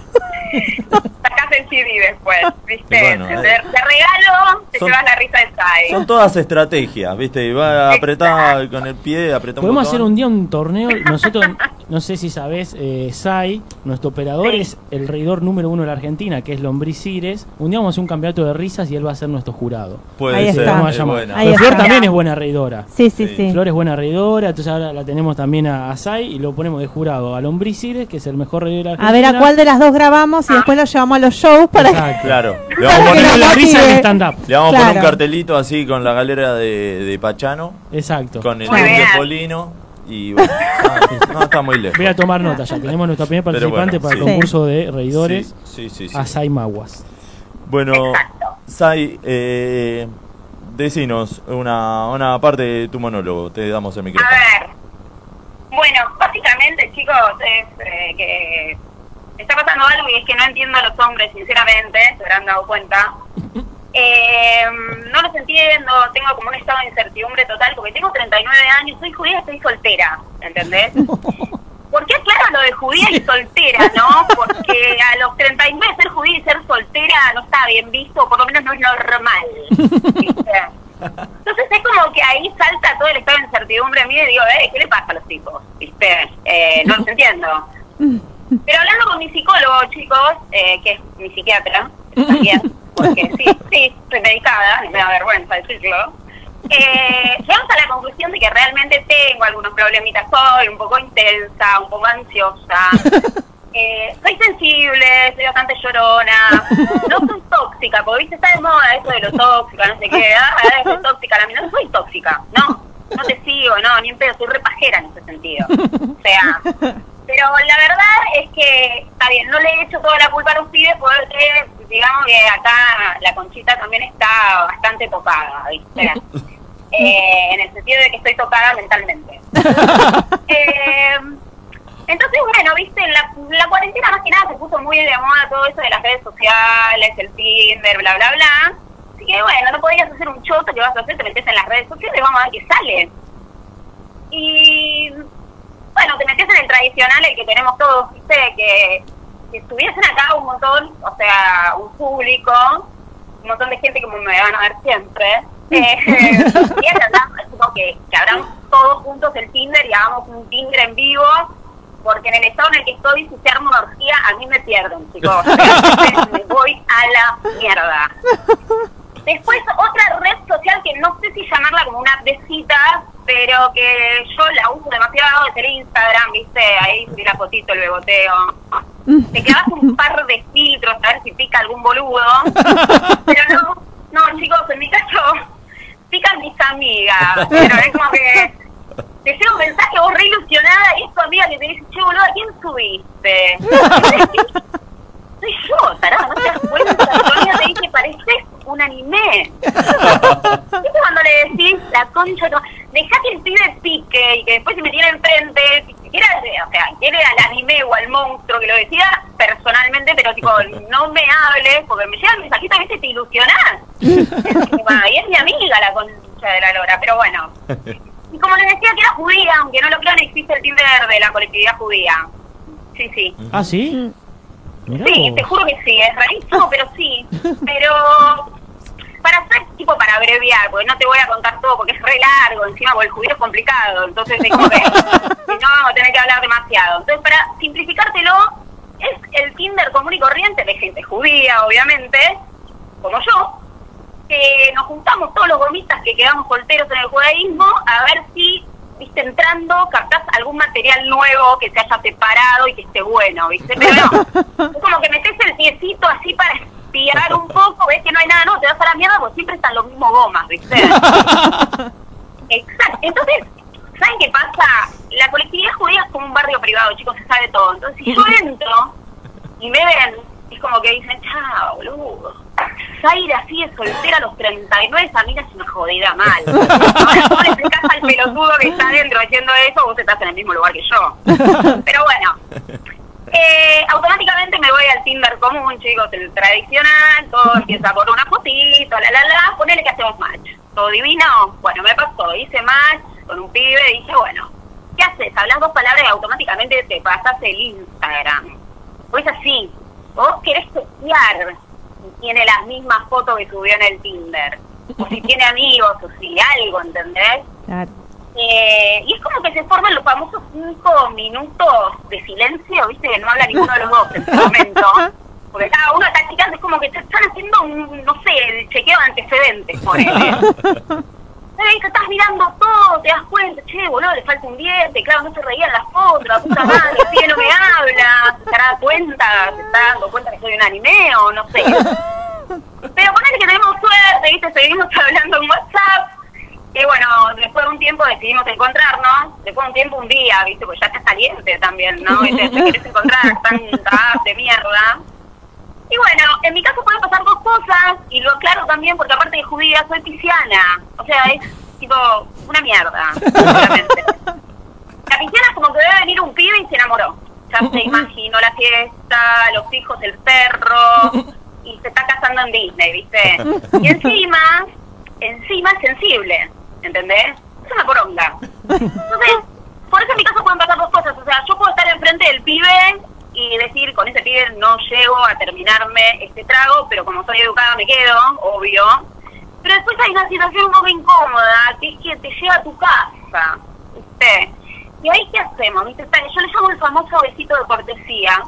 Sacás el C D después, ¿viste? Y bueno, te, eh. te regalo, te Son- llevas la risa de Sai. Son todas estrategias, ¿viste? Y va a apretar con el pie, apretar un Podemos botón. hacer un día un torneo. Nosotros, no sé si sabés, eh, Sai, nuestro operador, Sí. es el reidor número uno de la Argentina, que es Lombriz Cires. Un día vamos a hacer un campeonato de risas y él va a ser nuestro jurado. Puede Ahí ser, está. Vamos a es llamar. buena. Ahí Pero Flor está. también es buena reidora. Sí, sí, Sí. sí. Flor es buena reidora, entonces ahora la tenemos también a, a Sai y lo ponemos de jurado a Lombriz Cires, que es el mejor reidor de la A Argentina. ver a cuál de las dos grabamos y después lo llevamos a los shows para Exacto. Claro. Le Para vamos a que poner, nos la risa motive. en stand-up. le vamos a poner un Claro. cartelito así con la galera de, de Pachano, Exacto. con el Muy de bien. Polino. Y bueno, no, no, está muy lejos. Voy a tomar nota, ya tenemos nuestra primera Pero participante bueno, para el sí. concurso de reidores, Sí, sí, sí. sí. a Sai Maguas. Bueno, Exacto. Sai, eh, decinos una, una parte de tu monólogo, te damos el A micrófono. ver, bueno, básicamente, chicos, es eh, que está pasando algo y es que no entiendo a los hombres, sinceramente, se habrán dado cuenta. Eh, no los entiendo, tengo como un estado de incertidumbre total, porque tengo treinta y nueve años, soy judía y estoy soltera, ¿entendés? ¿Por qué aclaro lo de judía y soltera, no? Porque a los treinta y nueve ser judía y ser soltera no está bien visto, o por lo menos no es normal, ¿viste? Entonces es como que ahí salta todo el estado de incertidumbre a mí y digo, eh, ¿qué le pasa a los tipos? ¿Viste? Eh, no los entiendo. Pero hablando con mi psicólogo, chicos, eh, que es mi psiquiatra, también, porque sí, sí, estoy medicada, y me da vergüenza decirlo, eh, llegamos a la conclusión de que realmente tengo algunos problemitas, soy un poco intensa, un poco ansiosa, eh, soy sensible, soy bastante llorona, no soy tóxica, porque viste, está de moda eso de lo tóxica, no sé qué, ah, soy tóxica, la no soy tóxica, no, no te sigo, no, ni en pedo, soy repajera en ese sentido, o sea... Pero la verdad es que, está bien, no le he hecho toda la culpa a los pibes porque, digamos que acá la Conchita también está bastante tocada, ¿viste? Eh, en el sentido de que estoy tocada mentalmente. eh, entonces, bueno, ¿viste? La, la cuarentena más que nada se puso muy de moda todo eso de las redes sociales, el Tinder, bla, bla, bla. Así que, bueno, no podías hacer un choto, ¿qué vas a hacer? Te metes en las redes sociales y vamos a ver qué sale. Y... bueno, te metes en el tradicional, el que tenemos todos, ¿viste? Que, que estuviesen acá un montón, o sea, un público, un montón de gente como me van a ver siempre. Eh, y es verdad, es como que, que abramos todos juntos el Tinder y hagamos un Tinder en vivo, porque en el estado en el que estoy, si se arma una orgía, a mí me pierden, chicos. Entonces, me voy a la mierda. Después, otra red social que no sé si llamarla como una app de citas, pero que yo la uso demasiado, es el Instagram, ¿viste? Ahí subí la fotito, el beboteo. Te clavas un par de filtros a ver si pica algún boludo. Pero no, no, chicos, en mi caso, pican mis amigas. Pero es como que te llega un mensaje, vos re ilusionada, y es tu amiga que te dice, che, boludo, ¿a quién subiste? Soy yo, tarada, no te das cuenta. Tu amiga te dice, pareces un anime. ¿Viste cuando le decís la concha? No, dejá que el pibe pique y que después se me tiene enfrente, si siquiera, o sea, quiere al anime o al monstruo, que lo decida personalmente, pero tipo, no me hables, porque me llega el mensajito y a veces te ilusionás. Encima, y es mi amiga la concha de la lora, pero bueno. Y como les decía que era judía, aunque no lo crean, existe el Tinder de la colectividad judía. Sí, sí. ¿Ah, sí? Mirá Sí, vos. te juro que sí, es rarísimo, pero sí. Pero para hacer, tipo, para abreviar, porque no te voy a contar todo porque es re largo, encima, porque el judío es complicado, entonces es como que si no vamos a tener que hablar demasiado. Entonces, para simplificártelo, es el Tinder común y corriente de gente judía, obviamente, como yo, que nos juntamos todos los gomitas que quedamos solteros en el judaísmo a ver si, viste, entrando, captás algún material nuevo que se haya separado y que esté bueno, viste, pero no, es como que metés el piecito así para espiar un poco, ves que no hay nada, no, te vas a la mierda porque siempre están los mismos gomas, viste. Exacto, entonces, ¿saben qué pasa? La colectividad judía es como un barrio privado, chicos, se sabe todo. Entonces, si yo entro y me ven, es como que dicen, chao, boludo. Zaira así de soltera a los treinta y nueve, esa mina es una jodida mal. Ahora vos le explicás al pelotudo que está adentro haciendo eso, vos estás en el mismo lugar que yo. Pero bueno, eh, automáticamente me voy al Tinder común, chicos, el tradicional, todo empieza por una fotito, la la la, ponele que hacemos match. ¿Todo divino? Bueno, me pasó, hice match con un pibe y dije, bueno, ¿qué haces? Hablas dos palabras y automáticamente te pasas el Instagram. O es así, vos querés testear si tiene las mismas fotos que subió en el Tinder, o si tiene amigos, o si algo, ¿entendés? Claro. Eh, y es como que se forman los famosos cinco minutos de silencio, ¿viste? Que no habla ninguno de los dos en ese momento. Porque cada uno está chicando, es como que te están haciendo un, no sé, el chequeo de antecedentes, por ejemplo. Te estás mirando todo, te das cuenta, che, boludo, le falta un diente, claro, no se reía en las fotos, la puta madre, el pibe no me habla, se dará cuenta, se está dando cuenta que soy un anime o no sé. Pero ponele que tenemos suerte, ¿viste? Seguimos hablando en WhatsApp, que bueno, después de un tiempo decidimos encontrarnos, después de un tiempo un día, ¿viste? Pues ya estás caliente también, ¿no? ¿Viste? Te querés encontrar, tan cagadas de mierda. Y bueno, en mi caso pueden pasar dos cosas, y lo aclaro también porque aparte de judía soy pisciana, o sea, es tipo una mierda, básicamente. La pisciana es como que debe venir un pibe y se enamoró, ya se imaginó la fiesta, los hijos, el perro, y se está casando en Disney, ¿viste? Y encima, encima es sensible, ¿entendés? Es una poronga. Entonces, por eso en mi caso pueden pasar dos cosas, o sea, yo puedo estar enfrente del pibe y decir, con ese pibe no llego a terminarme este trago, pero como soy educada me quedo, obvio. Pero después hay una situación un poco incómoda, que es que te lleva a tu casa, ¿viste? Y ahí, ¿qué hacemos? ¿Viste? Yo le llamo el famoso besito de cortesía,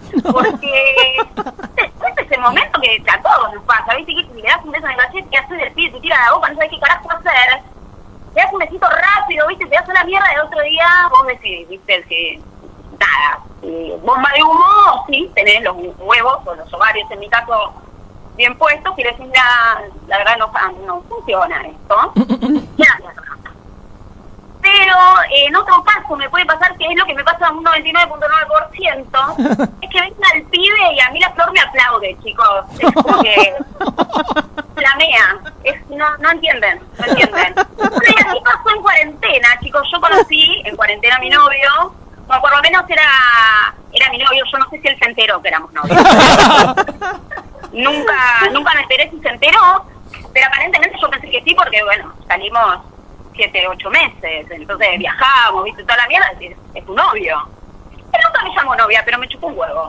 porque es ese momento que a todos nos pasa, ¿viste? Que le das un beso en el cachete, te haces del pie, te tira la boca, no sabes qué carajo hacer, te das un besito rápido, ¿viste? Te das una mierda y el otro día vos decís, ¿viste? Si, nada, si bomba de humo, sí, tenés los huevos o los ovarios, en mi caso, bien puestos, y decís, la, la verdad no, no funciona esto. Ya, pero eh, en otro caso me puede pasar, que es lo que me pasa a un noventa y nueve punto nueve por ciento, es que venga el pibe y a mí la flor me aplaude, chicos. Es como que flamea. Es, no, no entienden, no entienden. Bueno, y así pasó en cuarentena, chicos. Yo conocí en cuarentena a mi novio, bueno, por lo menos era, era mi novio, yo no sé si él se enteró que éramos novios. nunca, nunca me enteré si se enteró, pero aparentemente yo pensé que sí, porque bueno, salimos siete, ocho meses, entonces viajamos, viste, toda la mierda, es, es tu novio. Él nunca me llamó novia, pero me chupó un huevo.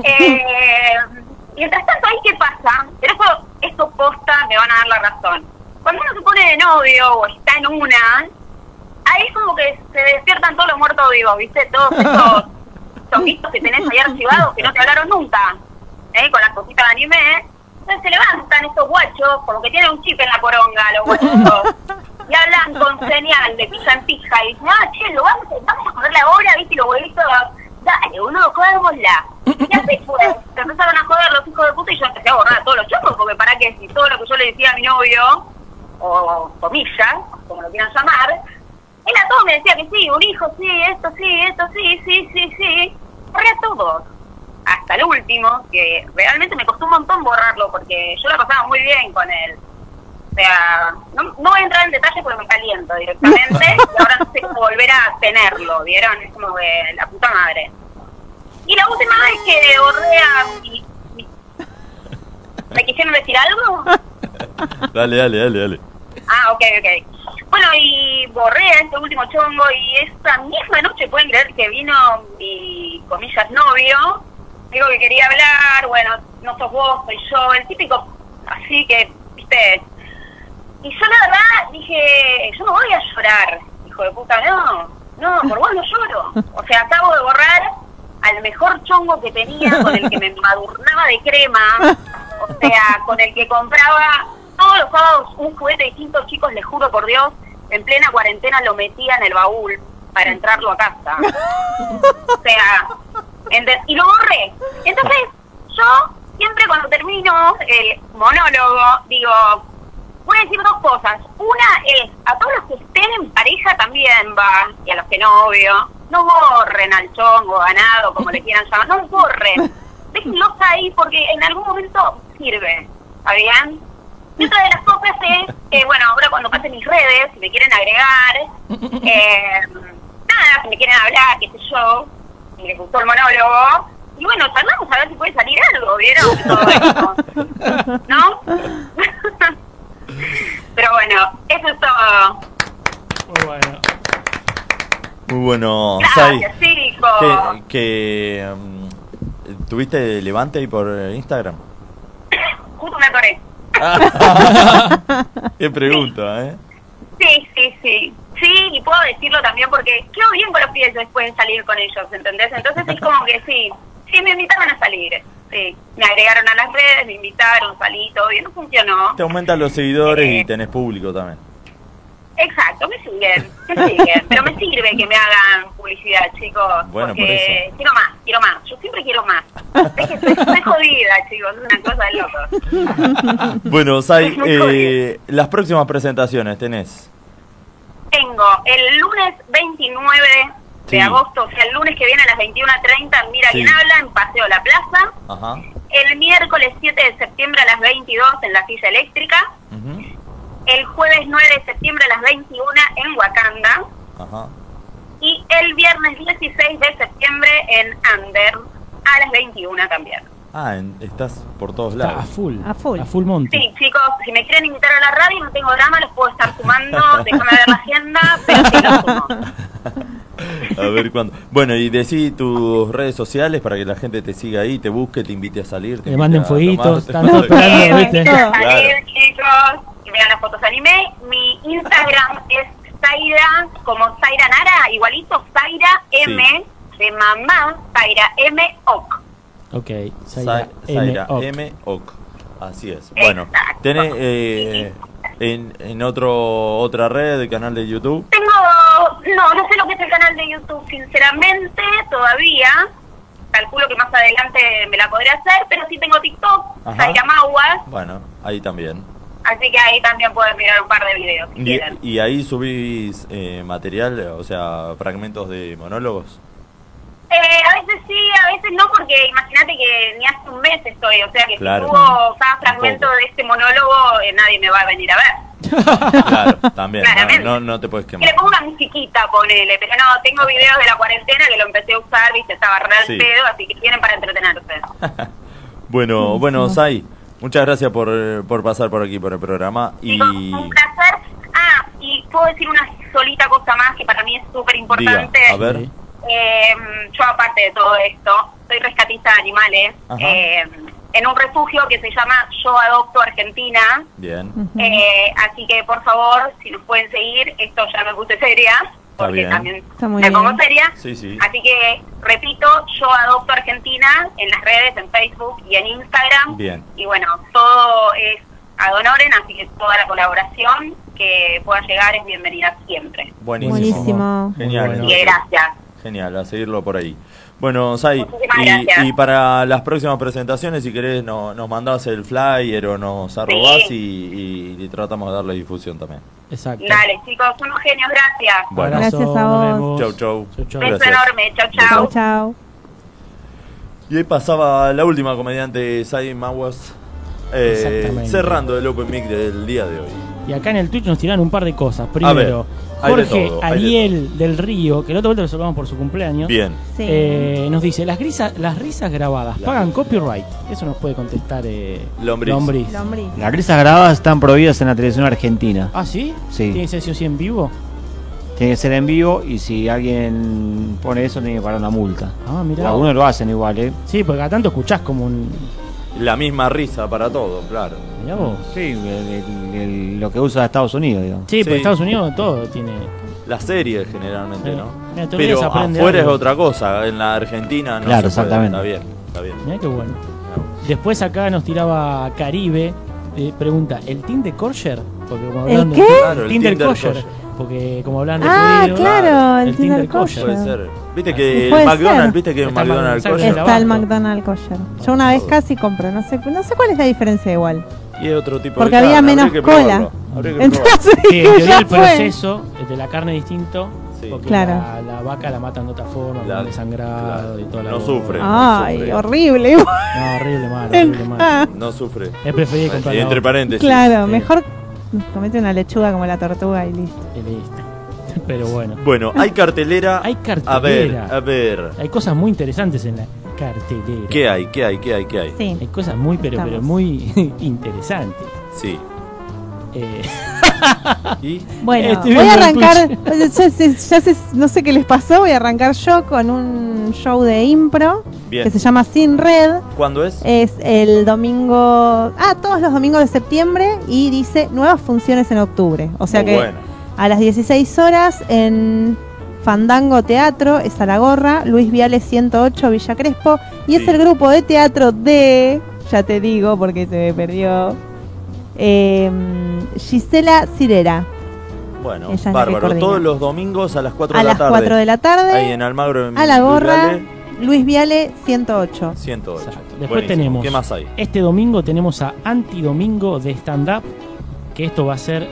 eh, mientras tanto, ¿ahí qué pasa? Pero eso, esto posta, me van a dar la razón. Cuando uno se pone de novio o está en una, ahí es como que se despiertan todos los muertos vivos, viste, todos esos chonguitos que tenés ahí archivados que no te hablaron nunca, ¿eh? Con las cositas de anime. Entonces se levantan estos guachos, como que tienen un chip en la poronga, los guachos. Y hablan con señal de pija en pija y dicen, ah, che, lo vamos, vamos a joderle ahora, viste, y los huevitos, dale, uno, jodémosla. Y así fue, se empezaron a joder los hijos de puta y yo empecé a borrar a todos los chocos, porque para qué, si todo lo que yo le decía a mi novio, o comillas, como lo quieran llamar, él a todos me decía que sí, un hijo, sí, esto, sí, esto, sí, sí, sí, sí, borré a todos. Hasta el último, que realmente me costó un montón borrarlo, porque yo la pasaba muy bien con él. O sea, no, no voy a entrar en detalle porque me caliento directamente y ahora no sé cómo volver a tenerlo, ¿vieron? Es como que la puta madre. Y la última vez que borré a mi... mi... ¿Me quisieron decir algo? Dale, dale, dale, dale. Ah, ok, ok. Bueno, y borré a este último chongo y esa misma noche, pueden creer que vino mi, comillas, novio, digo que quería hablar, bueno, no sos vos, soy yo, el típico, así que, viste... Y yo la verdad dije, yo no voy a llorar, hijo de puta, no, no, por vos no lloro. O sea, acabo de borrar al mejor chongo que tenía, con el que me embadurnaba de crema, o sea, con el que compraba todos los sábados un juguete distinto, chicos, les juro por Dios, en plena cuarentena lo metía en el baúl para entrarlo a casa. O sea, y lo borré. Entonces, yo siempre cuando termino el monólogo, digo... voy a decir dos cosas. Una es, a todos los que estén en pareja también va, y a los que no, obvio, no borren al chongo, ganado, como le quieran llamar, no los borren. Déjenlos ahí porque en algún momento sirve, ¿está bien? Y otra de las cosas es, eh, bueno, ahora cuando pasen mis redes, si me quieren agregar, eh, nada, si me quieren hablar, qué sé yo, si les gustó el monólogo, y bueno, charlamos a ver si puede salir algo, ¿vieron? Todo esto, ¿no? Pero bueno, eso es todo. Muy bueno. Muy bueno, Sai. Gracias, chicos. Que, que um, ¿tuviste levante ahí por Instagram? Justo me atoré. Qué pregunta, ¿eh? Sí, sí, sí. Sí, y puedo decirlo también porque quedo bien con los pies después de salir con ellos, ¿entendés? Entonces es como que sí, sí me invitaron a salir. Sí, me agregaron a las redes, me invitaron, salí, todo bien, no funcionó. Te aumentan los seguidores Eh. y tenés público también. Exacto, me siguen, me siguen. Pero me sirve que me hagan publicidad, chicos. Bueno, porque por eso. quiero más, quiero más. Yo siempre quiero más. Es que estoy, estoy jodida, chicos, es una cosa de locos. Bueno, Sai, Es muy eh, las próximas presentaciones tenés. Tengo el lunes veintinueve de Sí. agosto, o sea, el lunes que viene a las veintiuna treinta, Mira Sí. quién habla, en Paseo La Plaza. Ajá. El miércoles siete de septiembre a las veintidós en La Silla Eléctrica. Ujú. El jueves nueve de septiembre a las veintiuna en Wakanda. Ajá. Y el viernes dieciséis de septiembre en Under a las veintiuna también. Ah, en- estás por todos Está a lados. full. A full. A full monte. Sí, chicos, si me quieren invitar a la radio no tengo drama, los puedo estar sumando, déjame ver la agenda, pero sí los sumo. A ver cuándo. Bueno, y decí tus redes sociales para que la gente te siga ahí, te busque, te invite a salir. Te Le manden invite a fueguitos, tomar. están todos esperando, Eh, ¿viste? salir, Claro. chicos, y vean las fotos anime. Mi Instagram es Zaira, como Zaira Nara, igualito, Zaira M de mamá, Zaira M Oc. Ok, Zaira, Zaira Zaira M. M. Oc. Así es. Bueno, ¿tenés eh, en, en otro otra red, canal de YouTube? Tengo, no, no sé lo que es el canal de YouTube, sinceramente, todavía. Calculo que más adelante me la podré hacer, pero sí tengo TikTok, Ajá. Zaira Maguas, Bueno, ahí también. así que ahí también pueden mirar un par de videos si Y, quieren. y ahí subís eh, material, o sea, fragmentos de monólogos. Eh, a veces sí, a veces no, porque imagínate que ni hace un mes estoy, o sea que Claro. si subo cada fragmento de este monólogo, eh, nadie me va a venir a ver. Claro, también. Claramente. No, no, no te puedes Que quemar. le pongo una musiquita, ponele, pero no, tengo videos de la cuarentena que lo empecé a usar, viste, estaba re al Sí. pedo, así que tienen para entretenerse. Bueno, bueno, Sai, muchas gracias por, por pasar por aquí por el programa y Chicos, un placer. Ah, y puedo decir una solita cosa más que para mí es súper diga, importante. a ver. Eh, yo, aparte de todo esto, soy rescatista de animales Ajá. eh, en un refugio que se llama Yo Adopto Argentina. Bien, Eh, así que, por favor, si nos pueden seguir, esto ya me puse seria, porque bien. también Está muy me pongo bien. seria. sí, sí. Así que, repito, Yo Adopto Argentina en las redes, en Facebook y en Instagram. Bien. Y bueno, todo es ad honorem, así que toda la colaboración que pueda llegar es bienvenida siempre. Buenísimo. Buenísimo. Genial. Muy Así que gracias. Genial, a seguirlo por ahí. Bueno, Sai, Muchísimas y, gracias. y para las próximas presentaciones, si querés, no, nos mandás el flyer o nos arrobás y, y- y tratamos de darle difusión también. Exacto. Dale, chicos, unos genios, gracias. Bueno, Gracias a nos vos. vemos. chau, chau. Chau, chau. Beso Gracias. enorme, chao, chao. Chau, chau. Y ahí pasaba la última comediante, Sai Maguas, eh, Exactamente. cerrando el Open Mic del día de hoy. Y acá en el Twitch nos tiran un par de cosas. A Primero, ver, hay de Jorge todo, hay de Ariel del Río, que el otro vuelta lo saludamos por su cumpleaños. Bien. Sí. Eh, nos dice, las, grisas, las risas grabadas, La- ¿pagan copyright? Eso nos puede contestar eh, Lombriz. Lombriz. Lombriz. Las risas grabadas están prohibidas en la televisión argentina. ¿Ah, sí? Sí. ¿Tiene que ser sí o sí en vivo? Tiene que ser en vivo y si alguien pone eso tiene que pagar una multa. Ah, mirá. Algunos lo hacen igual, ¿eh? Sí, porque cada tanto escuchás como un... La misma risa para todo, claro. Mirá vos. Sí, el- el- el- lo que usa Estados Unidos, digamos. Sí, Sí. porque Estados Unidos todo tiene... Las series generalmente, Sí. ¿no? Mira, todos los días Pero aprende afuera algo. es otra cosa, en la Argentina no Claro, se puede. exactamente. Está bien, está bien. Mirá qué bueno. Después acá nos tiraba Caribe, eh, pregunta, ¿el Tinder Kosher? Porque como ¿El hablando qué? Claro, el Tinder, Tinder Kosher. Kosher. Porque como hablan de Ah, judíos, claro, el Tinder Kosher. Puede ser. Viste Sí, que el puede McDonald's, ser. viste que el Está el McDonald's McDonald's, Kosher. Está el abajo. McDonald's Kosher. Yo una vez casi compro, no sé, no sé cuál es la diferencia igual. Y es otro tipo Porque de había carne, menos habría que cola. probarlo. Habría que Entonces, probar. Sí, en teoría ya el fue. proceso de la carne es distinto. Sí. Porque Claro. la, la vaca la matan de otra forma, La- con desangrado y toda la no boda. sufre. Ay, sufre. horrible. No, horrible mal, horrible mal. No sufre. Es preferible comprar Y la entre otra. paréntesis. Claro, Sí. mejor comete una lechuga como la tortuga y listo. Y listo. Pero bueno. Bueno, hay cartelera. Hay cartelera. A ver, a ver. Hay cosas muy interesantes en la cartelera. ¿Qué hay? ¿Qué hay? ¿Qué hay? ¿Qué hay? Sí. Hay cosas muy, pero, pero Estamos. muy interesantes. Sí. Eh, ¿Y? Bueno, Estoy voy a viendo el arrancar, ya sé, ya sé, no sé qué les pasó, voy a arrancar yo con un show de impro Bien. que se llama Sin Red. ¿Cuándo es? Es el domingo, ah, todos los domingos de septiembre y dice nuevas funciones en octubre. O sea Muy que bueno. a las dieciséis horas en Fandango Teatro, es a la gorra, Luis Viale ciento ocho, Villa Crespo, y es Sí. el grupo de teatro de, ya te digo porque se me perdió, eh, Gisela Cirera. Bueno, Ella es la que bárbaro. coordina. Todos los domingos a las cuatro A de la las tarde. cuatro de la tarde, Ahí en Almagro. En a la gorra, Viale, Luis Viale ciento ocho. ciento ocho. Exacto. Después Buenísimo. tenemos. ¿Qué más hay? Este domingo tenemos a Antidomingo de Stand Up. Que esto va a ser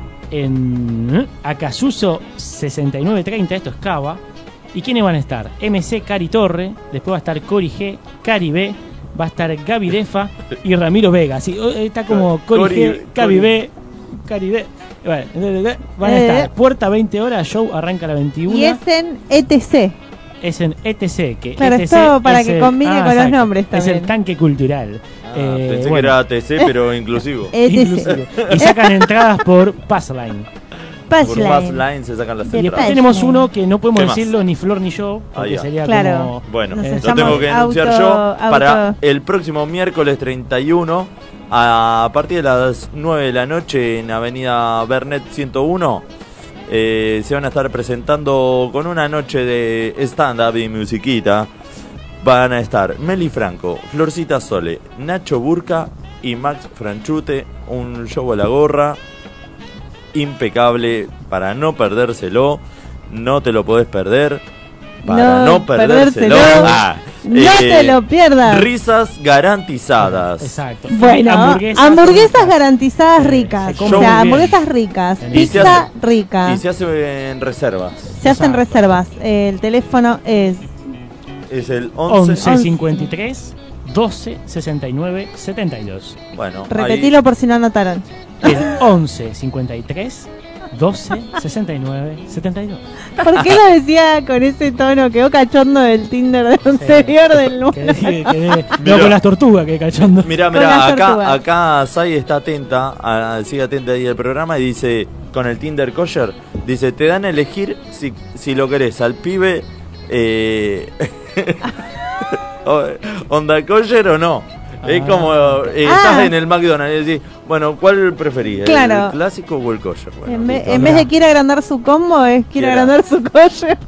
en Acasuso sesenta y nueve treinta. Esto es Cava. ¿Y quiénes van a estar? M C Cari Torre. Después va a estar Cori G, Cari B. Va a estar Gaby Defa y Ramiro Vega. Así, está como Cori Cori- G, Gaby Cori- B, Cari B. Bueno, van a Eh. estar. Puerta veinte horas. Show arranca a la veintiuna. Y es en E T C. Es en E T C, que Claro, E T es C todo para es que el- combine con los exacto. nombres Es también. el tanque cultural. Ah, Eh, pensé bueno, que era A T C, pero inclusivo. E T C. inclusive. Y sacan entradas por Passline. Por Passline. Buzz Line se sacan las De Y después entradas. tenemos uno que no podemos ¿Qué más? decirlo ni Flor ni yo, Ah, porque ya. sería Claro. como... Bueno, No sé, lo llama tengo que anunciar auto- yo auto- para el próximo miércoles treinta y uno a partir de las nueve de la noche en Avenida Bernet ciento uno. Eh, se van a estar presentando con una noche de stand-up y musiquita. Van a estar Meli Franco, Florcita Sole, Nacho Burka y Max Franchute. Un show a la gorra impecable para no perdérselo. No te lo podés perder. Para no, No perdérselo. perdérselo. Ah, No eh, te lo pierdas. Risas garantizadas. Exacto. Bueno, Hamburguesas hamburguesas, ricas. garantizadas Sí, ricas. se O come sea, muy bien. hamburguesas ricas, Y se pizza hace- rica. Y se hace en reservas. Se hacen Exacto. reservas. El teléfono es Es el once. once cincuenta y tres doce sesenta y nueve setenta y dos. Bueno, ahí- repetilo por si no anotaron. El once cincuenta y tres doce sesenta y nueve setenta y dos. ¿Por qué lo decía con ese tono? Quedó cachondo del Tinder del anterior del Que nuevo. dije- que dije- Mirá. no, con las tortugas que cachondo. Mirá, Con las mirá, acá, tortugas. acá Sai está atenta, a- sigue atenta ahí al programa y dice, con el Tinder Kosher, dice, te dan a elegir si, si lo querés al pibe, eh, o- onda Kosher o no. Es Ah. como, eh, Ah. estás en el McDonald's y decís, bueno, ¿cuál preferís? Claro. ¿El clásico o el Kosher? Bueno, En, vez, listo. en vez de quiere agrandar su combo, es quiere Quiera. agrandar su coche.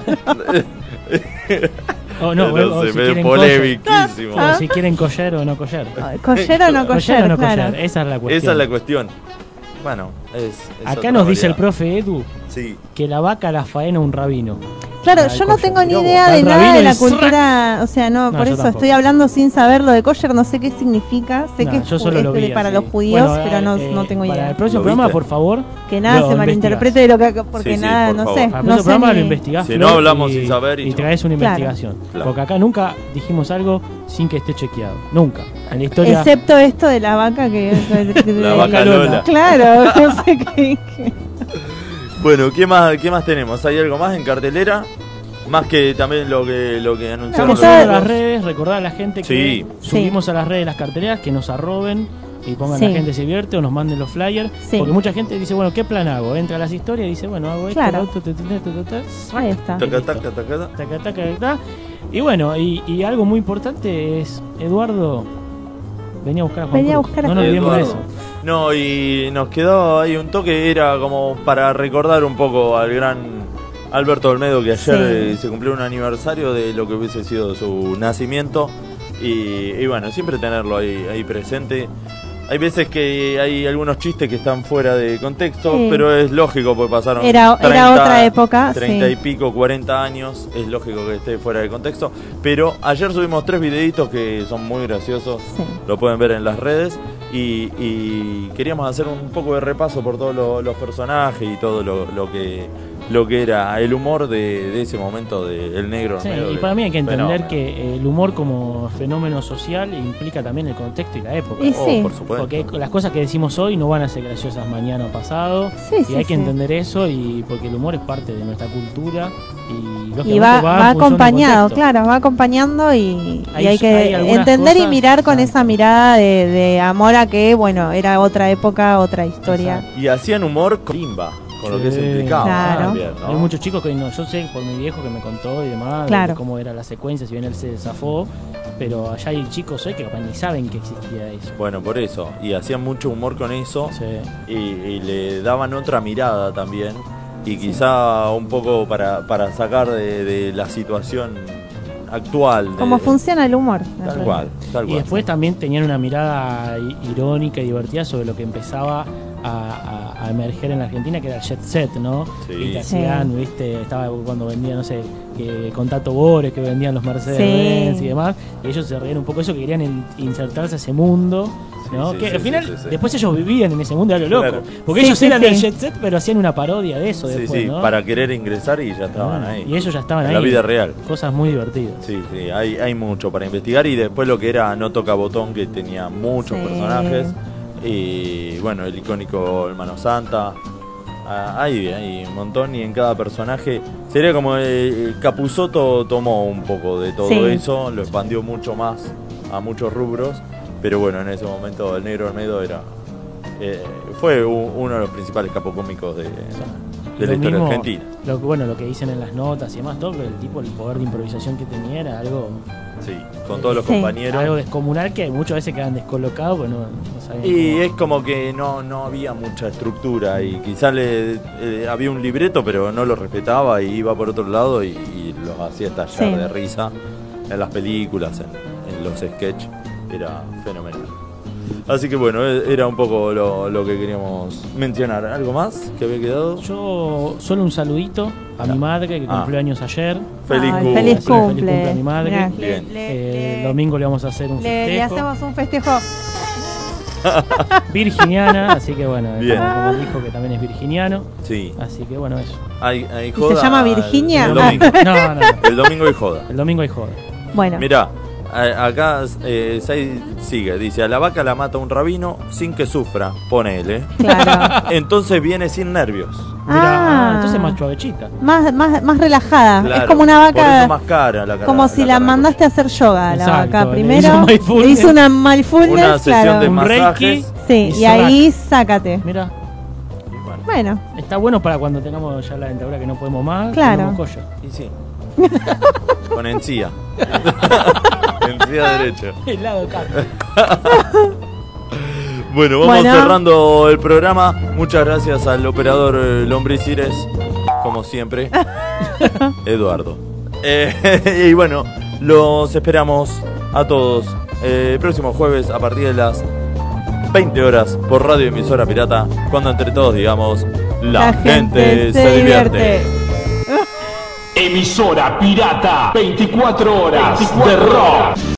O no, No o sé, si me- quieren polémiquísimo. collar, o si quieren collar o no collar. Collero o no Collar o collero, no claro. collar, esa es la cuestión. Esa es la cuestión. Bueno, es, es Acá otra nos dice el variedad. profe Edu Sí. que la vaca la faena un rabino. Claro, Ah, yo el no kosher. tengo ni Mirá vos, idea de el nada rabino de la es- cultura, o sea, no, No, por yo eso tampoco. estoy hablando sin saber lo de kosher, no sé qué significa, sé No, que yo es, solo es lo vi de- para así. los judíos, Bueno, pero no, eh, no tengo Para idea. el próximo ¿Lo programa, viste? por favor. Que nada lo se malinterprete de lo que porque Sí, sí, nada, por no favor. sé, Para el no próximo sé programa ni- lo investigás. Si Flor, no hablamos y- sin saber y y chau. traes una Claro. investigación. Claro. Porque acá nunca dijimos algo sin que esté chequeado. Nunca. En la historia. Excepto esto de la vaca que, que- que- La de- vaca Lola. Claro, no sé qué. qué- Bueno, ¿qué más, qué más tenemos? ¿Hay algo más en cartelera? Más que también lo que lo que anunciamos. Estamos Está- subiendo a las redes, recordar a la gente que Sí. subimos a las redes las carteleras, que nos arroben y pongan Sí. la gente se divierte o nos manden los flyers. Sí. Porque mucha gente dice, bueno, ¿qué plan hago? Entra a las historias y dice, bueno, hago esto, Claro. lo otro, ta, ta, ta, ta, ta, ta, Ahí está. Taca, listo. taca, taca, taca. Taca, taca, taca. Y bueno, y, y algo muy importante es, Eduardo, venía a buscar a Juan Venía a Cruz. buscar a No nos Juan olvidemos de Eduardo. eso. No, y nos quedó ahí un toque, era como para recordar un poco al gran Alberto Olmedo, que ayer Sí. eh, se cumplió un aniversario de lo que hubiese sido su nacimiento. Y, y bueno, siempre tenerlo ahí, ahí presente. Hay veces que hay algunos chistes que están fuera de contexto, Sí. pero es lógico porque pasaron Era- era otra época, treinta sí. y pico, cuarenta años, es lógico que esté fuera de contexto. Pero ayer subimos tres videitos que son muy graciosos, Sí. lo pueden ver en las redes. Y, y queríamos hacer un poco de repaso por todos lo, los personajes y todo lo, lo que lo que era el humor de, de ese momento del negro. Sí, Olmedo, y para mí hay que entender fenómeno. que el humor como fenómeno social implica también el contexto y la época. Y sí. Oh, por supuesto. Porque las cosas que decimos hoy no van a ser graciosas mañana o pasado. Sí, y sí, hay que sí. entender eso, y porque el humor es parte de nuestra cultura y, lógicamente Y va, en va función del acompañado, contexto. claro, va acompañando y, y Hay- hay que hay algunas entender y cosas- mirar con esa mirada de, de amor a que, bueno, era otra época, otra historia. Y hacían humor con limba, con lo que eso Sí, implicaba claro. también, ¿no? Hay muchos chicos que no, yo sé por mi viejo que me contó y demás, de Claro. cómo era la secuencia, si bien él se zafó, pero allá hay chicos hoy que capaz ni saben que existía eso. Bueno, por eso. Y hacían mucho humor con eso. Sí. Y, y le daban otra mirada también. Y quizá un poco para, para sacar de, de la situación actual. de- Cómo funciona el humor. Tal cual, tal Y cual. después también tenían una mirada i- irónica y divertida sobre lo que empezaba a, a- a emerger en la Argentina, que era el jet set, ¿no? Sí. Y que Sí. hacían, viste, estaba cuando vendían, no sé, que con Tato Bores, que vendían los Mercedes Sí. Benz y demás, y ellos se reían un poco de eso, que querían in- insertarse a ese mundo, ¿no? sí, que sí, al final, sí, sí, sí. después ellos vivían en ese mundo, era lo loco. Claro. Porque Sí, ellos sí, eran sí. del jet set, pero hacían una parodia de eso Sí, después, sí, ¿no? para querer ingresar y ya estaban Ah, ahí. Y ellos ya estaban en ahí. la vida real. Cosas muy divertidas. Sí, sí, hay, hay mucho para investigar. Y después lo que era No Toca Botón, que tenía muchos Sí. personajes. Y bueno, el icónico Hermano Santa. Ah, hay, hay un montón. Y en cada personaje sería como eh, Capusotto tomó un poco de todo Sí. eso, lo expandió mucho más a muchos rubros. Pero bueno, en ese momento el Negro Olmedo era eh, fue u- uno de los principales capocómicos de, de Lo la historia mismo, argentina. Lo, que- bueno, lo que dicen en las notas y demás, todo, que el tipo, el poder de improvisación que tenía era algo, Sí, con todos los Sí. compañeros. algo descomunal, que muchas veces quedan descolocados, pues no, no sabían Y cómo- es como que no, no había mucha estructura y quizás le, eh, había un libreto pero no lo respetaba y iba por otro lado y, y los hacía estallar Sí. de risa en las películas, en, en los sketches. Era fenomenal. Así que bueno, e- era un poco lo, lo que queríamos mencionar. ¿Algo más que había quedado? Yo solo un saludito a mi madre que Ah. cumplió años ayer. Feliz Ay, cumple. feliz Así que feliz cumple. cumple a mi madre. Mirá, Bien. le- le- Eh, el le- domingo le vamos a hacer un le, le festejo. hacemos un festejo. Virginiana, así que bueno, Bien. como, como dijo que también es virginiano. Sí. Así que bueno, eso. Hay, hay ¿Y se joda llama el- Virginia? El, domingo. No, no, El domingo hay joda. el domingo hay joda. Bueno, Mirá, a- acá eh, Sai sigue, dice, a la vaca la mata un rabino sin que sufra, ponele. claro. Entonces viene sin nervios. Mirá, Ah. ah, entonces más chuavechita. Más, más, más relajada. Claro, es como una Por eso vaca. más cara la cara. Como si la cara. mandaste a hacer yoga a la Exacto, vaca. le Primero hizo mindfulness. le hizo una mindfulness, Una sesión claro. de Un reiki. masajes. Sí, y y ahí sácate. Mira, Bueno, está bueno para cuando tengamos ya la dentadura que no podemos más. Claro. tenemos collo. Y sí. Con encía. encía derecho. El lado acá. Bueno, vamos Bueno. cerrando el programa. Muchas gracias al operador eh, Lombricires, como siempre, Eduardo. Eh, y bueno, los esperamos a todos eh, el próximo jueves a partir de las veinte horas por Radio Emisora Pirata, cuando entre todos digamos, la, gente, se divierte. Emisora Pirata, veinticuatro horas de rock.